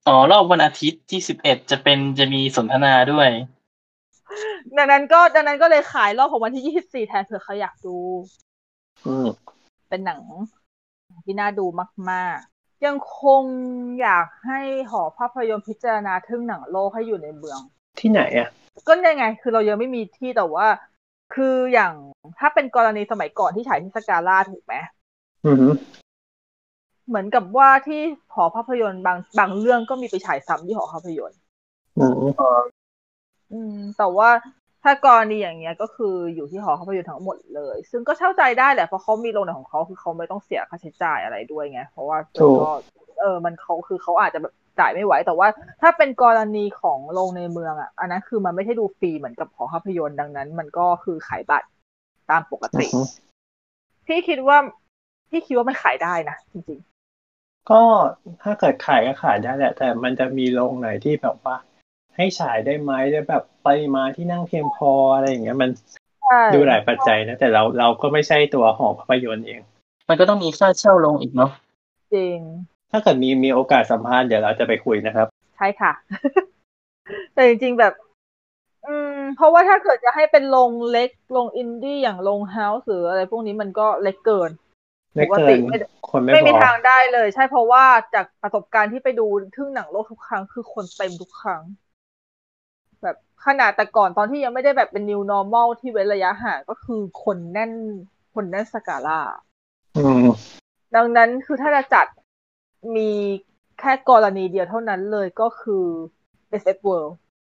อ๋อรอบวันอาทิตย์ที่สิบเอ็ดจะเป็นจะมีสนทนาด้วยดังนั้นก็ดังนั้นก็เลยขายรอบของวันที่ยี่สิบสี่แทนเผื่อเขาอยากดูอืมเป็นหนังที่น่าดูมากๆยังคงอยากให้หอภาพยนตร์พิจารณาทึ่งหนังโลกให้อยู่ในเมืองที่ไหนอ่ะก็ยังไงคือเรายังไม่มีที่แต่ว่าคืออย่างถ้าเป็นกรณีสมัยก่อนที่ฉายที่สกาล่าถูกไหมอือเหมือนกับว่าที่หอภาพยนตร์บางบางเรื่องก็มีไปฉายซ้ำที่หอภาพยนตร์อืมอืมแต่ว่าถ้ากรณีอย่างเงี้ยก็คืออยู่ที่หอภาพยนตร์ทั้งหมดเลยซึ่งก็เข้าใจได้แหละเพราะเขามีโรงหนังของเขาคือเขาไม่ต้องเสียค่าใช้จ่ายอะไรด้วยไงเพราะว่ามันก็เออมันเขาคือเขาอาจจะแบบจ่ายไม่ไหวแต่ว่าถ้าเป็นกรณีของโรงในเมืองอ่ะอันนั้นคือมันไม่ใช่ดูฟรีเหมือนกับหอภาพยนตร์ดังนั้นมันก็คือขายบัตรตามปกติพี่คิดว่าพี่คิดว่ามันขายได้นะจริงๆก็ถ้าเกิดขายก็ขายได้แหละแต่มันจะมีโรงไหนที่แบบว่าให้ฉายได้ไหมได้แบบปริมาณที่นั่งเพียงพออะไรอย่างเงี้ยมันดูหลายปัจจัยนะแต่เราเราก็ไม่ใช่ตัวหอภาพยนตร์เองมันก็ต้องมีค่าเช่าลงอีกเนาะจริงถ้าเกิดมีมีโอกาสสัมภาษณ์เดี๋ยวเราจะไปคุยนะครับใช่ค่ะ แต่จริงๆแบบอืมเพราะว่าถ้าเกิดจะให้เป็นโรงเล็กโรงอินดี้อย่างโรงเฮาส์หรืออะไรพวกนี้มันก็เล็กเกินปกติไม่คนไม่ไม่มีทางได้เลยใช่เพราะว่าจากประสบการณ์ที่ไปดูทึ่งหนังโลกทุกครั้งคือคนเต็มทุกครั้งแบบขนาดแต่ก่อนตอนที่ยังไม่ได้แบบเป็น new normal ที่เว้นระยะห่างก็คือคนแน่นคนแน่นสกาล่าดังนั้นคือถ้าจะจัดมีแค่กรณีเดียวเท่านั้นเลยก็คือ เอส เอฟ World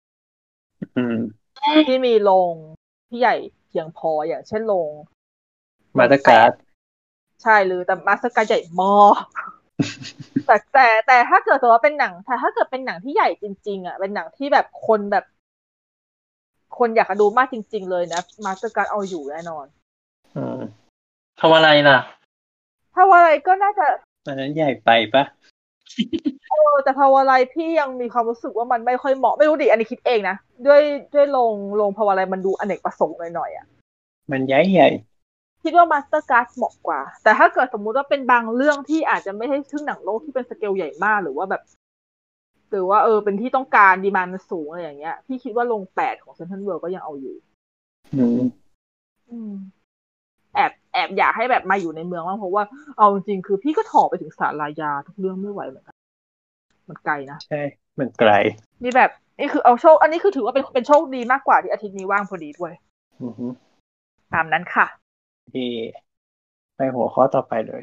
ที่มีโรงที่ใหญ่เพียงพออย่างเช่นโรงมาสเตอร์การ์ดใช่หรือแต่มาสเตอร์การ์ดใหญ่มากแต่แต่แต่ถ้าเกิดว่าเป็นหนังแต่ถ้าเกิดเป็นหนังที่ใหญ่จริงๆอ่ะเป็นหนังที่แบบคนแบบคนอยากดูมากจริงๆเลยนะมาสเตอร์การ์ดเอาอยู่แน่นอนทำอะไรล่ะทำอะไรก็น่าจะอันนั้นใหญ่ไปปะเออแต่ภาวะไรพี่ยังมีความรู้สึกว่ามันไม่ค่อยเหมาะไม่รู้ดิอันนี้คิดเองนะด้วยด้วยโรงโรงภาวะไรมันดูอเนกประสงค์หน่อยๆอ่ะมันใหญ่ใหญ่คิดว่ามาสเตอร์การ์ดเหมาะกว่าแต่ถ้าเกิดสมมุติว่าเป็นบางเรื่องที่อาจจะไม่ใช่ทึ่งหนังโลกที่เป็นสเกลใหญ่มากหรือว่าแบบหรือว่าเออเป็นที่ต้องการดีมานด์มันสูงอะไรอย่างเงี้ยพี่คิดว่าโรงแปดของเซ็นทรัลเวิลด์ก็ยังเอาอยู่อืมอืมแอบแอบอยากให้แบบมาอยู่ในเมืองบ้างเพราะว่าเอาจริงๆคือพี่ก็ถอไปถึงศาลายาทุกเรื่องไม่ไหวเหมือนกันมันไกลนะใช่มันไกลนี่แบบนี่คือเอาโชคอันนี้คือถือว่าเป็นเป็นโชคดีมากกว่าที่อาทิตย์นี้ว่างพอดีด้วยอือฮึตามนั้นค่ะที่ไปหัวข้อต่อไปเลย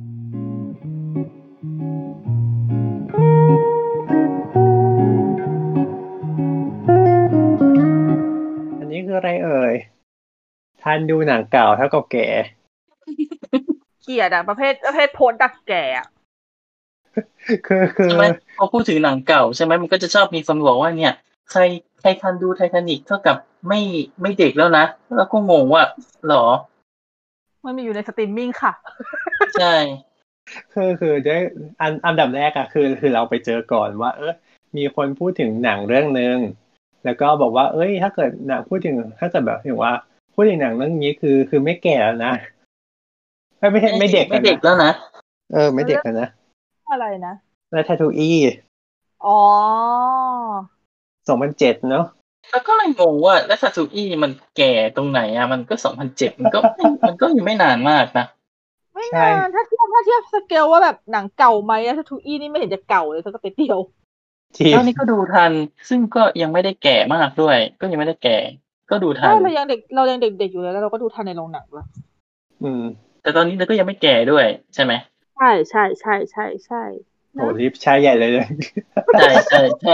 อันนี้คืออะไรเอ่ยท่านดูหนังเก่าเท่ากับแก่เกลียดอะประเภทประเภทโพสต์ดักแก่อะคือคือใช่ไหมพอพูดถึงหนังเก่าใช่ไหมมันก็จะชอบมีคนบอกว่าเนี่ยใครใครทันดูไททานิคเท่ากับไม่ไม่เด็กแล้วนะแล้วก็งงว่าหรอมันมีอยู่ในสตรีมมิ่งค่ะใช่คือคือด้วยอันอันดับแรกอะคือคือเราไปเจอก่อนว่าเออมีคนพูดถึงหนังเรื่องนึงแล้วก็บอกว่าเอ้ยถ้าเกิดหนังพูดถึงถ้าเกิดแบบถึงว่าพูดถึงหนังเรื่องนี้คือคือไม่แก่แล้วนะไม่ไม่ไม่เด็กไม่เด็กแล้วนะเออไม่เด็กแล้วนะอะไรนะแล้วทาทูอี้อ๋อสองพันเจ็ดเนาะแล้วก็เลยงงว่าแล้วซาซูอี้มันแก่ตรงไหนอ่ะมันก็สองพันเจ็ดมันก็มันก็ยังไม่นานมากนะไม่นานถ้าเทียบถ้าเทียบสเกลว่าแบบหนังเก่าไหมถ้าทูอี้นี่ไม่เห็นจะเก่าเลยสักนิดเดียวแล้วนี่ก็ดูทันซึ่งก็ยังไม่ได้แก่มากด้วยก็ยังไม่ได้แก่ก็ดูทันเรายังเด็กเรายังเด็กๆอยู่เลยแล้วเราก็ดูทันในโรงหนังแล้วอืมแต่ตอนนี้เราก็ยังไม่แก่ด้วยใช่ไหมใช่ใช่ใช่ใช่ใช่โหรีบใช้ใหญ่เลยเลยใช่ใช่ใช่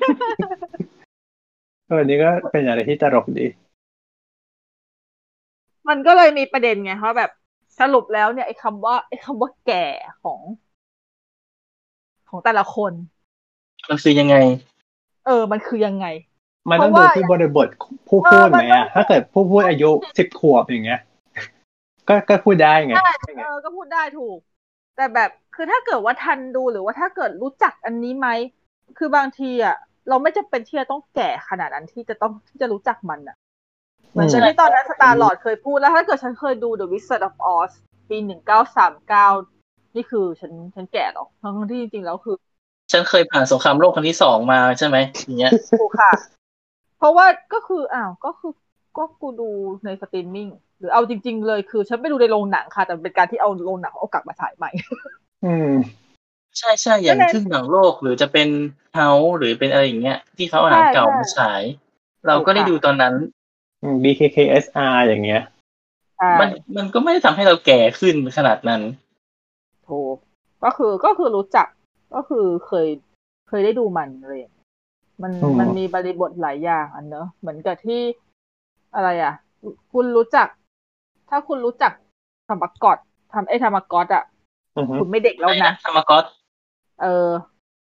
วันนี้ก็เป็นอะไรที่ตลกดีมันก็เลยมีประเด็นไงเพราะแบบสรุปแล้วเนี่ยไอ้คำว่าไอ้คำว่าแก่ของของแต่ละคนมันคือยังไงเออมันคือยังไงมันต้องดูที่บริบทผู้พูดไหมอ่ะถ้าเกิดผู้พูดอายุสิบขวบอย่างเงี้ยก็ก็พูดได้ไงเออก็พูดได้ถูกแต่แบบคือถ้าเกิดว่าทันดูหรือว่าถ้าเกิดรู้จักอันนี้ไหมคือบางทีอ่ะเราไม่จำเป็นที่จะต้องแก่ขนาดนั้นที่จะต้องที่จะรู้จักมันอ่ะเหมือนที่ตอนนั้นสตาร์ลอร์ดเคยพูดแล้วถ้าเกิดฉันเคยดู The Wizard of Oz ปีหนึ่งเก้าสามเก้านี่คือฉันฉันแก่หรอทั้งที่จริงๆแล้วคือฉันเคยผ่านสงครามโลกครั้งที่สองมาใช่ไหมอย่างเงี้ยถูกค่ะเพราะว่าก็คืออ้าวก็คือก็กูดูในสตรีมมิ่งหรือเอาจริงๆเลยคือฉันไม่ดูในโรงหนังค่ะแต่เป็นการที่เอาโรงหนังเอากลับมาฉายใหม่อืมใช่ใช่อย่างทึ่งหนังโลกหรือจะเป็นเฮาหรือเป็นอะไรอย่างเงี้ยที่เขาเอาหนังเก่ามาฉายเราก็ได้ดูตอนนั้นบี เค เค เอส อาร์ อย่างเงี้ยมันมันก็ไม่ได้ทำให้เราแก่ขึ้นขนาดนั้นถูกก็คือก็คือรู้จักก็คือเคยเคยได้ดูมันเลยมันมันมีบริบทหลายอย่างอันเนอะเหมือนกับที่อะไรอ่ะคุณรู้จักถ้าคุณรู้จักธรรมกอดทำไอ้ธรรมกอดอ่ะคุณไม่เด็กแล้วนะธรรมกอดเออ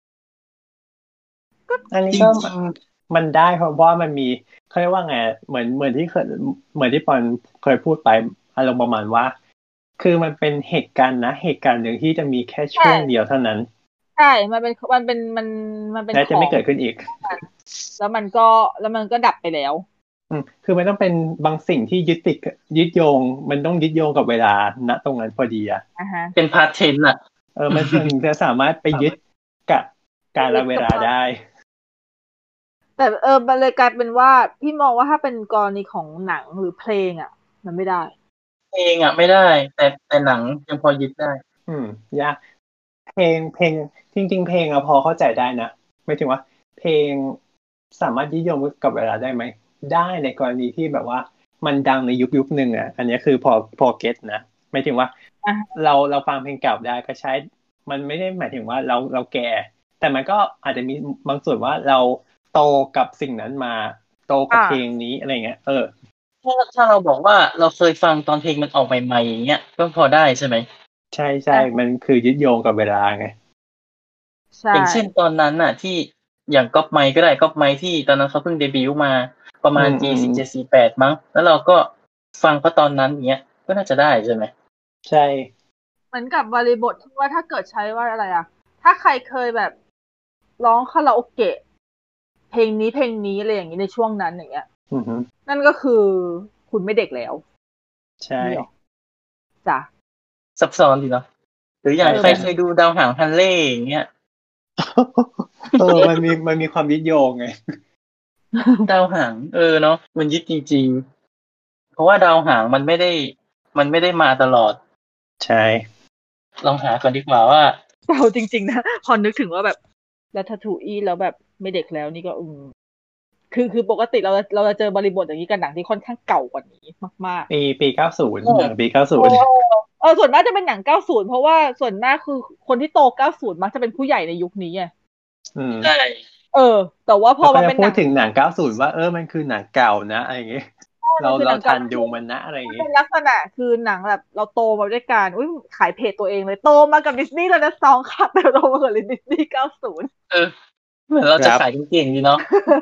อันนี้ก็มันได้เพราะว่ามันมีเขาเรียกว่าไงเหมือนเหมือนที่เคยเหมือนที่ปอนเคยพูดไปอารมณ์ประมาณว่าคือมันเป็นเหตุการณ์นะเหตุการณ์หนึ่งที่จะมีแค่ช่วงเดียวเท่านั้นใช่มันเป็นมันเป็นมันมันเป็นและจะไม่เกิดขึ้นอีกแล้วมันก็แล้วมันก็ดับไปแล้วอืมคือมันต้องเป็นบางสิ่งที่ยึดติดยึดโยงมันต้องยึดโยงกับเวลาณตรงนั้นพอดีอ่ะเป็นพาร์ทเทนอ่ะเออมันถึงจะสามารถไปยึดกับการละเวลาได้แต่เออมันเลยกลายเป็นว่าพี่มองว่าถ้าเป็นกรณีของหนังหรือเพลงอ่ะมันไม่ได้เพลงอ่ะไม่ได้แต่แต่หนังยังพอยึดได้อืมยากเพลงเพลงจริงๆเพลงอะพอเข้าใจได้นะไม่ถึงว่าเพลงสามารถยึดโยงกับเวลาได้ไหมได้ในกรณีที่แบบว่ามันดังในยุคยุคหนึ่งอ่ะอันนี้คือพอพอเก็ตนะไม่ถึงว่าเราเราฟังเพลงเก่าได้ก็ใช้มันไม่ได้หมายถึงว่าเราเราแก่แต่มันก็อาจจะมีบางส่วนว่าเราโตกับสิ่งนั้นมาโตกับเพลงนี้อะไรเงี้ยเออถ้าถ้าเราบอกว่าเราเคยฟังตอนเพลงมันออกใหม่ๆอย่างเงี้ยก็พอได้ใช่ไหมใช่ใช่มันคือยึดโยงกับเวลาไงอย่างเช่นตอนนั้นน่ะที่อย่างก๊อปไมค์ก็ได้ก๊อปไมค์ที่ตอนนั้นเขาเพิ่งเดบิวต์มาประมาณปีสี่สิบเจ็ด สี่สิบแปดมั้งแล้วเราก็ฟังเพราะตอนนั้นอย่างเงี้ยก็น่าจะได้ใช่ไหมใช่เหมือนกับบริบทที่ว่าถ้าเกิดใช้ว่าอะไรอ่ะถ้าใครเคยแบบร้องคาราโอเกะเพลงนี้เพลงนี้อะไรอย่างนี้ในช่วงนั้นอย่างเงี้ยนั่นก็คือคุณไม่เด็กแล้วใช่จ้ะซับซ้อนดีเนาะหรืออย่างใครเคยดูดาวหางฮันเล่อย่างเงี้ยเออมันมีมันมีความยึดโยงไงดาวหางเออเนาะมันยึดจริงๆเพราะว่าดาวหางมันไม่ได้มันไม่ได้มาตลอดใช่ลองหาก่อนดีกว่าว่าเราจริงๆนะพอนึกถึงว่าแบบแล้วทัทูอี้แล้วแบบไม่เด็กแล้วนี่ก็อืมคือคือปกติเราเราจะเจอบริบทอย่างนี้กับหนังที่ค่อนข้างเก่ากว่านี้มากๆปีปีเก้าสิบหนังปีเก้าสิบเออส่วนมากจะเป็นหนังเก้าสิบเพราะว่าส่วนมากคือคนที่โตเก้าสิบมักจะเป็นผู้ใหญ่ในยุคนี้ไงใช่เออแต่ว่าพอมาเป็นหนังพูดถึงหนังเก้าสิบว่าเออมันคือหนังเก่านะอะไรอย่างเงี้ยเราเราทันดูมันนะอะไรอย่างเงี้ยเป็นลักษณะคือหนังแบบเราโตมาด้วยกันอุ้ยขายเพจตัวเองเลยโตมากับดิสนีย์แล้วนะสองค่ะแต่โตมากับดิสนีย์เก้าสิบเออเหมือนเราจะขายเก่งๆดีเนาะ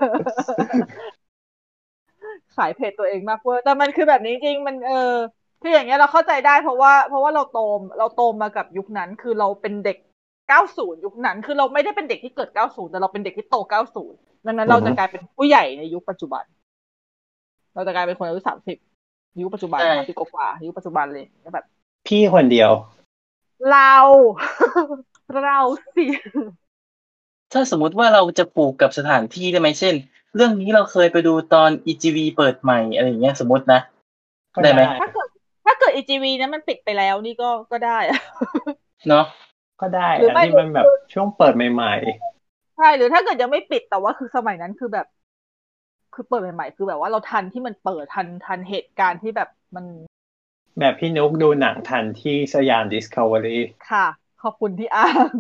ขายเพจตัวเองมากเวอร์แต่มันคือแบบนี้จริงมันเออคืออย่างเงี้ยเราเข้าใจได้เพราะว่าเพราะว่าเราโตเราโตมากับยุคนั้นคือเราเป็นเด็กเก้าสิบยุคนั้นคือเราไม่ได้เป็นเด็กที่เกิดเก้าสิบแต่เราเป็นเด็กที่โตเก้าสิบดังนั้นเราจะกลายเป็นผู้ใหญ่ในยุคปัจจุบันเราจะกลายเป็นคนอายุสามสิบยุคปัจจุบันสามสิบกว่ายุคปัจจุบันเลยแบบพี่คนเดียวเราเราสิถ้าสมมุติว่าเราจะผูกกับสถานที่ได้ไหมเช่นเรื่องนี้เราเคยไปดูตอน อี จี วี เปิดใหม่อะไรอย่างเงี้ยสมมตินะได้ไหมถ้าเกิดถ้าเกิด อี จี วี นั้นมันปิดไปแล้วนี่ก็ก็ได้เนาะก็ได้อันที่มันแบบช่วงเปิดใหม่ๆใช่หรือถ้าเกิดยังไม่ปิดแต่ว่าคือสมัยนั้นคือแบบคือเปิดใหม่ๆคือแบบว่าเราทันที่มันเปิดทันทันเหตุการณ์ที่แบบมันแบบพี่นุ๊กดูหนังทันที่สยาม Discovery ค่ะขอบคุณที่อ่าน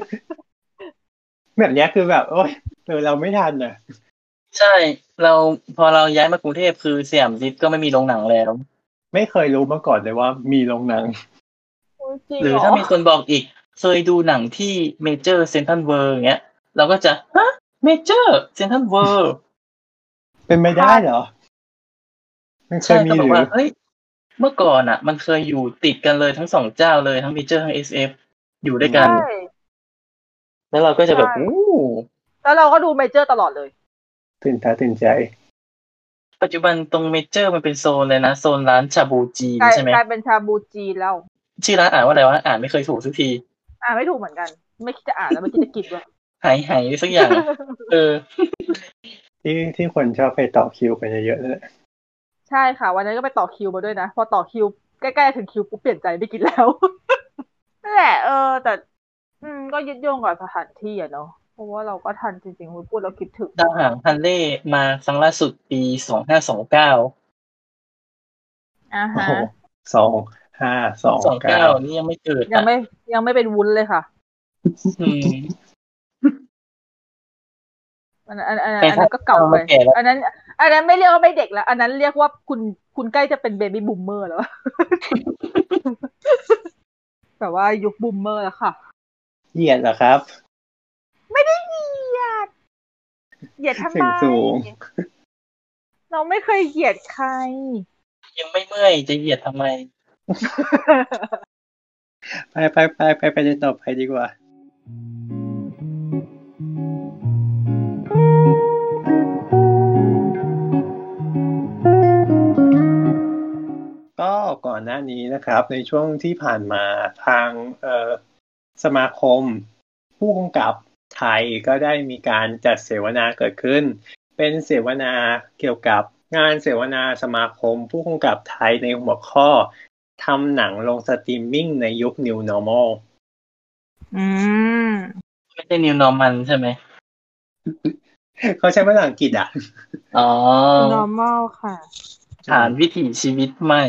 แบบนี้คือแบบโอ๊ยเออเราไม่ทันอ่ะใช่เราพอเราย้ายมากรุงเทพคือสยามดิสก็ไม่มีโรงหนังแล้วไม่เคยรู้มาก่อนเลยว่ามีโรงหนังหรือถ้ามีคนบอกอีกเคยดูหนังที่เมเจอร์เซ็นทรัลเวิลด์อย่างเงี้ยเราก็จะฮะเมเจอร์เซ็นทรัลเวิลด์เป็นไม่ได้เหรอมันเคยมีหรือเฮ้ยเมื่อก่อนอ่ะมันเคยอยู่ติดกันเลยทั้งสองเจ้าเลยทั้งเมเจอร์ทั้ง เอส เอฟ อยู่ด้วยกันแล้วเราก็จะแบบอู้แล้วเราก็ดูเมเจอร์ตลอดเลยตื่นตาตื่นใจปัจจุบันตรงเมเจอร์มันเป็นโซนเลยนะโซนร้านชาบูจีนใช่ไหมกลายเป็นชาบูจีนแล้วชื่อร้านอ่านว่าอะไรวะอ่านไม่เคยถูกสักทีอ่านไม่ถูกเหมือนกันไม่คิดจะอ่านแล้วไม่คิดจะกินด้วยหายหายสักอย่าง เออที่ที่คนชอบไปต่อคิวกันเยอะๆนั่นแหละใช่ค่ะวันนั้นก็ไปต่อคิวมาด้วยนะพอต่อคิวใกล้ๆถึงคิวปุ๊บเปลี่ยนใจไม่กินแล้ว นั่นแหละเออแต่อืมก็ยึดโยงกับสถานที่อะเนาะเพราะว่าเราก็ทันจริงๆพูดเราคิดถึงดาวหางฮันเล่มาครั้งล่าสุดปีสองห้าสองเก้าอ่าโอ้ฮะโหสองห้าสองสองเก้าเก้านี่ยังไม่เกิดยังอ่ะไม่ยังไม่เป็นวุ้นเลยค่ะอืมอันนั้นอันอันแต่อันถ้านั้นก็เก่าไปเราแก่แล้วอันนั้น อันนั้นไม่เรียกว่าไม่เด็กแล้ว อันนั้นเรียกว่าคุณคุณใกล้จะเป็นเบบี้บูมเมอร์แล้ว แบบว่ายุคบูมเมอร์แล้วค่ะเหยียดเหรอครับไม่ได้เหยียดเหยียดทำไมเสียงสูงเราไม่เคยเหยียดใครยังไม่เมื่อยจะเหยียดทำไมไปไปไปไปไปเรื่องต่อไปดีกว่า ก็ก่อนหน้านี้นะครับในช่วงที่ผ่านมาทางเอ่อสมาคมผู้กำกับไทยก็ได้มีการจัดเสวนาเกิดขึ้น เป็นเสวนาเกี่ยวกับงานเสวนาสมาคมผู้กำกับไทยในหัวข้อทำหนังลงสตรีมมิ่งในยุค New Normal อืมไม่ใช่ New Normal ใช่ไหมเขาใช้ภาษาอังกฤษอ่ะอ๋อ normal ค่ะฐานวิถีชีวิตใหม่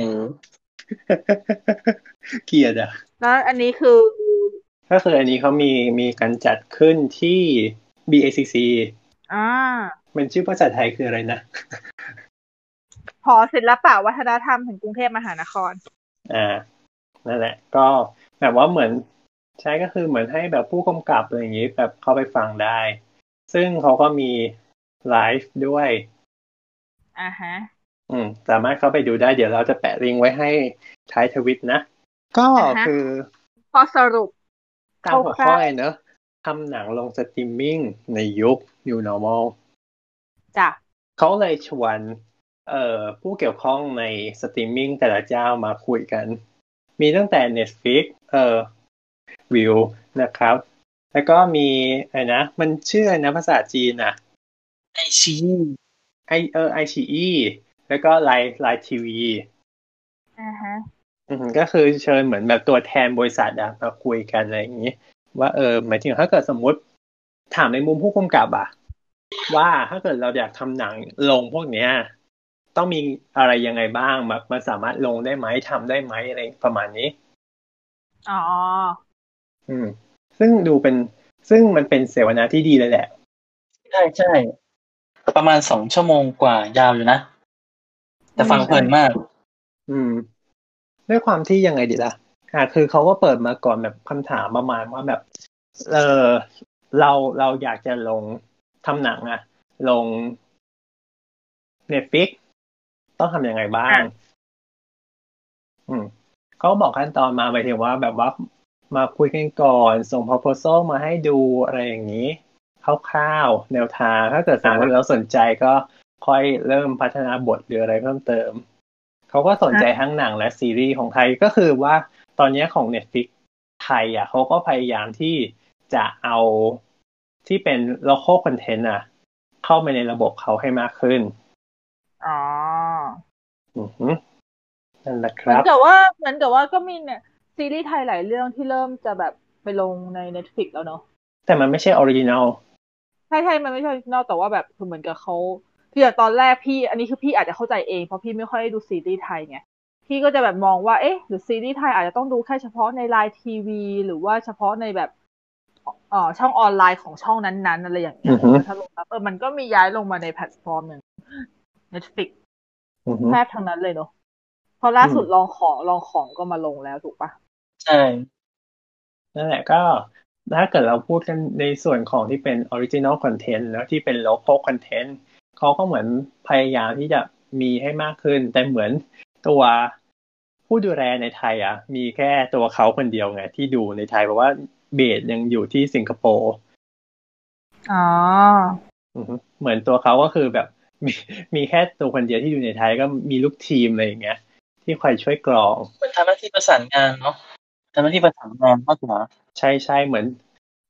เกลียดอ่ะแล้วอันนี้คือก็คืออันนี้เขามีมีการจัดขึ้นที่ บี เอ ซี ซีอ่ามันชื่อภาษาไทยคืออะไรนะหอศิลปะวัฒนธรรมแห่งกรุงเทพมหานครอ่า นั่นแหละ ก็แบบว่าเหมือนใช้ก็คือเหมือนให้แบบผู้กำกับอะไรอย่างนี้แบบเข้าไปฟังได้ ซึ่งเขาก็มีไลฟ์ด้วยอ่าฮะอืมสามารถเข้าไปดูได้เดี๋ยวเราจะแปะลิงก์ไว้ให้ท้ายทวิตนะ ก็อ่าฮะคือพอสรุปตามหัวข้อเลยเนอะทำหนังลงสตรีมมิ่งในยุค New Normal จ้ะเขาเลยชวนเอ่อผู้เกี่ยวข้องในสตรีมมิ่งแต่ละเจ้ามาคุยกัน มีตั้งแต่ Netflix เอ่อวิวนะครับ แล้วก็มีอะไรนะ มันชื่ออะไรนะภาษาจีนอ่ะไอชีไอเออไอชีอีแล้วก็ไลน์ไลน์ทีวีอ่าฮะอืมก็คือเชิญเหมือนแบบตัวแทนบริษัทอะมาคุยกันอะไรอย่างนี้ ว่าเออหมายถึงถ้าเกิดสมมุติถามในมุมผู้กำกับอะว่าถ้าเกิดเราอยากทำหนังลงพวกเนี้ย ต้องมีอะไรยังไงบ้างมันมันสามารถลงได้ไหมทำได้ไหมอะไรประมาณนี้อ๋ออืม ซึ่งดูเป็นซึ่งมันเป็นเสวนาที่ดีเลยแหละใช่ใช่ประมาณสองชั่วโมงกว่ายาวอยู่นะ แต่ฟังเพลินมากอืม ด้วยความที่ยังไงดีล่ะอ่าคือเขาก็เปิดมาก่อนแบบคำถามประมาณว่าแบบ เออเราเราอยากจะลงทำหนังอะลง Netflix ต้องทำยังไงบ้าง อืมเขาบอกขั้นตอนมาหมายถึงว่าแบบว่ามาคุยกันก่อนส่ง proposal มาให้ดูอะไรอย่างนี้คร่าวๆแนวทางถ้าเกิดสมมติเราสนใจก็ค่อยเริ่มพัฒนาบทหรืออะไรเพิ่มเติมเขาก็สนใจทั้งหนังและซีรีส์ของไทยก็คือว่าตอนนี้ของ Netflix ไทยอ่ะเขาก็พยายามที่จะเอาที่เป็น local content อ่ะเข้ามาในระบบเขาให้มากขึ้นอ๋ออือฮึนั่นแหละคเหมือรันบกับว่าเหมือนกับว่าก็มีเนี่ยซีรีส์ไทยหลายเรื่องที่เริ่มจะแบบไปลงใน Netflix แล้วเนาะแต่มันไม่ใช่ออริจินัลใช่ใช่มันไม่ใช่นอกแต่ว่าแบบคือเหมือนกับเขาคืออย่างตอนแรกพี่ อันนี้คือพี่อาจจะเข้าใจเองเพราะพี่ไม่ค่อยได้ดูซีรีส์ไทยไงพี่ก็จะแบบมองว่าเอ๊ะหรือซีรีส์ไทยอาจจะต้องดูแค่เฉพาะในไลน์ทีวีหรือว่าเฉพาะในแบบเอ่อช่องออนไลน์ของช่องนั้นๆอะไรอย่างเงี้ยอือฮึแต่ถ้าลงแล้วเออมันก็มีย้ายลงมาในแพลตฟอร์มอย่าง Netflix อือฮึแทบทั้งนั้นเลยเนาะเพราะล่าสุดลองของลองของก็มาลงแล้วถูกปะใช่นั่นแหละก็ถ้าเกิดเราพูดกันในส่วนของที่เป็น original content แล้วที่เป็น local content เขาก็เหมือนพยายามที่จะมีให้มากขึ้น แต่เหมือนตัวผู้ดูแลในไทยอ่ะ มีแค่ตัวเขาคนเดียวไงที่ดูในไทยเพราะว่าเบสยังอยู่ที่สิงคโปร์อ๋ออือฮึเหมือนตัวเขาก็คือแบบมีมีแค่ตัวคนเดียวที่อยู่ในไทยก็มีลูกทีมอะไรอย่างเงี้ย ที่คอยช่วยกรองเหมือนทำหน้าที่ประสานงานเนาะทำหน้าที่ประสานงานมากกว่าใช่ใช่เหมือน เ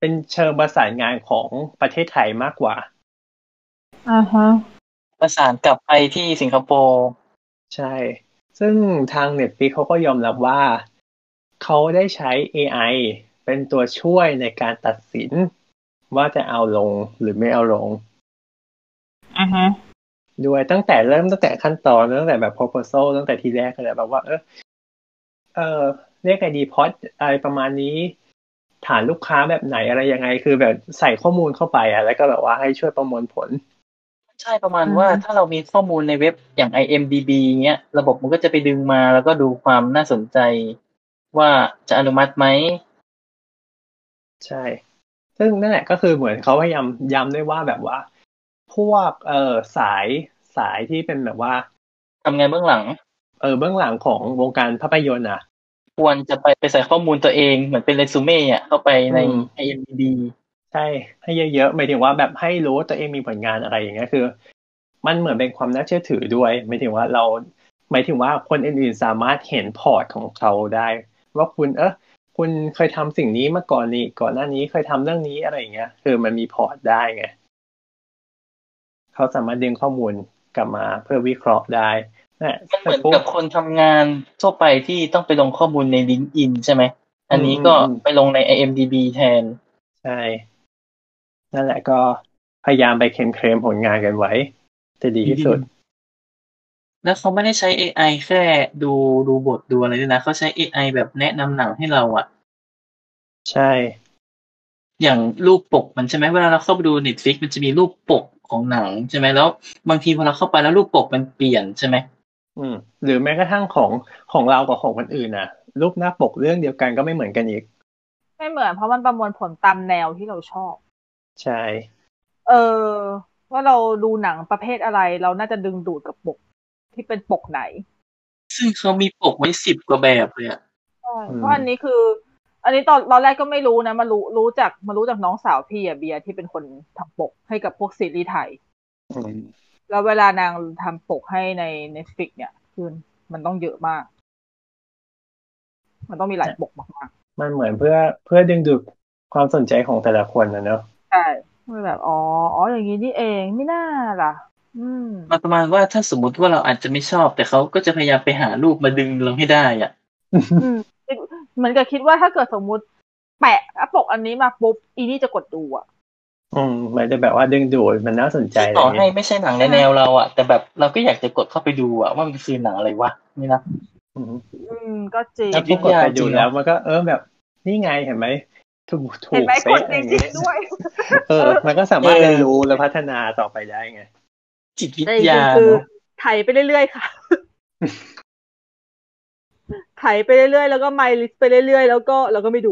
เป็นเชิงประสานงานของประเทศไทยมากกว่าอ่าฮะประสานกลับไปที่สิงคโปร์ใช่ซึ่งทาง Netflix เขาก็ยอมรับว่าเขาได้ใช้ เอ ไอ เป็นตัวช่วยในการตัดสินว่าจะเอาลงหรือไม่เอาลงอ่าฮะด้วยตั้งแต่เริ่มตั้งแต่ขั้นตอนตั้งแต่แบบ proposal ตั้งแต่ทีแรกเลยแบบว่าเออเออเรียกไงดีพอดอะไรประมาณนี้ฐานลูกค้าแบบไหนอะไรยังไงคือแบบใส่ข้อมูลเข้าไปอ่ะแล้วก็แบบว่าให้ช่วยประมวลผลใช่ประมาณว่าถ้าเรามีข้อมูลในเว็บอย่าง ไอ เอ็ม ดี บี เงี้ยระบบมันก็จะไปดึงมาแล้วก็ดูความน่าสนใจว่าจะอนุมัติไหมใช่ซึ่งนั่นแหละก็คือเหมือนเขาพยายามย้ำด้วยว่าแบบว่าพวกเออสายสายที่เป็นแบบว่าทำงานเบื้องหลังเออเบื้องหลังของวงการภาพยนตร์อ่ะควรจะไปไปใส่ข้อมูลตัวเองเหมือนเป็นเรซูเม่อะเข้าไปในอืมไอ เอ็ม ดี บีใช่ให้เยอะๆหมายถึงว่าแบบให้รู้ว่าตัวเองมีผลงานอะไรอย่างเงี้ยคือมันเหมือนเป็นความน่าเชื่อถือด้วยหมายถึงว่าเราหมายถึงว่าคนอื่นๆสามารถเห็นพอร์ตของเขาได้ว่าคุณเออคุณเคยทำสิ่งนี้มาก่อนนี่ก่อนหน้านี้เคยทำเรื่องนี้อะไรอย่างเงี้ยคือมันมีพอร์ตได้ไงเขาสามารถดึงข้อมูลกลับมาเพื่อวิเคราะห์ได้นะมันเหมือนกับคนทำงานทั่วไปที่ต้องไปลงข้อมูลใน LinkedIn ใช่ไหมอันนี้ก็ไปลงใน ไอ เอ็ม ดี บี แทนใช่นั่นแหละก็พยายามไปเคลมๆผลงานกันไว้จะดีที่สุดแล้วเขาไม่ได้ใช้ เอ ไอ แค่ดูดูบทดูอะไรด้วยนะเขาใช้ เอ ไอ แบบแนะนำหนังให้เราอะใช่อย่างรูปปกมันใช่ไหมเวลาเราเข้าไปดู Netflix มันจะมีรูปปกของหนังใช่ไหมแล้วบางทีพอเราเข้าไปแล้วรูปปกมันเปลี่ยนใช่ไหมอืมหรือแม้กระทั่งของของเรากับของคนอื่นน่ะรูปหน้าปกเรื่องเดียวกันก็ไม่เหมือนกันอีกไม่เหมือนเพราะมันประมวลผลตามแนวที่เราชอบใช่เออว่าเราดูหนังประเภทอะไรเราน่าจะดึงดูดกับปกที่เป็นปกไหนซึ่งเขามีปกไว้สิบกว่าแบบเลยอะใช่เพราะอันนี้คือ อันนี้ตอนตอนแรกก็ไม่รู้นะมารู้รู้จากมารู้จากน้องสาวพี่อะเบียร์ที่เป็นคนทำปกให้กับพวกซีรีส์ไทยอืมแล้วเวลานางทำปกให้ใน Netflix เนี่ยคือมันต้องเยอะมาก มันต้องมีหลายปกมากมันเหมือนเพื่อเพื่อดึงดูดความสนใจของแต่ละคนนะเนอะๆใช่ไม่แบบอ๋ออ๋ออย่างนี้นี่เองไม่น่าล่ะอืมมาประมาณว่าถ้าสมมุติว่าเราอาจจะไม่ชอบแต่เขาก็จะพยายามไปหารูปมาดึงเราให้ได้อะอืมเหมือนกับคิดว่าถ้าเกิดสมมุติแปะปกอันนี้มาปุ๊บอีนี่จะกดดูอ่ะอืมมันจะแบบว่าดึงดูดมันน่าสนใจอะไรต่อให้เงี้ยไม่ใช่หนังในแนวเราอะแต่แบบเราก็อยากจะกดเข้าไปดูอะว่ามันคือหนังอะไรวะนี่นะอืมอืมก็จริงแล้วพอจิตวิทยากดไปดูจริงเนาะแล้วมันก็เออแบบนี่ไงเห็นไหมถูกถูเห็นไหมกกเป๊ะดจริอะไรอย่างเงี้ยงๆด้วยเออมันก็สาเอมารถเรียนรู้อและพัฒนาต่อไปได้ไงจิตวิแต่ทยาจริงๆคือเนาะไถไปเรื่อยๆค่ะไถไปเรื่อยๆแล้วก็ไมลิสไปเรื่อยๆแล้วก็แล้วก็ไม่ดู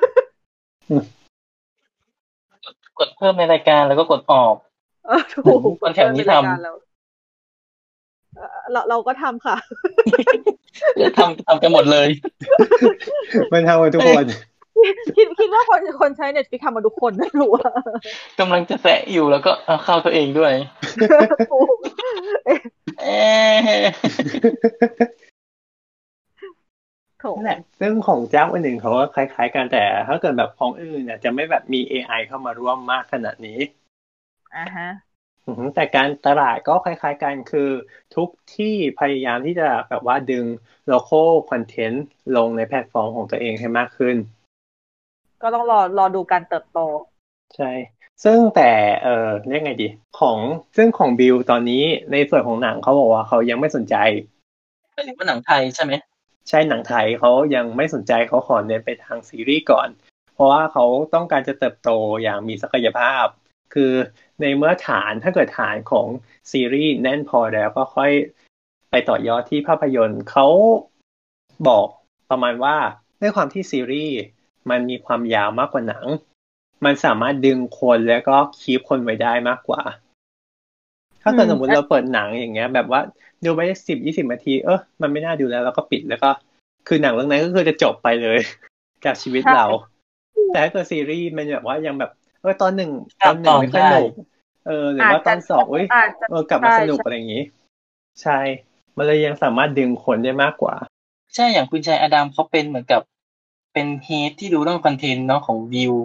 กดเพิ่มในรายการแล้วก็กดออกเออถูเหมือนกกคนแถวนี้ทดเพิ่มในรายการเราเออเราเราก็ทำค่ะำทำทำกันหมดเลยมันทำกันทุกคนคิดคิดว่าคนคนใช้ Netflix ทำมาทุกคนนะรู้ว่ากำลังจะแซะอยู่แล้วก็เอาเข้าตัวเองด้วยถูกเอ๊ะโถนั่นแหละซึ่งของเจ้าอันหนึ่งเขาก็คล้ายๆกันแต่ถ้าเกิดแบบของอื่นเนี่ยจะไม่แบบมี เอ ไอ เข้ามาร่วมมากขนาดนี้อ่าฮะอือฮึแต่การตลาดก็คล้ายๆกันคือทุกที่พยายามที่จะแบบว่าดึง local content ลงในแพลตฟอร์มของตัวเองให้มากขึ้นก็ต้องรอรอดูการเติบโตใช่ซึ่งแต่เออเรียกไงดีของซึ่งของบิลตอนนี้ในส่วนของหนังเขาบอกว่าเขายังไม่สนใจหมายถึงว่าหนังไทยใช่ไหมใช่หนังไทยเขายังไม่สนใจเขาขอเน้นไปทางซีรีส์ก่อนเพราะว่าเขาต้องการจะเติบโตอย่างมีศักยภาพคือในเมื่อฐานถ้าเกิดฐานของซีรีส์แน่นพอแล้วก็ค่อยไปต่อยอดที่ภาพยนตร์เขาบอกประมาณว่าด้วยความที่ซีรีส์มันมีความยาวมากกว่าหนังมันสามารถดึงคนแล้วก็คีปคนไว้ได้มากกว่าถ้าเกิดสมมติเราเปิดหนังอย่างเงี้ยแบบว่าดูไปสิบยี่สิบนาทีเออมันไม่น่าดูแล้วเราก็ปิดแล้วก็คือหนังเรื่องนั้นก็คือจะจบไปเลยกับชีวิตใช่เราแต่ถ้าเกิดซีรีส์มันแบบว่ายังแบบเออตอนหนึ่งตอนหนึ่ตงไม่ค่อยสอนได้นุกเออหรืออาจจะว่าตอนสองเอ้ยอาจจะเออกลับมาใช่สนุกใช่อะไรอย่างงี้ใช่มันเลยยังสามารถดึงคนได้มากกว่าใช่อย่างคุณชายอดัมเขาเป็นเหมือนกับเป็นเฮดที่ดูเรื่องคอนเทนต์เนาะของวิว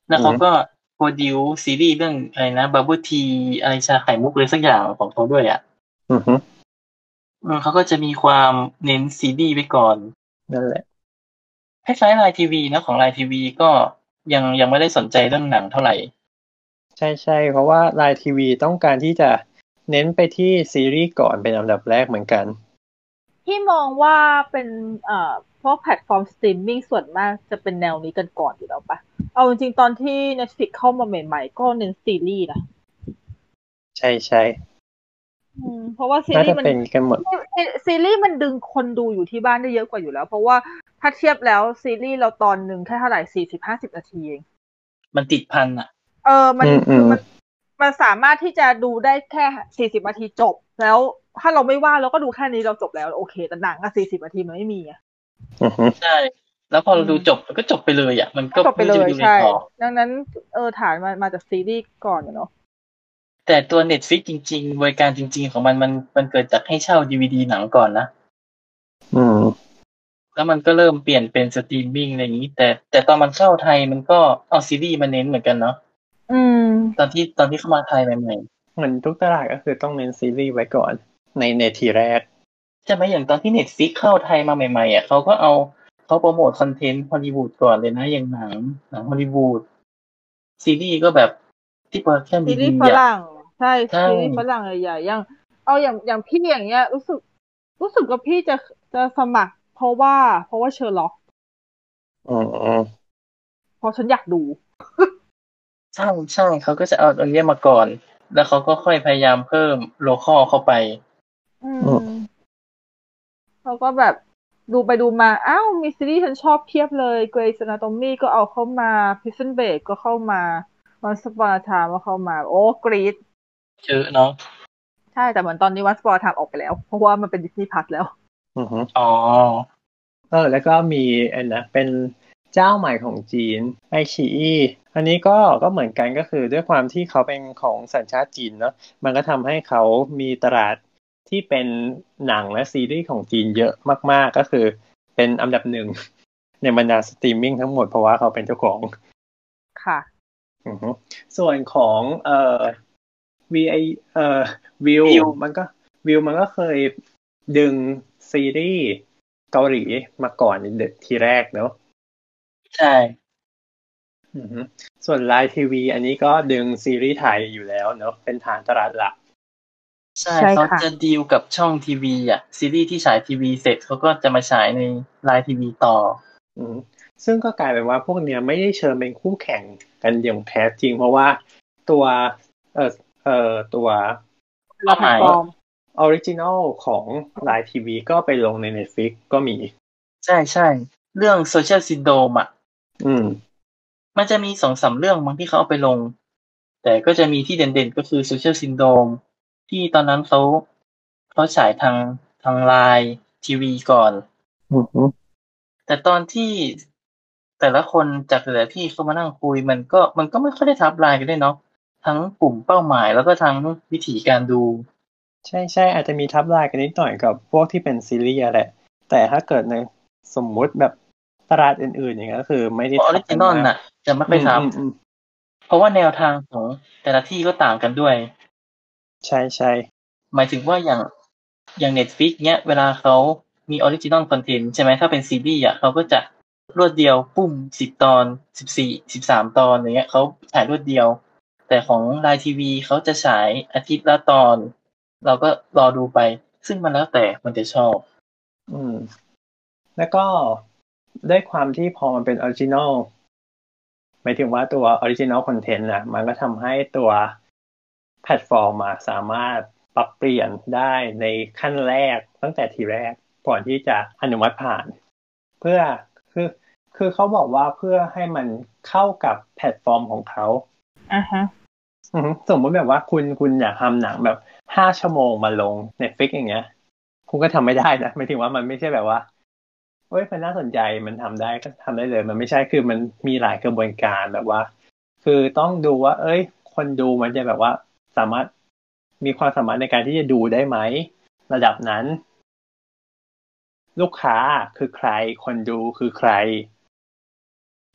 แล้วเขาก็โปรดิวซ์ซีรีส์เรื่องอะไรนะบับเบิ้ลทีอะไรชาไข่มุกเลยสักอย่างของเขาด้วยอ่ะอือฮึอืมเขาก็จะมีความเน้นซีรีส์ไปก่อนนั่นแหละคล้ายๆไลน์ทีวีนะของไลน์ทีวีก็ยังยังไม่ได้สนใจเรื่องหนังเท่าไหร่ใช่ใช่เพราะว่าไลน์ทีวีต้องการที่จะเน้นไปที่ซีรีส์ก่อนเป็นอันดับแรกเหมือนกันที่มองว่าเป็นเอ่อพวกแพลตฟอร์มสตรีมมิ่งส่วนมากจะเป็นแนวนี้กันก่อนอยู่แล้วปะเอาจริงๆตอนที่ Netflix เข้ามาใหม่ๆก็เน้นซีรีส์นะใช่ใช่อืมเพราะว่าซีน่ารีส์มันจะเป็นกันหมดซีรีส์มันดึงคนดูอยู่ที่บ้านได้เยอะกว่าอยู่แล้วเพราะว่าถ้าเทียบแล้วซีรีส์เราตอนหนึ่งแค่เท่าไหร่สี่สิบห้าสิบนาทีเองมันติดพันอ่ะเออมันอืมอืมคือมันมันสามารถที่จะดูได้แค่สี่สิบนาทีจบแล้วถ้าเราไม่ว่าเราก็ดูแค่นี้เราจบแล้วโอเคแต่หนังอะสี่สิบนาทีมันไม่มีอะอือฮึใช่แล้วพอเราดูจบมันก็จบไปเลยอ่ะมันก็จบไปไม่รู้จะไปเลยใช่ดูอะไรต่อดังนั้นเออฐานมามาจากซีรีส์ก่อนเนาะแต่ตัว Netflix จริงๆบริการจริงๆของมันมันมันเกิดจากให้เช่า ดี วี ดี หนังก่อนนะอืมแล้วมันก็เริ่มเปลี่ยนเป็นสตรีมมิ่งอะไรอย่างนี้แต่แต่ตอนมันเข้าไทยมันก็เอาซีรีส์มาเน้นเหมือนกันเนาะอืมตอนที่ตอนที่เข้ามาไทยใหม่เหมือนทุกตลาดก็คือต้องเน้นซีรีส์ไว้ก่อนในในทีแรกๆใช่ไหมอย่างตอนที่ Netflix เข้าไทยมาใหม่ๆอ่ะเขาก็เอาเขาโปรโมทคอนเทนต์ฮอลลีวูดก่อนเลยนะอย่างหนังหนังฮอลลีวูดซีรีส์ก็แบบที่โปรดักชั่นซีรีส์ฝดีๆอ่ะรั่งใช่ใช่ซีรีส์ฝรั่งใหญ่ๆอย่างเอาอย่างอย่างพี่อย่างเงี้ยรู้สึกรู้สึกว่าพี่จะจะสมัครเพราะว่าเพราะว่าเชอร์ล็อกอืมเพราะฉันอยากดูใช่ใช่เขาก็จะเอาตรงนี้มาก่อนแล้วเขาก็ค่อยพยายามเพิ่มโลคอลเข้าไปอือืมมเขาก็แบบดูไปดูมาอ้าวมีซีรีส์ฉันชอบเพียบเลย Grey's Anatomy ก็เอาเข้ามา Prison Break ก็เข้ามา Once Upon a Time ก็เข้ามาโอ้กรี๊ดเยอะเนาะใช่แต่เหมือนตอนนี้ Once Upon a Time ออกไปแล้วเพราะว่ามันเป็น Disney Plus แล้วอือฮึอ๋อเออแล้วก็มีอันนะเป็นเจ้าใหม่ของจีนไอชีอีอันนี้ก็ก็เหมือนกันก็คือด้วยความที่เขาเป็นของสัญชาติจีนเนาะมันก็ทำให้เขามีตลาดที่เป็นหนังและซีรีส์ของจีนเยอะมากๆก็คือเป็นอันดับหนึ่งในบรรดาสตรีมมิ่งทั้งหมดเพราะว่าเขาเป็นเจ้าของค่ะอือฮึส่วนของเอ่อ วี ไอ เอ่อวิววิวมันก็วิวมันก็เคยดึงซีรีส์เกาหลีมาก่อนในทีแรกเนอะใช่อือฮึส่วนไลน์ทีวีอันนี้ก็ดึงซีรีส์ไทยอยู่แล้วเนอะเป็นฐานตลาดหลักใช่ใช่เขาค่ะจะดีลกับช่องทีวีอ่ะซีรีส์ที่ฉายทีวีเสร็จเขาก็จะมาฉายในไลน์ทีวีต่ออืมซึ่งก็กลายเป็นว่าพวกเนี้ยไม่ได้เชิญเป็นคู่แข่งกันอย่างแท้จริงเพราะว่าตัวเอ่อเอ่อตัวเราแพลตเป้าหมายฟอร์มออริจินอลของไลน์ทีวีก็ไปลงใน Netflix ก็มีใช่ใช่เรื่อง Social Syndrome อ่ะอืมมันจะมีสองสามเรื่องบางที่เขาเอาไปลงแต่ก็จะมีที่เด่นๆก็คือ Social Syndrome ที่ตอนนั้นเขาเขาฉายทางทางไลน์ทีวีก่อนอือฮึแต่ตอนที่แต่ละคนจากแต่ละที่เข้ามานั่งคุยมันก็มันก็ไม่ค่อยได้ทับลายกันด้วยเนาะทั้งกลุ่มเป้าหมายแล้วก็ทั้งวิธีการดูใช่ใช่อาจจะมีทับลายกันนิดหน่อยกับพวกที่เป็นซีรีส์แหละแต่ถ้าเกิดในสมมุติแบบตลาดอื่นๆอย่างเงี้ยก็คือไม่ได้เพราะออทับริจินอลกันมากน่ะจะไม่อืมค่อยทับอืมอืมเพราะว่าแนวทางของแต่ละที่ก็ต่างกันด้วยใช่ใช่หมายถึงว่าอย่างอย่าง Netflix เนี้ยเวลาเขามีออริจินอลคอนเทนต์ใช่ไหมถ้าเป็นซีรีส์อ่ะเขาก็จะรวดเดียวปุ้มสิบตอนสิบสี่สิบสามตอนอย่างเงี้ยเขาฉายรวดเดียวแต่ของไลน์ทีวีเขาจะฉายอาทิตย์ละตอนเราก็รอดูไปซึ่งมันแล้วแต่มันจะชอบอืมแล้วก็ด้วยความที่พอมันเป็นออริจินอลหมายถึงว่าตัวออริจินอลคอนเทนต์นะมันก็ทำให้ตัวแพลตฟอร์มอะสามารถปรับเปลี่ยนได้ในขั้นแรกตั้งแต่ทีแรกก่อนที่จะอนุมัติผ่าน เพื่อคือคือเขาบอกว่าเพื่อให้มันเข้ากับแพลตฟอร์มของเขาอ่าฮะอือฮึสมมติแบบว่าคุณคุณอยากทำหนังแบบห้าชั่วโมงมาลง Netflix อย่างเงี้ยคุณก็ทำไม่ได้นะหมายถึงว่ามันไม่ใช่แบบว่าเฮ้ยมันน่าสนใจมันทำได้ก็ทำได้เลยมันไม่ใช่คือมันมีหลายกระบวนการแบบว่าคือต้องดูว่าเอ้ยคนดูมันจะแบบว่าสามารถมีความสามารถในการที่จะดูได้ไหมระดับนั้นลูกค้าคือใครคนดูคือใคร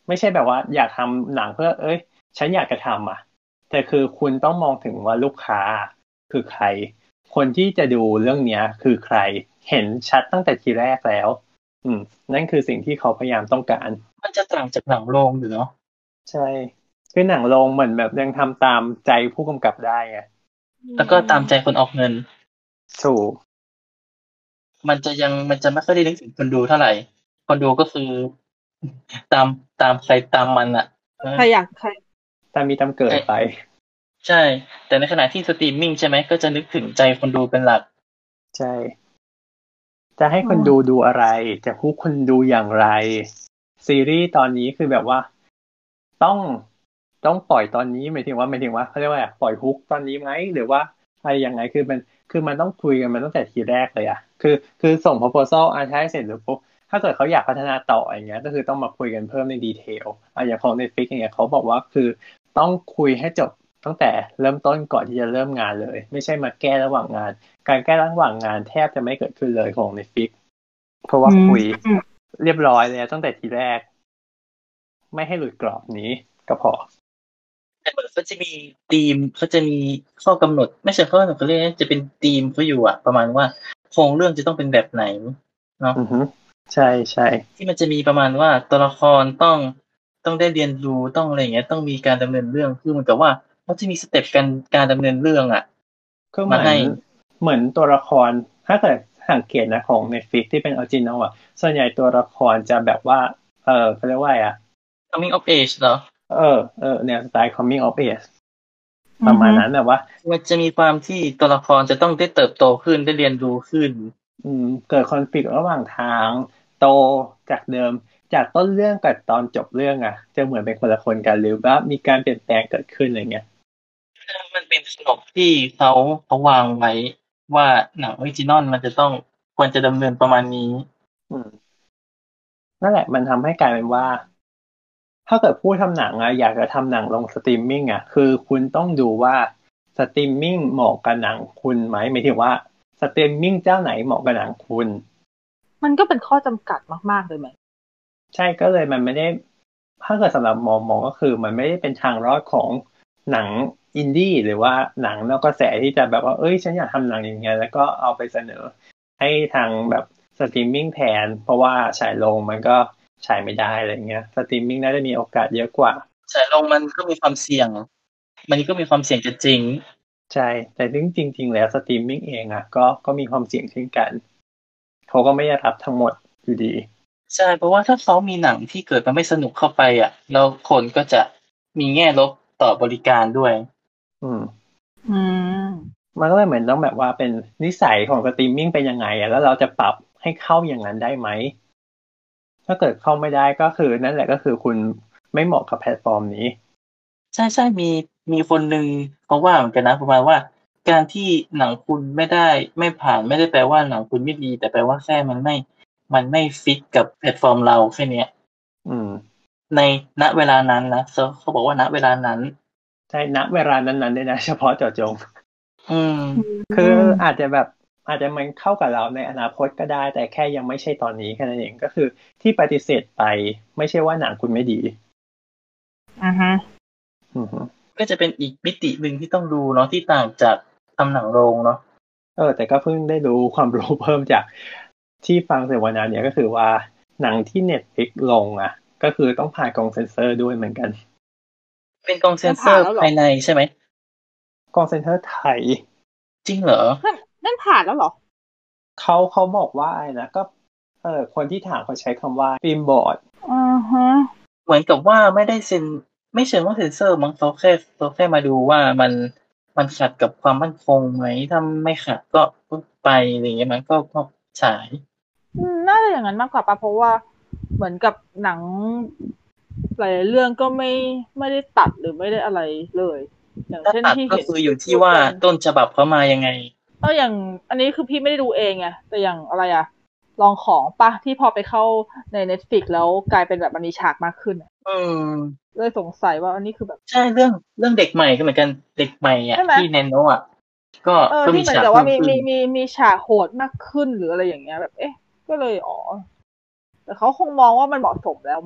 ไม่ใช่แบบว่าอยากทำหนังเพื่อเอ้ยฉันอยากจะทำอ่ะแต่คือคุณต้องมองถึงว่าลูกค้าคือใครคนที่จะดูเรื่องเนี้ยคือใครเห็นชัดตั้งแต่ทีแรกแล้วอืมนั่นคือสิ่งที่เขาพยายามต้องการมันจะต่างจากหนังโรงอยู่เนาะใช่คือหนังโรงเหมือนแบบยังทำตามใจผู้กำกับได้ไงแล้วก็ตามใจคนออกเงินถูกมันจะยังมันจะไม่ค่อยได้นึกถึงคนดูเท่าไหร่คนดูก็คือตามตามใครตามมันอ่ะใครอยากใครตามมีตามเกิดไปใช่แต่ในขณะที่สตรีมมิ่งใช่ไหมก็จะนึกถึงใจคนดูเป็นหลักใช่จะให้คนดูดูอะไรจะพูดคนดูอย่างไรซีรีส์ตอนนี้คือแบบว่าต้องต้องปล่อยตอนนี้หมายถึงว่าหมายถึงว่าเขาเรียกว่าปล่อยฮุกตอนนี้ไหมหรือว่าอะไรยังไงคือมันคือมันต้องคุยกันมันตั้งแต่ทีแรกเลยอะคือคือส่ง proposal อ่ะใช้เสร็จหรือปุ๊บถ้าเกิดเขาอยากพัฒนาต่ออย่างเงี้ยก็คือต้องมาคุยกันเพิ่มในดีเทลอ่ะอย่างของ Netflix อย่างเงี้ยเขาบอกว่าคือต้องคุยให้จบตั้งแต่เริ่มต้นก่อนที่จะเริ่มงานเลยไม่ใช่มาแก้ระหว่างงานการแก้ระหว่างงานแทบจะไม่เกิดขึ้นเลยของ Netflix เพราะว่าคุยเรียบร้อยแล้วตั้งแต่ทีแรกไม่ให้หลุดกรอบนี้ก็พอแต่เหมือนเขาจะมีธีมเขาจะมีข้อกำหนดไม่ใช่ข้อกำหนดเขาเรียกจะเป็นธีมเขาอยู่อ่ะประมาณว่าโครงเรื่องจะต้องเป็นแบบไหนเนาะอือฮึใช่ใช่ที่มันจะมีประมาณว่าตัวละครต้องต้องได้เรียนรู้ต้องอะไรอย่างเงี้ยต้องมีการดำเนินเรื่องคือเหมือนกับว่าเขาจะมีสเต็ปการการดำเนินเรื่องอ่ะก็เหมือนมาให้เหมือนตัวละครถ้าเกิดสังเกตนะของ Netflix ที่เป็นออริจินอลอ่ะส่วนใหญ่ตัวละครจะแบบว่าเออเขาเรียกว่าอ่ะ coming of age เหรอเออเออแนวสไตล์ coming of age ประมาณนั้นแบบว่ามันจะมีความที่ตัวละครจะต้องได้เติบโตขึ้นได้เรียนรู้ขึ้นอืมเกิดคอนฟลิกต์ระหว่างทางโตจากเดิมจากต้นเรื่องกับตอนจบเรื่องอ่ะจะเหมือนเป็นคนละคนกันหรือว่ามีการเปลี่ยนแปลงเกิดขึ้นอะไรเงี้ยมันเป็นขนบที่เขาเขาวางไว้ว่าหนังออริจินอลมันจะต้องควรจะดำเนินประมาณนี้อืมนั่นแหละมันทำให้กลายเป็นว่าถ้าเกิดผู้ทำหนังอะอยากจะทำหนังลงสตรีมมิ่งอะคือคุณต้องดูว่าสตรีมมิ่งเหมาะกับหนังคุณไหมหมายถึงว่าสตรีมมิ่งเจ้าไหนเหมาะกับหนังคุณมันก็เป็นข้อจำกัดมากๆเลยไหมใช่ก็เลยมันไม่ได้ถ้าเกิดสำหรับมองมองก็คือมันไม่ได้เป็นทางรอดของหนังอินดี้หรือว่าหนังนอกกระแสที่จะแบบว่าเอ้ยฉันอยากทำหนังอย่างเงี้ยแล้วก็เอาไปเสนอให้ทางแบบสตรีมมิ่งแทนเพราะว่าฉายลงมันก็ฉายไม่ได้อะไรเงี้ยสตรีมมิ่งน่าจะมีโอกาสเยอะกว่าฉายลงมันก็มีความเสี่ยงมันก็มีความเสี่ยงจะจริงใช่แต่จริงจริงๆแล้วสตรีมมิ่งเองอ่ะก็ก็มีความเสี่ยงเช่นกันเขาก็ไม่ได้รับทั้งหมดอยู่ดีใช่เพราะว่าถ้าเขามีหนังที่เกิดมันไม่สนุกเข้าไปอ่ะแล้วคนก็จะมีแง่ลบต่อบริการด้วยอืมอืมมันก็เลยเหมือนต้องแบบว่าเป็นนิสัยของสตรีมมิ่งเป็นยังไงอ่ะแล้วเราจะปรับให้เข้าอย่างนั้นได้ไหมถ้าเกิดเข้าไม่ได้ก็คือนั่นแหละก็คือคุณไม่เหมาะกับแพลตฟอร์มนี้ใช่ๆมีมีคนหนึ่งเขาว่าเหมือนกันนะประมาณว่าการที่หนังคุณไม่ได้ไม่ผ่านไม่ได้แปลว่าหนังคุณไม่ดีแต่แปลว่าแค่มันไม่มันไม่ฟิตกับแพลตฟอร์มเราแค่เนี้ยอืมในณเวลานั้นนะเขาเขาบอกว่าณเวลานั้นใช่ณเวลานั้นๆด้วยนะเฉพาะเจาะจงอืมคืออาจจะแบบอาจจะมันเข้ากับเราในอนาคตก็ได้แต่แค่ยังไม่ใช่ตอนนี้แค่นั้นเองก็คือที่ปฏิเสธไปไม่ใช่ว่าหนังคุณไม่ดีอ่าฮะอือฮึก็จะเป็นอีกมิติหนึ่งที่ต้องดูเนาะที่ต่างจากทำหนังโรงเนาะเออแต่ก็เพิ่งได้รู้ความรู้เพิ่มจากที่ฟังเสวนาเนี่ยก็คือว่าหนังที่ Netflix ลงอ่ะก็คือต้องผ่านกองเซ็นเซอร์ด้วยเหมือนกันเป็นกองเซ็นเซอร์ภายในใช่ไหมกองเซ็นเซอร์ไทยจริงเหรอนั่นนั่นผ่านแล้วเหรอเขาเขาบอกว่าไอ้นะก็เออคนที่ถามเขาใช้คำว่าฟิล์มบอร์ดอ่าฮะเหมือนกับว่าไม่ได้เซ็นไม่เชิงว่าเซ็นเซอร์มั้งเขาแค่เขาแค่มาดูว่ามันมันขัดกับความมั่นคงไหมถ้าไม่ขัดก็ไปอะไรอย่างเงี้ยมันก็ก็ฉายอืมน่าจะอย่างนั้นมากกว่าปะเพราะว่าเหมือนกับหนังหลายๆเรื่องก็ไม่ไม่ได้ตัดหรือไม่ได้อะไรเลยอย่างถ้าเช่นตัดก็ที่เห็นคืออยู่ที่ว่าต้นฉบับเขามายังไงเอออย่างอันนี้คือพี่ไม่ได้ดูเองไงแต่อย่างอะไรอะลองของปะที่พอไปเข้าใน Netflix แล้วกลายเป็นแบบมันมีฉากมากขึ้นอะอืมเลยสงสัยว่าอันนี้คือแบบใช่เรื่องเรื่องเด็กใหม่ก็เหมือนกันเด็กใหม่อ่ะใช่ไหมที่แนโนอ่ะก็เออก็มีฉากที่เหมือนกับว่าเพิ่มขึ้นมีมีมีมีฉากโหดมากขึ้นหรืออะไรอย่างเงี้ยแบบเอ๊ะก็เลยอ๋อแต่เขาคงมองว่ามันเหมาะสมแล้วมั้ง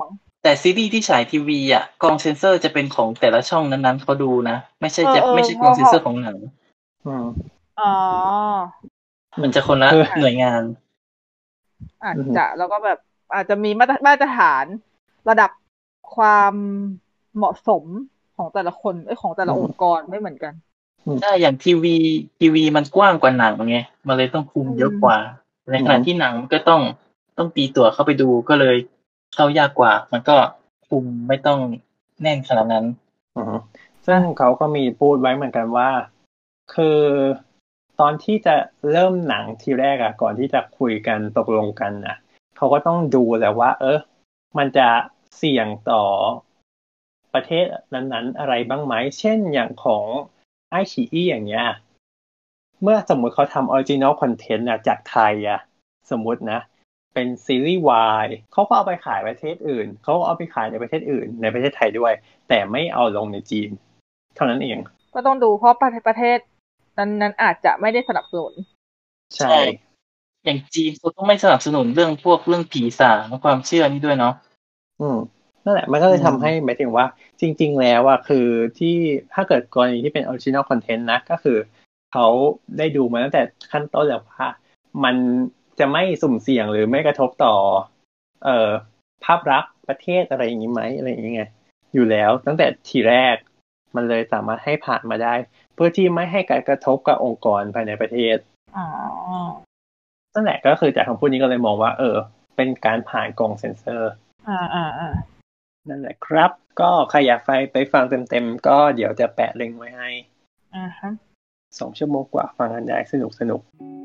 แต่ซีรีส์ที่ฉายทีวีอ่ะกองเซ็นเซอร์จะเป็นของแต่ละช่องนั้นๆเขาดูนะไม่ใช่จะไม่ใช่กองเซ็นเซอร์ของหนังอ๋อมันจะคนละหน่วยงานอาจจะแล้วก็แบบอาจจะมีมาตรมาตรฐานระดับความเหมาะสมของแต่ละคนไอ้ของแต่ละองค์กรไม่เหมือนกันใช่อย่างทีวีทีวีมันกว้างกว่าหนังไงมันเลยต้องคุมเยอะกว่าในขณะที่หนังก็ต้องต้องตีตั๋วเข้าไปดูก็เลยเข้ายากกว่ามันก็คุมไม่ต้องแน่นขนาดนั้นซึ่งเขาก็มีพูดไว้เหมือนกันว่าคือตอนที่จะเริ่มหนังทีแรกอะก่อนที่จะคุยกันตกลงกันอะเขาก็ต้องดูแหละว่าเออมันจะเสี่ยงต่อประเทศนั้นๆอะไรบ้างไหมเช่นอย่างของไอฉีอี้อย่างเงี้ยเมื่อสมมุติเขาทำออริจินอลคอนเทนต์อะจากไทยอะสมมุตินะเป็นซีรีส์วายเขาก็เอาไปขายประเทศอื่นเขาเอาไปขายในประเทศอื่นในประเทศไทยด้วยแต่ไม่เอาลงในจีนเท่านั้นเองก็ต้องดูเพราะประเทศนั้นนั้นอาจจะไม่ได้สนับสนุนใช่อย่างจีนเขาต้องไม่สนับสนุนเรื่องพวกเรื่องผีสางความเชื่อนี่ด้วยเนาะอืมนั่นแหละมันก็เลยทำให้หมายถึงว่าจริงๆแล้วอ่ะคือที่ถ้าเกิดกรณีที่เป็น original content นะก็คือเขาได้ดูมาตั้งแต่ขั้นต้นแล้วว่ามันจะไม่สุ่มเสี่ยงหรือไม่กระทบต่อเอ่อภาพลักษณ์ประเทศอะไรอย่างนี้ไหมอะไรอย่างเงี้ยอยู่แล้วตั้งแต่ทีแรกมันเลยสามารถให้ผ่านมาได้เพื่อที่ไม่ให้การกระทบกับองค์กรภายในประเทศอ๋อนั่นแหละก็คือจากคำพูดนี้ก็เลยมองว่าเออเป็นการผ่านกรองเซ็นเซอร์อ่าอ่าอ่านั่นแหละครับก็ใครอยากไปไปฟังเต็มๆก็เดี๋ยวจะแปะลิงก์ไว้ให้อ่าฮะสองชั่วโมงกว่าฟังกันได้สนุกสนุก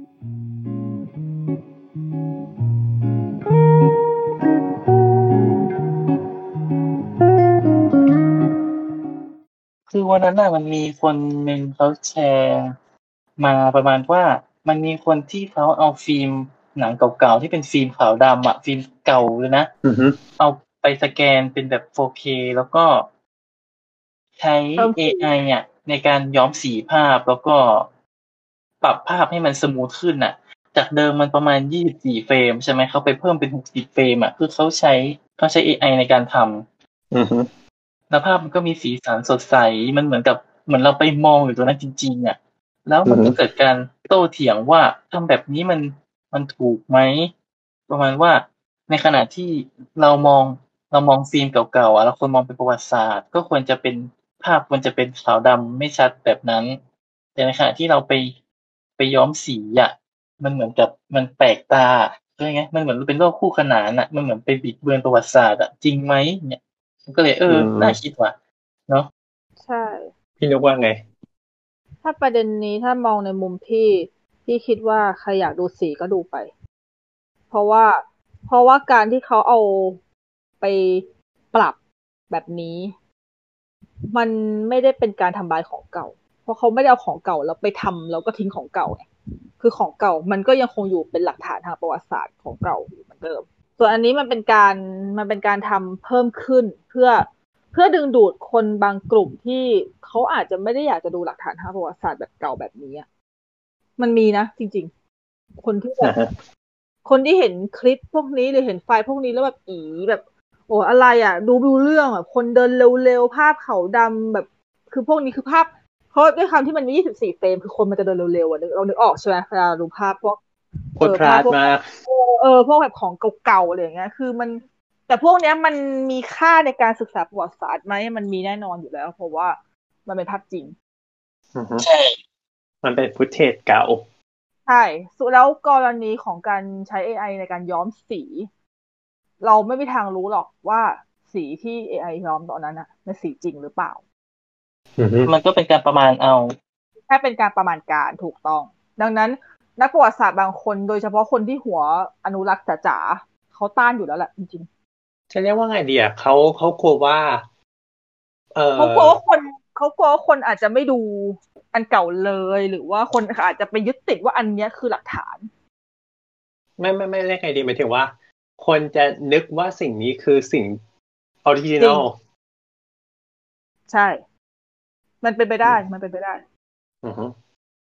คือวันนั้นน่ะมันมีคนหนึ่งเขาแชร์มาประมาณว่ามันมีคนที่เขาเอาฟิล์มหนังเก่าๆที่เป็นฟิล์มขาวดำอะฟิล์มเก่าเลยนะเอาไปสแกนเป็นแบบ โฟร์เค แล้วก็ใช้ เอ ไอ อ่ะในการย้อมสีภาพแล้วก็ปรับภาพให้มันสมูทขึ้นน่ะจากเดิมมันประมาณยี่สิบสี่เฟรมใช่ไหมเขาไปเพิ่มเป็นหกสิบเฟรมอ่ะคือเขาใช้เขาใช้ เอ ไอ ในการทำอือฮึแล้วภาพมันก็มีสีสันสดใสมันเหมือนกับเหมือนเราไปมองอยู่ตรงนั้นจริงๆอ่ะแล้วมันก็เกิดการโต้เถียงว่าทำแบบนี้มันมันถูกไหมประมาณว่าในขณะที่เรามองเรามองฟิล์มเก่าๆอ่ะเราควรมองเป็นประวัติศาสตร์ก็ควรจะเป็นภาพควรจะเป็นขาวดำไม่ชัดแบบนั้นแต่ในขณะที่เราไปไปย้อมสีอ่ะมันเหมือนกับมันแปลกตาใช่ไหมมันเหมือนเป็นโลกคู่ขนานอ่ะมันเหมือนไปบิดเบือนประวัติศาสตร์อ่ะจริงไหมเนี่ยมันก็เลยเออน่าคิดว่ะเนาะใช่พี่นึกว่าไงถ้าประเด็นนี้ถ้ามองในมุมพี่พี่คิดว่าใครอยากดูสีก็ดูไปเพราะว่าเพราะว่าการที่เขาเอาไปปรับแบบนี้มันไม่ได้เป็นการทำลายของเก่าเพราะเขาไม่ได้เอาของเก่าแล้วไปทำแล้วก็ทิ้งของเก่าไงคือของเก่ามันก็ยังคงอยู่เป็นหลักฐานทางประวัติศาสตร์ของเก่าอยู่เหมือนเดิมส่วนอันนี้มันเป็นการมันเป็นการทำเพิ่มขึ้นเพื่อเพื่อดึงดูดคนบางกลุ่มที่เขาอาจจะไม่ได้อยากจะดูหลักฐานทางประวัติศาสตร์แบบเก่าแบบนี้มันมีนะจริงๆคนที่แบบคนที่เห็นคลิปพวกนี้หรือเห็นไฟล์พวกนี้แล้วแบบอีแบบโอ้อะไรอ่ะดูดูเรื่องอ่ะคนเดินเร็วๆภาพขาวดำแบบคือพวกนี้คือภาพเพราะด้วยคำที่มันมียี่สิบสี่เฟรมคือคนมันจะเดินเร็วๆอ่ะเรานึกออกใช่ไหมเวลาดูภาพพวกโคตรพลาดมากเออพวกแบบของเก่าๆอะไรอย่างเงี้ยคือมันแต่พวกเนี้ยมันมีค่าในการศึกษาประวัติศาสตร์ไหมมันมีแน่นอนอยู่แล้วเพราะว่ามันเป็นภาพจริงใช่มันเป็นฟุตเทจเก่าใช่แล้วกรณีของการใช้ เอ ไอ ในการย้อมสีเราไม่มีทางรู้หรอกว่าสีที่ เอ ไอ ย้อมตอนนั้นน่ะมันสีจริงหรือเปล่ามันก็เป็นการประมาณเอาแค่เป็นการประมาณการถูกต้องดังนั้นนักประวัติศาสตร์บางคนโดยเฉพาะคนที่หัวอนุรักษ์จ๋าๆเขาต้านอยู่แล้วแหละจริงๆจะเรียกว่าไงดีอ่ะเขาเขากลัวว่าเออเขากลัวว่าคนเขากลัวว่าคนอาจจะไม่ดูอันเก่าเลยหรือว่าคนอาจจะไปยึดติดว่าอันนี้คือหลักฐานไม่ไม่ไม่เรียกไงดีหมายถึงว่าคนจะนึกว่าสิ่งนี้คือสิ่งออริจินอลใช่มันเป็นไปได้มันเป็นไปได้อือฮึ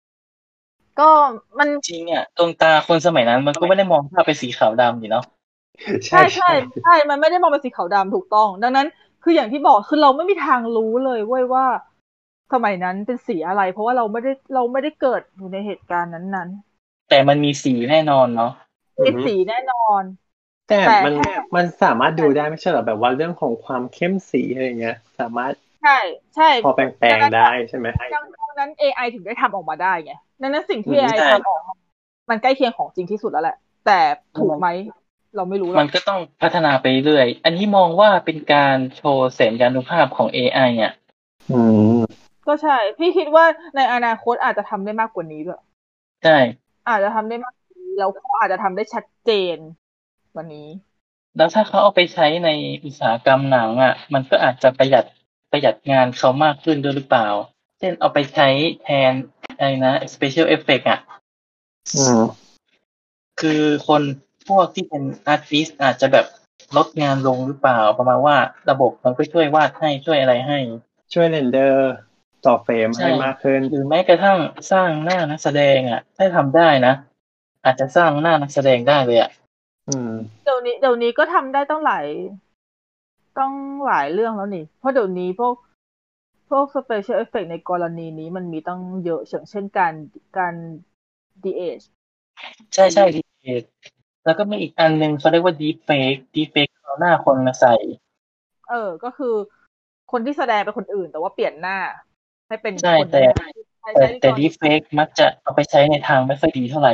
ก็มันจริงอ่ะดวงตาคนสมัยนั้นมันก็ไม่ได้มองภาพเป็นสีขาวดำอยู่เนาะใช่ใช่ใช่ใช่มันไม่ได้มองเป็นสีขาวดำถูกต้องดังนั้นคืออย่างที่บอกคือเราไม่มีทางรู้เลยเว้ยว่าสมัยนั้นเป็นสีอะไรเพราะว่าเราไม่ได้เราไม่ได้เกิดอยู่ในเหตุการณ์นั้นแต่มันมีสีแน่นอนเนาะๆมีสีแน่นอนแต่แต่มันแค่มันสามารถดูได้ไม่ใช่เหรอแบบว่าเรื่องของความเข้มสีอะไรเงี้ยสามารถใช่ใช่พอแปลงๆได้ใช่ไหมดังนั้น เอ ไอ ถึงได้ทำออกมาได้ไงดังนั้นสิ่งที่อืเอมไอใช่ทำออกมามันใกล้เคียงของจริงที่สุดแล้วแหละแต่ถูกไหมเราไม่รู้หรมัอกนก็ต้องพัฒนาไปเรื่อยอันนี้มองว่าเป็นการโชว์แสนยานุภาพของ เอ ไอ อ่ะอืมก็ใช่พี่คิดว่าในอนาคตอาจจะทำได้มากกว่านี้ด้วยใช่อาจจะทำได้มากกว่านี้แล้วก็อาจจะทำได้ชัดเจนกว่านี้แล้วถ้าเขาเอาไปใช้ในอุตสาหกรรมหนังอ่ะมันก็อาจจะประหยัดประหยัดงานเขามากขึ้นด้วยหรือเปล่าเช่นเอาไปใช้แทนอะไรนะ special effect อ่ะอืมคือคนพวกที่เป็นอาร์ติสอาจจะแบบลดงานลงหรือเปล่าประมาณว่าระบบมันก็ช่วยวาดให้ช่วยอะไรให้ช่วยเรนเดอร์ต่อเฟรมให้ใช่มากขึ้นหรือแม้กระทั่งสร้างหน้านักแสดงอ่ะถ้าทำได้นะอาจจะสร้างหน้านักแสดงได้เลยอ่ะอืมเดี๋ยวนี้เดี๋ยวนี้ก็ทำได้ต้องหลายต้องหลายเรื่องแล้วนี่เพราะเดี๋ยวนี้พวกพวก special effect ในกรณีนี้มันมีตั้งเยอะอย่างเช่นการการ ดี เอจใช่ใช่ดีแล้วก็มีอีกอันหนึ่งเขาเรียกว่า deep fake deep fake เอาหน้าคนมาใส่เออก็คือคนที่แสดงเป็นคนอื่นแต่ว่าเปลี่ยนหน้าให้เป็นใช่คนแต่นั้นใช้แต่ใช้ในแต่กรณี deep fake มักจะเอาไปใช้ในทางไม่ค่อยดีเท่าไหร่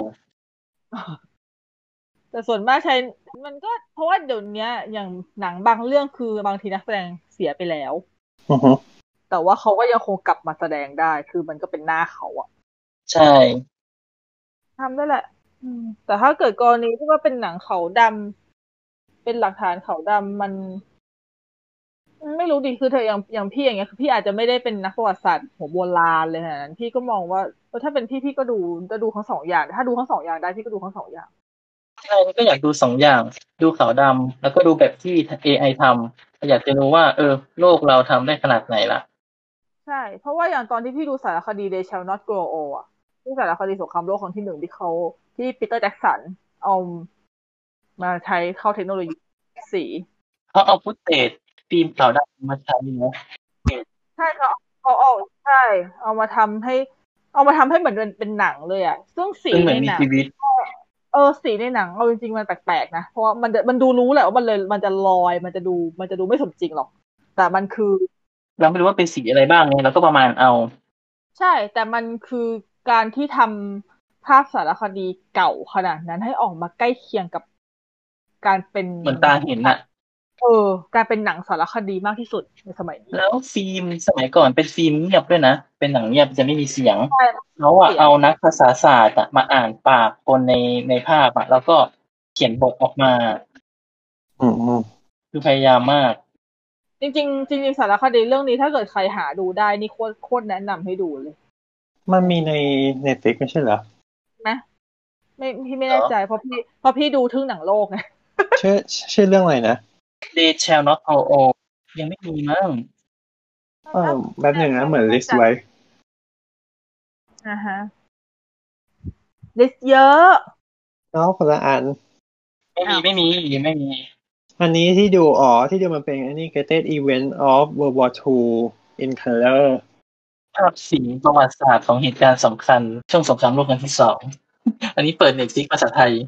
แต่ส่วนมากใช้มันก็เพราะว่าเดี๋ยวนี้อย่างหนังบางเรื่องคือบางทีนักแสดงเสียไปแล้วอือฮึแต่ว่าเขาก็ยังคงกลับมาแสดงได้คือมันก็เป็นหน้าเขาอะใช่ทำได้แหละอืมแต่ถ้าเกิดกรณีที่ว่าเป็นหนังขาวดำเป็นหลักฐานขาวดำมันไม่รู้ดิคือเธออย่างอย่างพี่อย่างเงี้ยคือพี่อาจจะไม่ได้เป็นนักประวัติศาสตร์หัวโบราณเลยขนาดนั้นพี่ก็มองว่าเออถ้าเป็นพี่พี่ก็ดูจะดูทั้งสองอย่างถ้าดูทั้งสองอย่างได้พี่ก็ดูทั้งสองอย่างใช่ก็อยากดูสองอย่างดูขาวดำแล้วก็ดูแบบที่ เอ ไอ ทำอยากจะรู้ว่าเออโลกเราทำได้ขนาดไหนล่ะใช่เพราะว่าอย่างตอนที่พี่ดูสารคดี They Shall Not Grow Old อะที่สารคดีสงครามโลกครั้งที่หนึ่งที่เขาที่ปีเตอร์แจ็คสันเอามาใช้เข้าเทคโนโลยีสีเขาเอาฟุตเทจฟิล์มขาวดำมาใช้เนาะใช่เขาเขาเอาใช่เอามาทำให้ เอามาทำให้เหมือนเป็นหนังเลยอ่ะซึ่งสีซึ่งเหมืในหนังอนมีชีวิตเออสีในหนังเอาจริงๆมันแปลกๆนะเพราะว่ามันมันดูรู้แหละว่ามันเลยมันจะลอยมันจะดูมันจะดูไม่สมจริงหรอกแต่มันคือเราไม่รู้ว่าเป็นสีอะไรบ้างเนี่ยเราก็ประมาณเอาใช่แต่มันคือการที่ทำภาพสารคดีเก่าขนาดนั้นให้ออกมาใกล้เคียงกับการเป็นเหมือนตาเห็นน่ะเออการเป็นหนังสารคดีมากที่สุดในสมัยนี้แล้วฟิล์มสมัยก่อนเป็นฟิล์มเงียบด้วยนะเป็นหนังเงียบจะไม่มีเสียงใช่เขาอะเสียงเอานักภาษาศาสตร์อะมาอ่านปากคนในในภาพอะแล้วก็เขียนบทออกมาอืมอืมคือพยายามมากจริงๆจริงๆสารคดีเรื่องนี้ถ้าเกิดใครหาดูได้นี่โคตรโคตรแนะนำให้ดูเลยมันมีใน Netflix ไม่ใช่เหรอนะไม่พี่ไม่เหรอแน่ใจเพราะพี่เพราะพี่ดูทึ่งหนังโลกไงชื่อชื่อเรื่องอะไรนะ They shall not grow old ยังไม่มีมั้งเออแบบหนึ่งนะเหมือนลิสต์ไว้อ่าฮะลิสต์เยอะเนาะคนละอันไม่มีไม่มีไม่มีอันนี้ที่ดูอ๋อที่ดูมันเป็นอันนี้ Greatest Event of World War ทู in Color ภาพสีประวัติศาสตร์ของเหตุการณ์สำคัญช่วงสงครามโลกครั้งที่สองอันนี้เปิด Netflix ภาษาไทย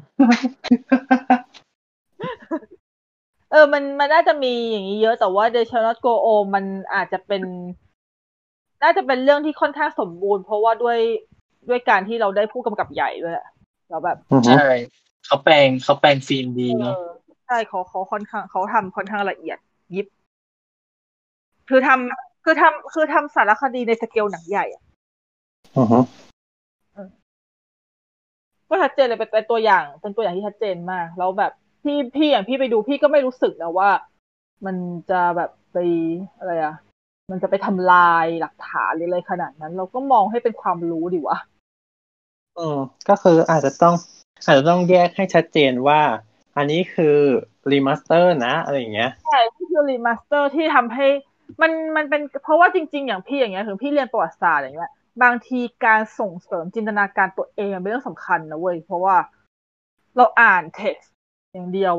เออมันมันน่าจะมีอย่างนี้เยอะแต่ว่า The Shall Not Go Home มันอาจจะเป็นน่าจะเป็นเรื่องที่ค่อนข้างสมบูรณ์เพราะว่าด้วยด้วยการที่เราได้ผู้กำกับใหญ่ด้วยแล้วแบบใช่เขาแปลงเขาแปลงฟิล์มดีเอเนาะอใช่เขาเขาค่อนข้างเขาทำค่อนข้างละเอียดยิบคือทำคือทำคือทำสารคดีในสเกลหนังใหญ่อะอือฮึก็ชัดเจนเลยเป็นเป็นตัวอย่างเป็นตัวอย่างที่ชัดเจนมากแล้วแบบพี่พี่อย่างพี่ไปดูพี่ก็ไม่รู้สึกนะว่ามันจะแบบไปอะไรอะมันจะไปทำลายหลักฐานหรืออะไรขนาดนั้นเราก็มองให้เป็นความรู้ดิวะอืมก็คืออาจจะต้องอาจจะต้องแยกให้ชัดเจนว่าอันนี้คือรีมาสเตอร์นะอะไรอย่างเงี้ยใช่ที่คือรีมาสเตอร์ที่ทำให้มันมันเป็นเพราะว่าจริงๆอย่างพี่อย่างเงี้ยถึงพี่เรียนประวัติศาสตร์อย่างเงี้ยบางทีการส่งเสริมจินตนาการตัวเองเป็นเรื่องสำคัญนะเว้ยเพราะว่าเราอ่านเท็กซ์อย่างเดียวอะ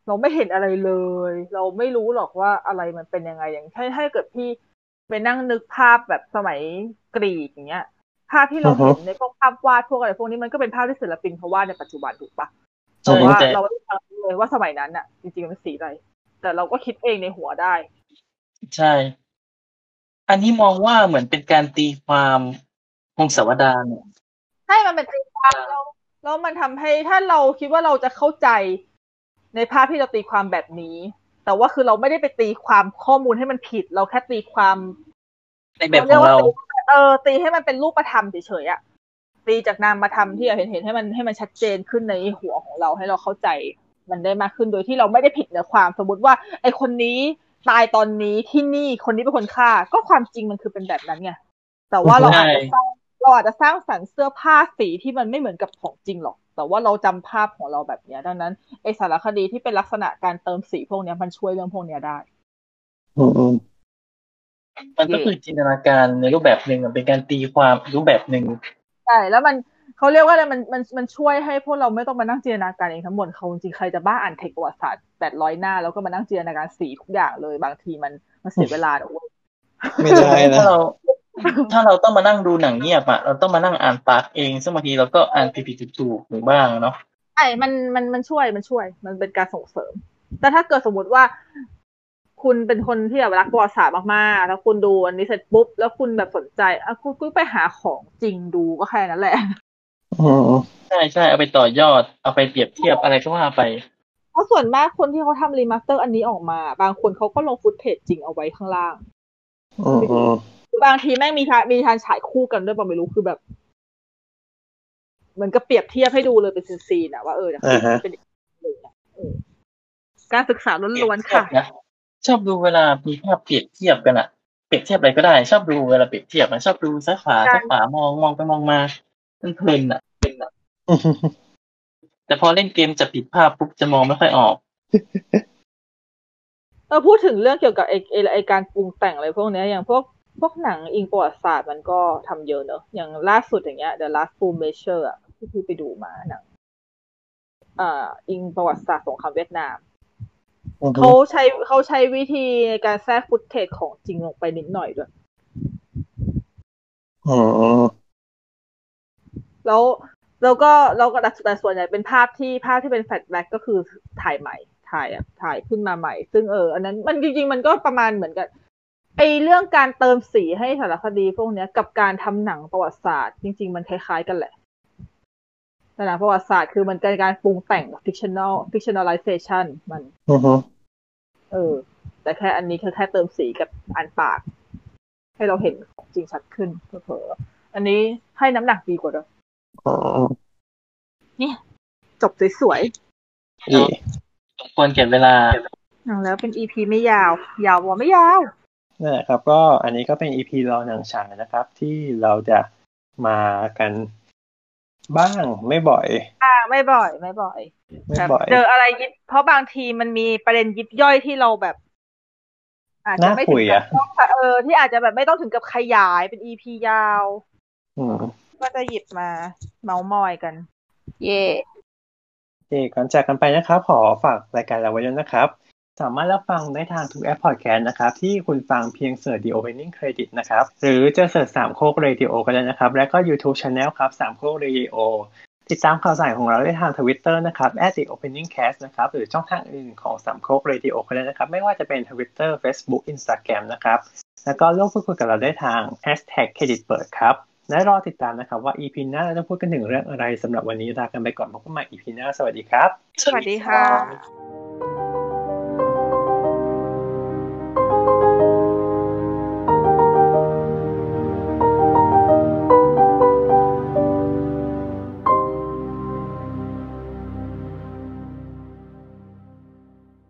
เราไม่เห็นอะไรเลย เราไม่รู้หรอกว่าอะไรมันเป็นยังไงอย่างถ้าถ้าเกิดพี่ไปนั่งนึกภาพแบบสมัยกรีกอย่างเงี้ยภาพที่เราเห็นในพวกภาพวาดพวกอะไรพวกนี้มันก็เป็นภาพที่ศิลปินเขาวาดในปัจจุบันถูกปะแต่ว่าเราไม่รู้เลยว่าสมัยนั้นน่ะจริงๆมันเป็นสีอะไรแต่เราก็คิดเองในหัวได้ใช่อันนี้มองว่าเหมือนเป็นการตีความพงศาวดารเนี่ยใช่มันเป็นตีความแล้วแล้วมันทำให้ถ้าเราคิดว่าเราจะเข้าใจในภาพที่เราตีความแบบนี้แต่ว่าคือเราไม่ได้ไปตีความข้อมูลให้มันผิดเราแค่ตีความในแบบของเราเออตีให้มันเป็นรูปธรรมเฉยๆอ่ะตีจากนามธรรมที่เราเห็นเห็นให้มันให้มันชัดเจนขึ้นในหัวของเราให้เราเข้าใจมันได้มากขึ้นโดยที่เราไม่ได้ผิดเนื้อความสมมติว่าไอคนนี้ตายตอนนี้ที่นี่คนนี้เป็นคนฆ่าก็ความจริงมันคือเป็นแบบนั้นไงแต่ว่าเราอาจจะสร้างเราอาจจะสร้างสรรค์เสื้อผ้าสีที่มันไม่เหมือนกับของจริงหรอกแต่ว่าเราจำภาพของเราแบบนี้ดังนั้นไอสารคดีที่เป็นลักษณะการเติมสีพวกนี้มันช่วยเรื่องพวกนี้ได้อืมมันก็คือจินตนาการในรูปแบบหนึ่งเป็นการตีความรูปแบบหนึ่งใช่แล้วมันเขาเรียกว่าอะไรมันมันมันช่วยให้พวกเราไม่ต้องมานั่งจินตนาการเองทั้งหมดเขาจริงๆใครจะบ้าอ่านเทคประวัติศาสตร์แปดร้อยหน้าแล้วก็มานั่งจินตนาการสีทุกอย่างเลยบางทีมันมันเสียเวลาด้วยไม่ได้นะถ้าเราถ้าเราต้องมานั่งดูหนังเงียบอ่ะเราต้องมานั่งอ่านปากเองซึ่งบางทีเราก็อ่านผิดๆถูกๆหรือบ้างเนาะใช่มันมันมันช่วยมันช่วยมันเป็นการส่งเสริมแต่ถ้าเกิดสมมติว่าคุณเป็นคนที่แบบรักประวัติศาสตร์มากๆแล้วคุณดูอันนี้เสร็จปุ๊บแล้วคุณแบบสนใจอ่ะคุณก็ไปหาของจริงดูก็แค่นั้นแหละใช่ใช่เอาไปต่อยอดเอาไปเปรียบเทียบอะไรก็ว่าไปเพราะส่วนมากคนที่เขาทำรีมาสเตอร์อันนี้ออกมาบางคนเขาก็ลงฟุตเทจจริงเอาไว้ข้างล่างบางทีแม่งมีมีทานฉายคู่กันด้วยป่ะไม่รู้คือแบบเหมือนกับเปรียบเทียบให้ดูเลยเป็นซีนๆอะว่าเออเป็นการศึกษาล้วนๆค่ะชอบดูเวลามีภาพเปรียบเทียบกันอะเปรียบเทียบอะไรก็ได้ชอบดูเวลาเปรียบเทียบชอบดูซ้ายขวาซ้ายขวามองมองไปมองมาเพลินๆอะเป็นอะแต่พอเล่นเกมจะปิดภาพปุ๊บจะมองไม่ค่อยออกเออพูดถึงเรื่องเกี่ยวกับไอ้ไอ้การปรุงแต่งอะไรพวกนี้อย่างพวกพวกหนังอิงประวัติศาสตร์มันก็ทำเยอะเนอะอย่างล่าสุดอย่างเงี้ย The Last Full Measure อ่ะที่พี่ไปดูมาหนังอ่าอิงประวัติศาสตร์สงครามเวียดนามเขาใช้เขาใช้วิธีในการแทรกฟุตเทจของจริงลงไปนิดหน่อยด้วยอ๋อแล้วแล้วก็แล้วก็แต่ส่วนใหญ่เป็นภาพที่ภาพที่เป็นแฟลชแบ็กก็คือถ่ายใหม่ถ่ายอ่ะถ่ายขึ้นมาใหม่ซึ่งเอออันนั้นมันจริงๆมันก็ประมาณเหมือนกันไอเรื่องการเติมสีให้สารคดีพวกนี้กับการทำหนังประวัติศาสตร์จริงๆมันคล้ายๆกันแหละแต่หนังประวัติศาสตร์คือมันเป็นการปรุงแต่ง fictional fictionalization มันเออแต่แค่อันนี้คือแค่เติมสีกับอ่านปากให้เราเห็นของจริงชัดขึ้นเผลอๆอันนี้ให้น้ำหนักดีกว่าด้วยนี่จบสวยๆสมควรเก็บเวลาแล้วเป็น อี พี ไม่ยาวยาวว่าไม่ยาวนั่นแหละครับก็อันนี้ก็เป็น อี พี รอหนังฉายนะครับที่เราจะมากันบ้างไม่บ่อยอ่าไม่บ่อยไม่บ่อยไม่บ่อยเจออะไรยิบเพราะบางทีมันมีประเด็นยิบย่อยที่เราแบบอาจจะไม่ถึงกับเออที่อาจจะแบบไม่ต้องถึงกับขยายเป็น อี พี ยาวก็จะหยิบมาเมามอยกันเย่โอเคก่อนจากกันไปนะครับขอฝากรายการเราไว้ด้วยนะครับสามารถรับฟังได้ทางทุกแอปพอดแคสต์นะครับที่คุณฟังเพียงเสิร์ช The Opening Credit นะครับหรือจะเสิร์ชสามโคก Radio ก็ได้นะครับและก็ YouTube Channel ครับสามโคก Radio ติดตามข่าวสารของเราได้ทาง Twitter นะครับ แอท The Opening Cast นะครับหรือช่องทางอื่นของสามโคก Radio ก็ได้นะครับไม่ว่าจะเป็น Twitter Facebook Instagram นะครับแล้วก็ร่วมพูดคุยกับเราได้ทาง แฮชแท็ก เครดิตเปิดครับและรอติดตามนะครับว่า อี พี หน้าเราจะพูดกันถึงเรื่องอะไรสำหรับวันนี้ลากันไปก่อนพบกันใหม่ อี พี หน้าสวัสดีครับสวัสดีค่ะ